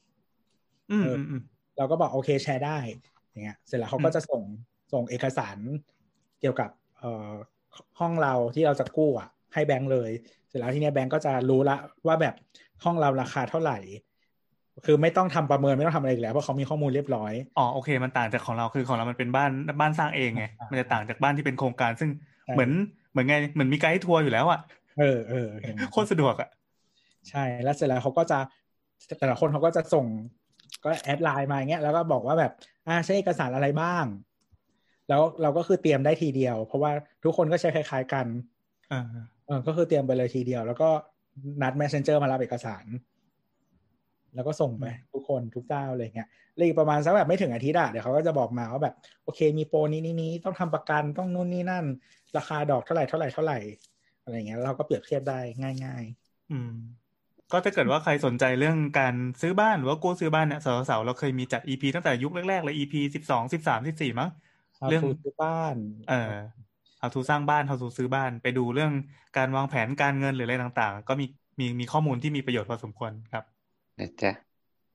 เราก็บอกโอเคแชร์ได้อย่างเงี้ยเสร็จแล้วเขาก็จะส่งเอกสารเกี่ยวกับเอ่อห้องเราที่เราจะกู้อ่ะให้แบงค์เลยเสร็จแล้วทีเนี้ยแบงค์ก็จะรู้ละว่าแบบห้องเราราคาเท่าไหร่คือไม่ต้องทำประเมินไม่ต้องทำอะไรอีกแล้วเพราะเขามีข้อมูลเรียบร้อยอ๋อโอเคมันต่างจากของเราคือของเรามันเป็นบ้านสร้างเองไงมันจะต่างจากบ้านที่เป็นโครงการซึ่งเหมือนไงเหมือนมีไกด์ทัวร์อยู่แล้วอ่ะโคตรสะดวกอ่ะใช่แล้วเสร็จแล้วเขาก็จะแต่ละคนเขาก็จะส่งก็แอดไลน์มาอย่างเงี้ยแล้วก็บอกว่าแบบใช้เอกสารอะไรบ้างแล้วเราก็คือเตรียมได้ทีเดียวเพราะว่าทุกคนก็ใช้คล้ายๆกันก็คือเตรียมไปเลยทีเดียวแล้วก็นัด Messenger มารับเอกสารแล้วก็ส่งไปทุกคนทุกเจ้าอะไรเงี้ยเลยประมาณสักแบบไม่ถึงอาทิตย์เดี๋ยวเขาก็จะบอกมาว่าแบบโอเคมีโปรนี้ต้องทำประกันต้องนู่นนี่นั่นราคาดอกเท่าไหร่อะไรเงี้ยเราก็เปรียบเทียบได้ง่ายก็ถ้าเกิดว่าใครสนใจเรื่องการซื้อบ้านหรือว่ากู้ซื้อบ้านเนี่ยสาวๆเราเคยมีจัด EP ตั้งแต่ยุคแรกๆเลย EP 12 13 14มั้งเรื่องซื้อบ้าน how to สร้างบ้าน how to ซื้อบ้านไปดูเรื่องการวางแผนการเงินหรืออะไรต่างๆก็มีข้อมูลที่มีประโยชน์พอสมควรครับนะจ๊ะ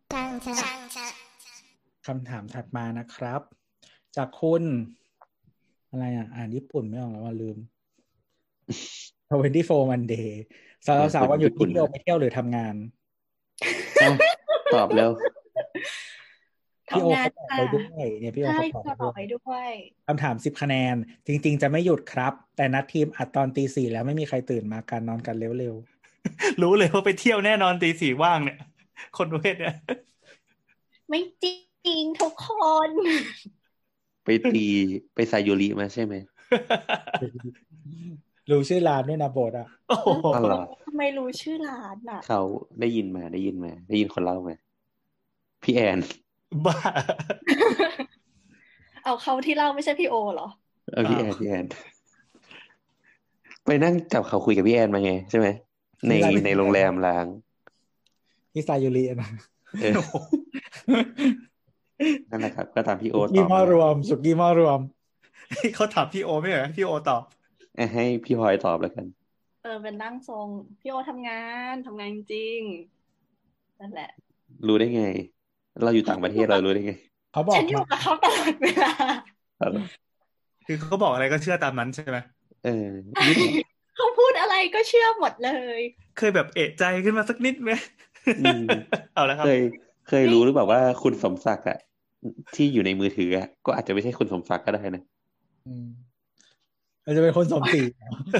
คำถามถัดมานะครับจากคุณอะไรอ่านญี่ปุ่นไม่ออกแล้วว่าลืม24 Monday สาวๆวันหยุดที่เที่ยวไปเที่ยวหรือทำงานตอบแล้วพี่โอเขาตอบไปด้วยเนี่ยพี่โอเขาตอบไปด้วยคำถาม10 คะแนนจริงๆจะไม่หยุดครับแต่นัดทีมอัดตอน 4:00 แล้วไม่มีใครตื่นมาการนอนกันเร็วๆรู้เลยว่าไปเที่ยวแน่นอน 4:00 ว่างเนี่ยคนประเภทเนี่ยไม่จริงทุกคนไปซาโยริมาใช่ไหมรู้ชื่อร้านด้วยนะโบดทำไมรู้ชื่อร้านเขาได้ยินคนเล่ามาพี่แอนบ้าเอาเขาที่เล่าไม่ใช่พี่โอเหรอพี่แอนไปนั่งจับเขาคุยกับพี่แอนมาไงใช่ไหมในโรงแรมล้างที่ซาโยรินะนั่นแหละครับก็ตามพี่โอตอบสุกี้หม้อรวมเขาถามพี่โอไม่เหรอพี่โอตอบให้พี่พลอยตอบแล้วกันเป็นร่างทรงพี่โอทำงานจริงนั่นแหละรู้ได้ไงเราอยู่ต่างประเทศเรารู้ได้ไงเขาบอกฉันอยู่กับเขาตลอดเวลาคือเขาบอกอะไรก็เชื่อตามนั้นใช่ไหมเขาพูดอะไรก็เชื่อหมดเลยเคยแบบเอะใจขึ้นมาสักนิดไหมเอาละครับเคยรู้หรือเปล่าว่าคุณสมศักดิ์ที่อยู่ในมือถือก็อาจจะไม่ใช่คุณสมศักดิ์ก็ได้นะอาจจะเป็นคนสมศรี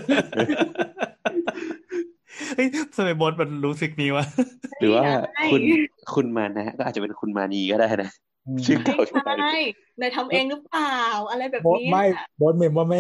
เฮ้ยสมัยบอสมันรู้สึกนี้วะหรือว่าคุณมานะก็อาจจะเป็นคุณมานีก็ได้นะชื่อเก่าใช่นายทำเองหรือเปล่าอะไรแบบนี้ไม่บอสเมมว่าแม่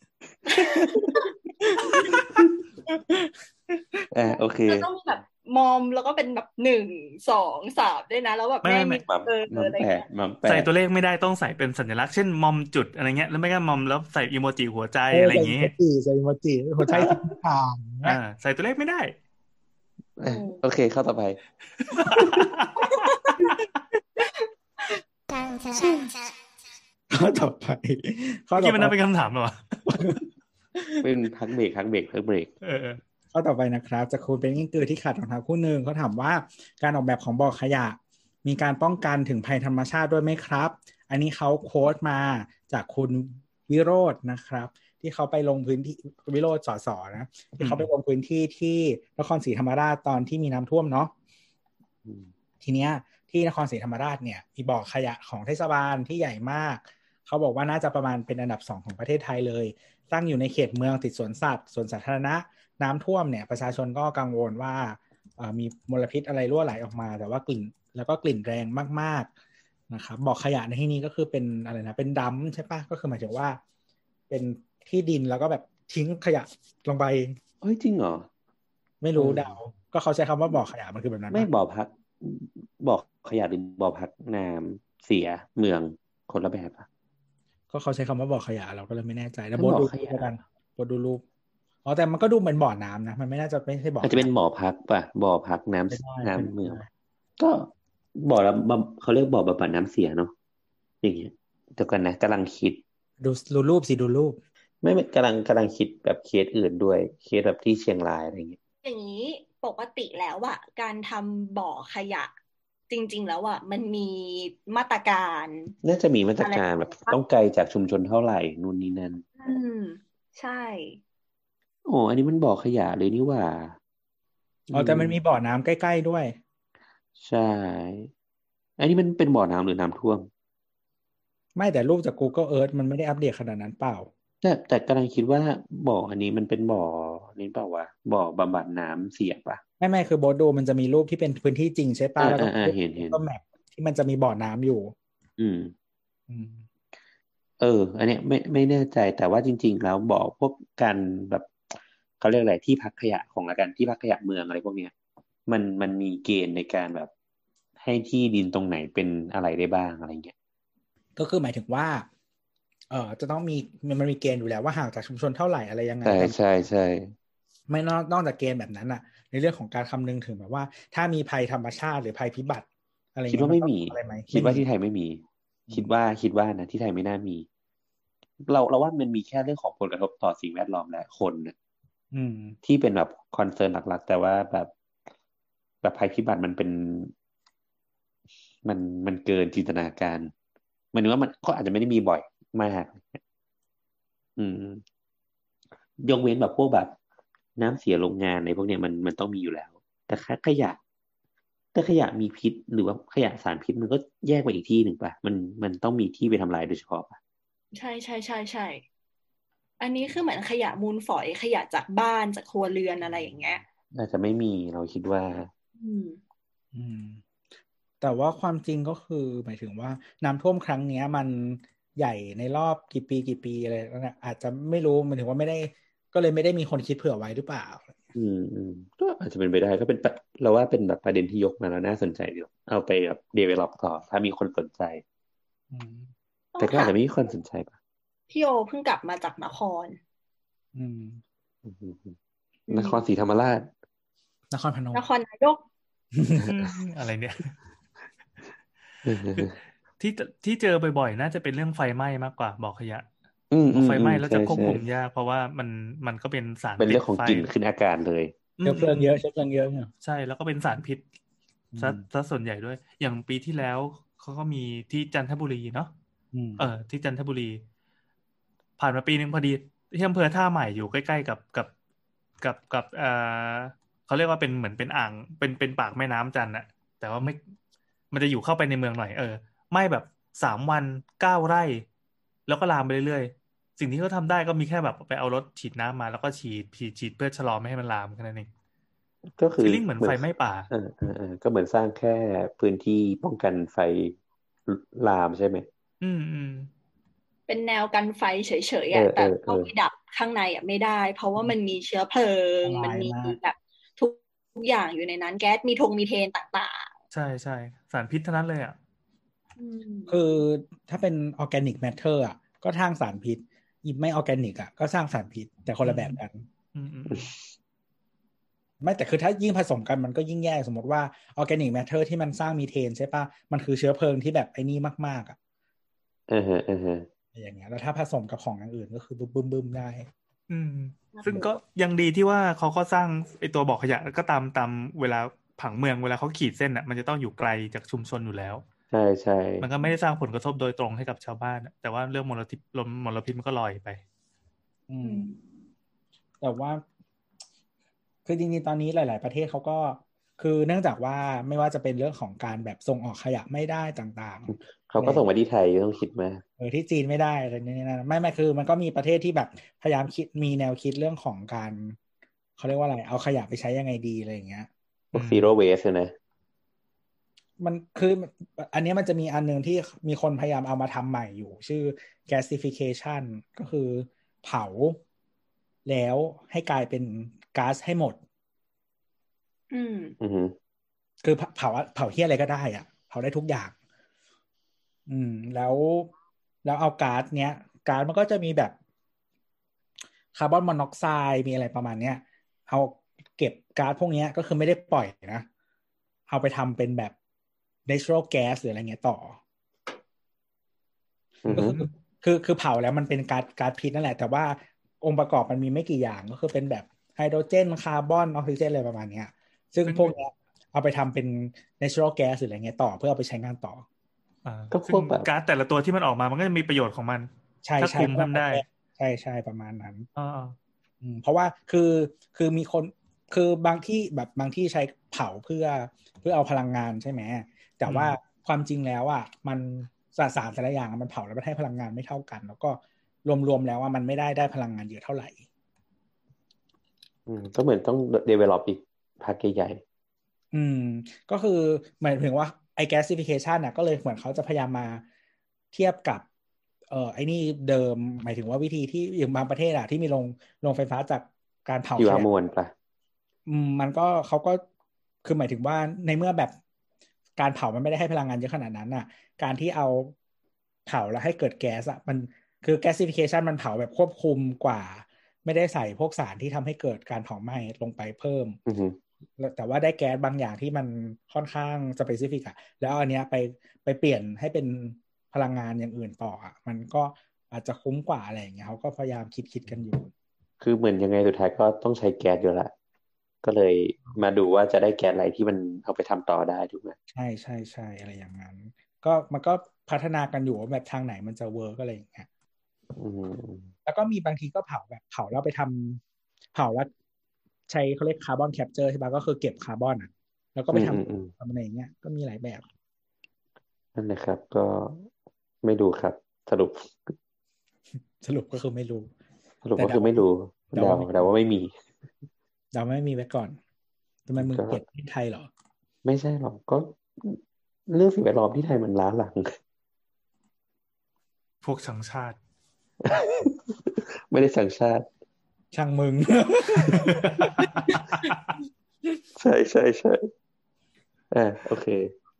โอเคต้องแบบมอมแล้วก็เป็นแบบ1 2 3ด้วยนะแล้วแบบแม่มีอะไรใส่ตัวเลขไม่ได้ต้องใส่เป็นสัญลักษณ์เช่นมอมจุดอะไรเงี้ยแล้วไม่ก็มอมแล้วใส่อีโมจิหัวใจอะไรอย่างเงี้ยใส่อีโมจิหัวใจทางใส่ตัวเลขไม่ได้โอเคเข้าต่อไปข้อต่อไปที่มันน่าเป็นคำถามหรอเป็นพักเบรกข้อต่อไปนะครับจะคุณเป็นยิ่งเกิดที่ขาดรองเท้าคู่หนึ่งเขาถามว่าการออกแบบของบ่อขยะมีการป้องกันถึงภัยธรรมชาติด้วยไหมครับอันนี้เขาโค้ดมาจากคุณวิโรจน์นะครับที่เขาไปลงพื้นที่วิโรจน์ส.นะที่เขาไปลงพื้นที่ที่นครศรีธรรมราชตอนที่มีน้ำท่วมเนาะทีเนี้ยที่นครศรีธรรมราชเนี่ยมีบ่อขยะของเทศบาลที่ใหญ่มากเขาบอกว่าน่าจะประมาณเป็นอันดับ2ของประเทศไทยเลยตั้งอยู่ในเขตเมืองติดสวนสัตว์สวนสาธารณะน้ำท่วมเนี่ยประชาชนก็กังวลว่ามีมลพิษอะไรรั่วไหลออกมาแต่ว่ากลิ่นแรงมากๆนะครับบ่อขยะในที่นี้ก็คือเป็นอะไรนะเป็นดัมใช่ปะก็คือหมายถึงว่าเป็นที่ดินแล้วก็แบบทิ้งขยะลงไปเฮ้ยจริงเหรอไม่รู้เดาก็เขาใช้คำว่าบ่อขยะมันคือแบบนั้นไม่บ่อพักขยะหรือบ่อพักน้ำเสียเมืองคนละแบบก็เขาใช้คำว่าบ่อขยะเราก็เลยไม่แน่ใจแล้วโบดูกันโบดูรูปแต่มันก็ดูเหมือนบ่อน้ำนะมันไม่น่าจะไม่ใช่บ่ออาจจะเป็นบ่อพักป่ะบ่อพักน้ำเมืองก็บ่อละเขาเรียกบ่อบำบัดน้ำเสียเนาะอย่างเงี้ยเดี๋ยวกันนะกำลังคิดดูรูปสิดูรูปไม่กำลังคิดแบบเคสอื่นด้วยเคสแบบที่เชียงรายอะไรอย่างเงี้ยอย่างนี้ปกติแล้วการทำบ่อขยะจริงๆแล้วมันมีมาตรการน่าจะมีมาตรการแบบต้องไกลจากชุมชนเท่าไหร่นู่นนี่นั่นใช่อ๋ออันนี้มันบ่อขยะเลยนี่หว่าแต่มันมีบ่อน้ำใกล้ๆด้วยใช่อันนี้มันเป็นบ่อน้ำหรือน้ำท่วมไม่แต่รูปจาก Google Earth มันไม่ได้อัปเดตขนาดนั้นเปล่าแต่กำลังคิดว่าบ่ออันนี้มันเป็นบ่อนี้เปล่าวะบ่อบำบัดน้ำเสียปะไม่คือโบทดูมันจะมีรูปที่เป็นพื้นที่จริงใช่ป่ะแล้วก็เห็นแมปที่มันจะมีบ่อน้ำอยู่อืมอันเนี้ยไม่แน่ใจแต่ว่าจริงๆแล้วบ่อพวกการแบบเขาเรียกอะไรที่พักขยะของละกันที่พักขยะเมืองอะไรพวกเนี้ยมันมีเกณฑ์ในการแบบให้ที่ดินตรงไหนเป็นอะไรได้บ้างอะไรเงี้ยก็คือหมายถึงว่าจะต้องมันมีเกณฑ์อยู่แล้วว่าห่างจากชุมชนเท่าไหร่อะไรยังไงใช่ไม่นอกจากเกณฑ์แบบนั้นอ่ะในเรื่องของการคำนึงถึงแบบว่าถ้ามีภัยธรรมชาติหรือภัยพิบัติอะไรคิดว่าไม่มีคิดว่าที่ไทยไม่มีคิดว่านะที่ไทยไม่น่ามีเราว่ามันมีแค่เรื่องของผลกระทบต่อสิ่งแวดล้อมและคนที่เป็นแบบคอนเซิร์นหลักๆแต่ว่าแบบภัยพิบัติมันเป็นมันเกินจินตนาการมันนึกว่ามันก็อาจจะไม่ได้มีบ่อยมากยกเว้นแบบพวกแบบน้ำเสียโรงงานในพวกเนี้ยมันต้องมีอยู่แล้วแต่ขยะถ้าขยะมีพิษหรือว่าขยะสารพิษมันก็แยกไปอีกที่หนึ่งป่ะมันต้องมีที่ไปทำลายโดยเฉพาะป่ะใช่อันนี้คือเหมือนขยะมูลฝอยขยะจากบ้านจากครัวเรือนอะไรอย่างเงี้ยอาจจะไม่มีเราคิดว่าแต่ว่าความจริงก็คือหมายถึงว่าน้ำท่วมครั้งนี้มันใหญ่ในรอบกี่ปีอะไรนั่นแหละอาจจะไม่รู้หมายถึงว่าไม่ได้ก็เลยไม่ได้มีคนคิดเผื่อไว้หรือเปล่าก็อาจจะเป็นไปได้ก็เป็นเราว่าเป็นแบบประเด็นที่ยกมาแล้วน่าสนใจดีเอาไปแบบ develop ต่อถ้ามีคนสนใจแต่ก็อาจจะไม่มีคนสนใจป่ะพี่โอเพิ่งกลับมาจากนครนครศรีธรรมราชนครพนมนครนายกอะไรเนี่ยที่เจอบ่อยๆน่าจะเป็นเรื่องไฟไหม้มากกว่าบ่อขยะไฟไหม้แล้วจะควบคุมยากเพราะว่ามันก็เป็นสารเป็นเรื่องของกลิ่นขึ้นอากาศเลยเชื้อเพลิงเยอะใช่แล้วก็เป็นสารพิษซะส่วนใหญ่ด้วยอย่างปีที่แล้วเขาก็มีที่จันทบุรีเนาะที่จันทบุรีผ่านมาปีนึงพอดีที่อำเภอท่าใหม่อยู่ใกล้ๆกับเขาเรียกว่าเป็นเหมือนเป็นอ่างเป็นปากแม่น้ำจันทร์อะแต่ว่าไม่มันจะอยู่เข้าไปในเมืองหน่อยไม่แบบ3 วัน9 ไร่แล้วก็ลามไปเรื่อยๆสิ่งที่เขาทำได้ก็มีแค่แบบไปเอารถฉีดน้ำมาแล้วก็ฉีดเพื่อชะลอไม่ให้มันลามแค่นั้นเองก็คือฟีลลิ่งเหมือนไฟไหม้ป่าก็เหมือนสร้างแค่พื้นที่ป้องกันไฟลามใช่ไหมเป็นแนวกันไฟเฉยๆอ่ะแต่เอาไปดับข้างในอ่ะไม่ได้เพราะว่ามันมีเชื้อเพลิงมันมีแบบทุกอย่างอยู่ในนั้นแก๊สมีมีเทนต่างๆใช่สารพิษทั้งนั้นเลยอ่ะคือถ้าเป็นออร์แกนิกแมทเทอร์อ่ะก็สร้างสารพิษไม่ออร์แกนิกอ่ะก็สร้างสารพิษแต่คนละแบบกันไม่แต่คือถ้ายิ่งผสมกันมันก็ยิ่งแย่สมมติว่าออร์แกนิกแมทเทอร์ที่มันสร้างมีเทนใช่ป่ะมันคือเชื้อเพลิงที่แบบไอ้นี่มากๆอ่ะอย่างเงี้ยแล้วถ้าผสมกับของอย่างอื่นก็คือบึ้มได้ซึ่งก็ยังดีที่ว่าเขาก็สร้างไอ้ตัวบ่อขยะก็ตามเวลาผังเมืองเวลาเขาขีดเส้นอ่ะมันจะต้องอยู่ไกลจากชุมชนอยู่แล้วใช่มันก็ไม่ได้สร้างผลกระทบโดยตรงให้กับชาวบ้านแต่ว่าเรื่องมลพิษมันก็ลอยไปแต่ว่าคือจริงๆตอนนี้หลายๆประเทศเขาก็คือเนื่องจากว่าไม่ว่าจะเป็นเรื่องของการแบบส่งออกขยะไม่ได้ต่างๆเขาก็ส่งมาที่ไทยต้องคิดไหมที่จีนไม่ได้อะไรนี่นะไม่คือมันก็มีประเทศที่แบบพยายามมีแนวคิดเรื่องของการเขาเรียกว่าอะไรเอาขยะไปใช้ยังไงดีอะไรอย่างเงี้ยพวก zero waste นะมันคืออันนี้มันจะมีอันนึงที่มีคนพยายามเอามาทำใหม่อยู่ชื่อ gasification ก็คือเผาแล้วให้กลายเป็นก๊าซให้หมดคือเผาเหี้ยอะไรก็ได้อ่ะเผาได้ทุกอย่างแล้วเอาก๊าซเนี้ยก๊าซมันก็จะมีแบบคาร์บอนมอนอกไซด์มีอะไรประมาณเนี้ยเอาเก็บก๊าซพวกนี้ก็คือไม่ได้ปล่อยนะเอาไปทำเป็นแบบ natural gas หรืออะไรเงี้ยต่อคือเผาแล้วมันเป็นก๊าซพิษนั่นแหละแต่ว่าองค์ประกอบมันมีไม่กี่อย่างก็คือเป็นแบบไฮโดรเจนคาร์บอนออกซิเจนอะไรประมาณนี้ซึ่งพวกนี้เอาไปทำเป็น natural gas หรืออะไรเงี้ยต่อเพื่อเอาไปใช้งานต่อก็พวกแบบก๊าซแต่ละตัวที่มันออกมามันก็จะมีประโยชน์ของมันใช่ถ้าคุมทำได้ใช่ประมาณนั้นอ๋อเพราะว่าคือมีคนคือบางที่แบบบางที่ใช้เผาเพื่อเอาพลังงานใช่ไหมแต่ว่าความจริงแล้วอ่ะมันสารแต่ละอย่างมันเผาแล้วมันให้พลังงานไม่เท่ากัน แล้วก็รวมๆแล้วว่ามันไม่ได้พลังงานเยอะเท่าไหร่ก็เหมือนต้อง develop อีกพักใหญ่ก็คือหมายถึงว่าไอ้ gasification น่ะก็เลยเหมือนเขาจะพยายามมาเทียบกับไอ้นี่เดิมหมายถึงว่าวิธีที่อย่างบางประเทศอะที่มีโรงไฟฟ้าจากการเผาชีวขยะมวลปะมันก็เขาก็คือหมายถึงว่าในเมื่อแบบการเผามันไม่ได้ให้พลังงานเยอะขนาดนั้นน่ะการที่เอาเผาแล้วให้เกิดแก๊สอะมันคือ gasification มันเผาแบบควบคุมกว่าไม่ได้ใส่พวกสารที่ทำให้เกิดการเผาไหม้ลงไปเพิ่มแต่ว่าได้แก๊สบางอย่างที่มันค่อนข้างสเปซิฟิกอะแล้วอันเนี้ยไปเปลี่ยนให้เป็นพลังงานอย่างอื่นต่ออะมันก็อาจจะคุ้มกว่าอะไรอย่างเงี้ยเขาก็พยายามคิดกันอยู่คือเหมือนยังไงสุดท้ายก็ต้องใช้แก๊สอยู่ละก็เลยมาดูว่าจะได้แก๊สอะไรที่มันเอาไปทำต่อได้ถูกไหมใช่อะไรอย่างนั้นก็มันก็พัฒนากันอยู่ว่าแบบทางไหนมันจะเวิร์กอะไรอย่างเงี้ยแล้วก็มีบางทีก็เผาแบบเผาแล้วไปทำเผาแล้วใช้เขาเรียกคาร์บอนแคปเจอร์ใช่ปะก็คือเก็บคาร์บอนอ่ะแล้วก็ไปทำอะไรอย่างเงี้ยก็มีหลายแบบนั่นแหละครับก็ไม่ดูครับสรุปก็คือไม่รู้ก็คือไม่รู้เดาว่าไม่มีเราไม่มีไว้ก่อนทำไมมึงเกลียดที่ไทยเหรอไม่ใช่หรอกก็เรื่องสิ่งแวดล้อมที่ไทยมันล้าหลังพวกชังชาติไม่ได้สัญชาติช่างมึงใช่โอเค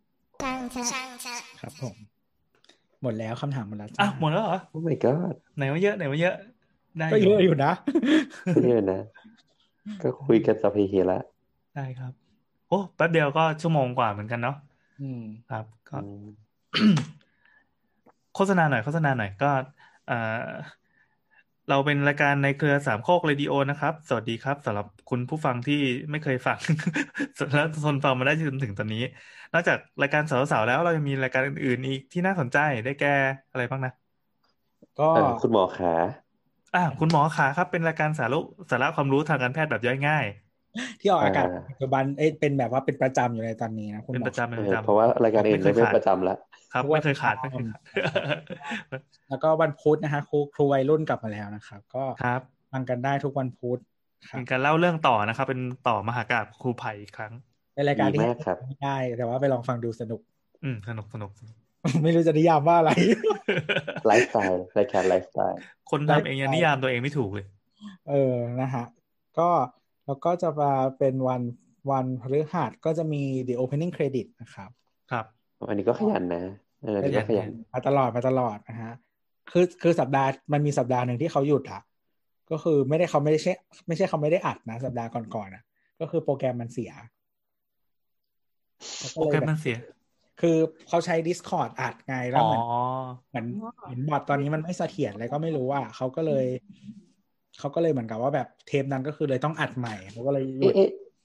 ครับผมหมดแล้วคำถามหมดแล้วจ้ะหมดแล้วเหรอ Oh my god ไหนว่าเยอะได้ก็เยอะอยู่นะก็เยอะนะก็คุยกันสัพเพเหระได้ครับโอ้แป๊บเดียวก็ชั่วโมงกว่าเหมือนกันเนาะครับก็โฆษณาหน่อยก็เราเป็นรายการในเครือสามโคกเรดิโอนะครับสวัสดีครับสำหรับคุณผู้ฟังที่ไม่เคยฟัง แล้วทนฟังมาได้จนถึงตอนนี้นอกจากรายการสาวๆแล้วเรายังมีรายการอื่นๆอีกที่น่าสนใจได้แก่อะไรบ้างนะก็คุณหมอขาคุณหมอขาครับเป็นรายการสาระความรู้ทางการแพทย์แบบย่อยง่ายที่ออกอากาศปัจจุบันเป็นแบบว่าเป็นประจำอยู่ในตอนนี้นะคุณหมอเป็นประจำเพราะว่ารายการอื่นไม่ประจำแล้วครับไม่เคยขาดแล้วก็วันพุธนะฮะครูวัยรุ่นกลับมาแล้วนะครับก็ฟังกันได้ทุกวันพุธเป็นการเล่าเรื่องต่อนะครับเป็นต่อมหากาพย์ครูไผ่อีกครั้งเป็นรายการที่ไม่ได้แต่ว่าไปลองฟังดูสนุกสนุกไม่รู้จะนิยามว่าอะไรไลฟ์สไตล์รายการไลฟ์สไตล์คนทำเองยังนิยามตัวเองไม่ถูกเลยนะฮะก็แล้วก็จะมาเป็นวันพฤหัสก็จะมี The Opening Credit นะครับครับอันนี้ก็ขยันนะก็ขยันมาตลอดนะฮะคือสัปดาห์มันมีสัปดาห์หนึ่งที่เขาหยุดอ่ะก็คือไม่ใช่เขาไม่ได้อัดนะสัปดาห์ก่อนอ่ะก็คือโปรแกรมมันเสียโปรแกรมมันเสียคือเขาใช้ Discord อัดไงแล้วเหมือนบอทตอนนี้มันไม่เสถียรอะไรก็ไม่รู้อ่ะเขาก็เลยเหมือนกับว่าแบบเทปนั้นก็คือเลยต้องอัดใหม่เขาก็เลยหยุด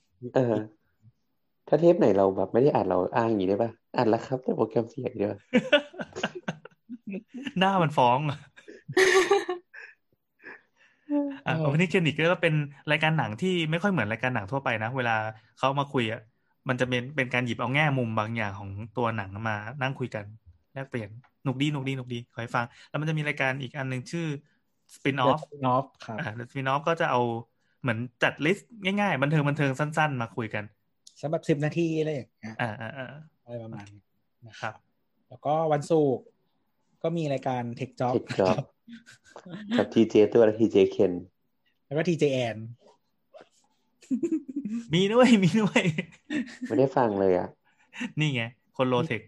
ถ้าเทปไหนเราแบบไม่ได้อัดเราอ้างอย่างนี้ได้ป่ะอัดแล้วครับแต่โปรแกรมเสียเยอะหน้ามันฟ้องวันนี้เคนิกก็เป็นรายการหนังที่ไม่ค่อยเหมือนรายการหนังทั่วไปนะเวลาเขามาคุยอ่ะมันจะเป็นการหยิบเอาแง่มุมบางอย่างของตัวหนังมานั่งคุยกันแลกเปลี่ยนหนุกดีขอให้ฟังแล้วมันจะมีรายการอีกอันนึงชื่อ Spin Off ครับ Spin Off ก็จะเอาเหมือนจัดลิสต์ง่ายๆบันเทิงสั้นๆมาคุยกันสำหรับ10 นาทีอะไรอย่างเงี้ยอะไรประมาณนะครับแล้วก็วันศุกร์ก็มีรายการ Tech Job กับทีเจตัวและทีเจเคนแล้วก็ทีเจแอนมีด้วยไม่ได้ฟังเลยอ่ะนี่ไงคนโลเทค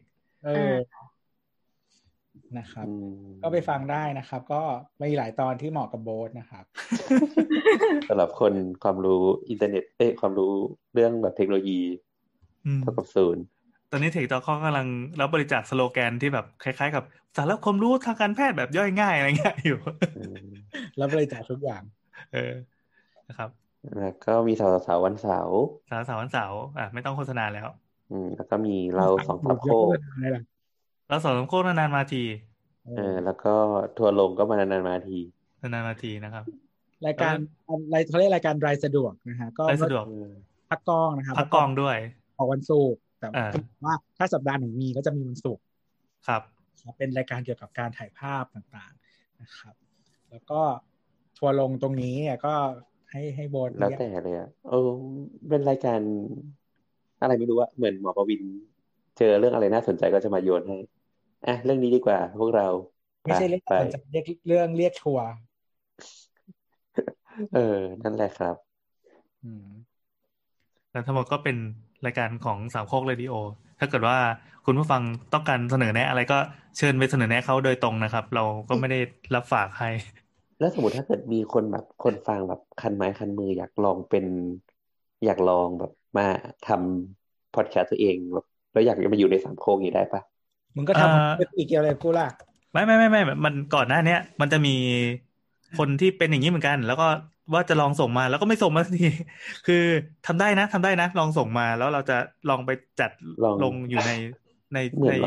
นะครับก็ไปฟังได้นะครับก็มีหลายตอนที่เหมาะกับโบ๊ทนะครับสำหรับคนความรู้อินเทอร์เน็ตความรู้เรื่องแบบเทคโนโลยีเท่ากับศูนย์ตอนนี้เทคจ็อกเขากำลังรับบริจาคสโลแกนที่แบบคล้ายๆกับสาระความรู้ทางการแพทย์แบบย่อยง่ายอะไรเงี้ยอยู่รับบริจาคทุกอย่างนะครับแล้วก็มีสาววันเสาร์วันเสาร์ไม่ต้องโฆษณาแล้วแล้วก็มีเรา2-3 โคกเรา2-3 โคกนานๆมาทีแล้วก็ทัวร์ลงก็มานานๆมาทีนานๆมาทีนะครับรายการอะไรเขาเรียกรายการรายสะดวกนะฮะก็ได้สะดวกพักกองนะครับพักกองด้วยออกวันศุกร์แต่ว่าถ้าสัปดาห์หนึ่งมีก็จะมีวันศุกร์ครับเป็นรายการเกี่ยวกับการถ่ายภาพต่างๆนะครับแล้วก็ทัวร์ลงตรงนี้ก็ให้โบนแล้วแต่เลยเป็นรายการอะไรไม่รู้อะเหมือนหมอประวินเจอเรื่องอะไรน่าสนใจก็จะมาโยนให้เรื่องนี้ดีกว่าพวกเราไม่ใช่เรื่องน่าสนใจเรียกทัวร์นั่นแหละครับแล้วทั้งหมดก็เป็นรายการของสามโคกเรดิโอถ้าเกิดว่าคุณผู้ฟังต้องการเสนอแนะอะไรก็เชิญไปเสนอแนะเขาโดยตรงนะครับเราก็ไม่ได้รับฝากให้แล้วสมมติถ้าเกิดมีคนแบบคนฟังแบบคันไม้คันมืออยากลองแบบมาทำพอดแคสต์ตัวเองแบบแล้วอยากจะมาอยู่ในสามโคกอย่างนี้ได้ปะมึงก็ทำอีกเกี่ยวอะไรกูล่ะไม่มันก่อนหน้านี้มันจะมีคนที่เป็นอย่างนี้เหมือนกันแล้วก็ว่าจะลองส่งมาแล้วก็ไม่ส่งมาสักทีคือทำได้นะลองส่งมาแล้วเราจะลองไปจัดลงอยู่ในเหมื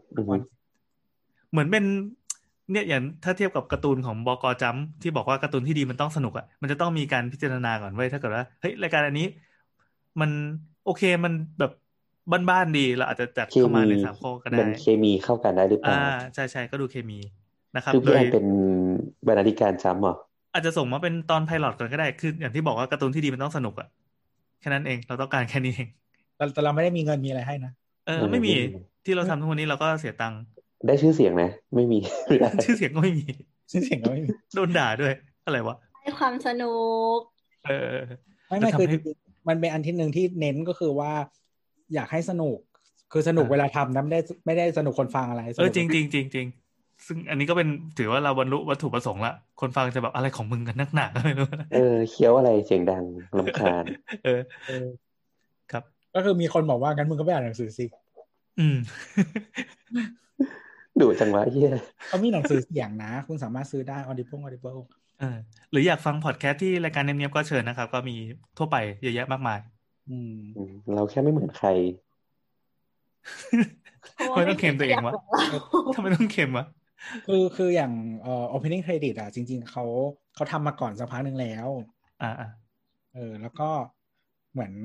อนเป็นเนี่ยอย่างถ้าเทียบกับการ์ตูนของบก.จัมป์ที่บอกว่าการ์ตูนที่ดีมันต้องสนุกอ่ะมันจะต้องมีการพิจารณาก่อนเว้ยถ้าเกิดว่าเฮ้ยรายการอันนี้มันโอเคมันแบบบ้านๆดีเราอาจจะจัดเข้ามาในสามโคกก็ได้มันเคมีเข้ากันได้หรือเปล่าใช่ก็ดูเคมีนะครับคือพี่แอนเป็นบรรณาธิการจัมป์เหรออาจจะส่งมาเป็นตอนไพลอตก่อนก็ได้คืออย่างที่บอกว่าการ์ตูนที่ดีมันต้องสนุกอ่ะแค่นั้นเองเราต้องการแค่นี้เองแต่เราไม่ได้มีเงินมีอะไรให้นะไม่มีที่เราทำทุกวันนี้เราก็เสียตังค์ได้ชื่อเสียงนะไม่มีชื่อเสียงก็ไม่มีโดนด่าด้วยอะไรวะให้ความสนุกไม่คือมันเป็นอันที่หนึ่งที่เน้นก็คือว่าอยากให้สนุกคือสนุกเวลาทำนะไม่ได้สนุกคนฟังอะไรจริงซึ่งอันนี้ก็เป็นถือว่าเราบรรลุวัตถุประสงค์ละคนฟังจะแบบอะไรของมึงกันนักหนาไม่รู้เคี้ยวอะไรเสียงดังรำคาญครับก็คือมีคนบอกว่างั้นมึงก็ไปอ่านหนังสือสิดูจังวะเหี้ยเขามีหนังสือเสียงนะคุณสามารถซื้อได้ Audible หรืออยากฟังพอดแคสต์ที่รายการเนียบๆก็เชิญนะครับก็มีทั่วไปเยอะแยะมากมายเราแค่ไม่เหมือนใครทำไมต้องเค็มตัวเองวะทำไมต้องเค็มวะคืออย่างopening credit จริงๆเขาทำมาก่อนสักพักนึงแล้วแล้วก็เหมือน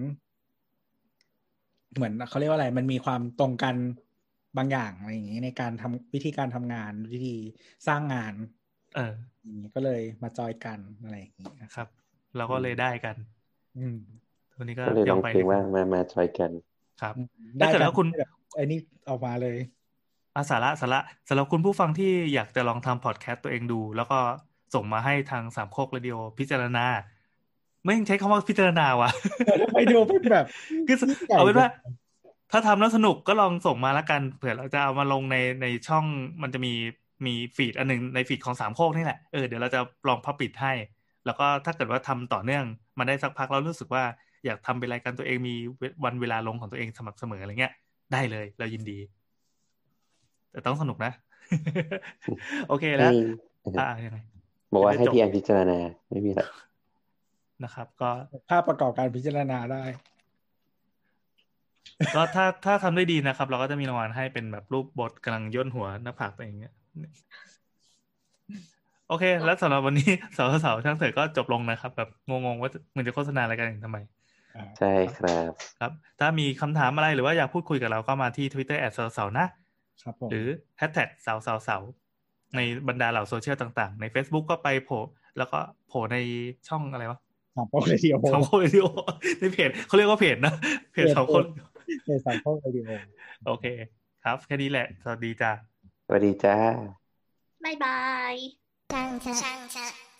เขาเรียกว่าอะไรมันมีความตรงกันบางอย่างอะไรอย่างนี้ในการทำวิธีการทำงานวิธีสร้างงานอย่างนี้ก็เลยมาจอยกันอะไรอย่างนี้ครับเราก็เลยได้กันตัวนี้ก็เลยลองเพลงว่ามาจอยกันครับได้กันแล้วคุณไอ้นี่ออกมาเลยสาระสำหรับคุณผู้ฟังที่อยากจะลองทำพอดแคสต์ตัวเองดูแล้วก็ส่งมาให้ทางสามโคกเรดิโอพิจารณาไม่ใช้คำว่าพิจารณาวะไปดูเป็นแบบคือเอาเป็นว่าถ้าทำแล้วสนุกก็ลองส่งมาแล้วกันเผื่อเราจะเอามาลงในช่องมันจะมีฟีดอันนึงในฟีดของสามโคกนี่แหละเดี๋ยวเราจะลองพับปิดให้แล้วก็ถ้าเกิดว่าทำต่อเนื่องมาได้สักพักแล้วรู้สึกว่าอยากทำเป็นรายการตัวเองมีวันเวลาลงของตัวเองสม่ำเสมออะไรเงี้ยได้เลยเรายินดีแต่ต้องสนุกนะ โอเคแล้วยังไงบอกว่าให้พี่แอนพิจารณาไม่มีอะไรนะครับก็ภาพประกอบการพิจารณาได้ก็ถ้าทำได้ดีนะครับเราก็จะมีรางวัลให้เป็นแบบรูปบทกำลังย่นหัวหน้าผากไปอย่างเงี้ยโอเคแล้วสำหรับวันนี้สาวช่างเถิดก็จบลงนะครับแบบงงว่ามันจะโฆษณาอะไรกันทำไมใช่ครับครับถ้ามีคำถามอะไรหรือว่าอยากพูดคุยกับเราก็มาที่ Twitter @sawsaw นะครับหรือ #sawsaw ในบรรดาเหล่าโซเชียลต่างๆใน Facebook ก็ไปโผล่แล้วก็โผล่ในช่องอะไรวะสามโคกเรดิโอในเพจเขาเรียกว่าเพจนะเพจสามโคกสามโคกเรดิโอโอเคครับแค่นี้แหละสวัสดีจ้าสวัสดีจ้าบ๊ายบาย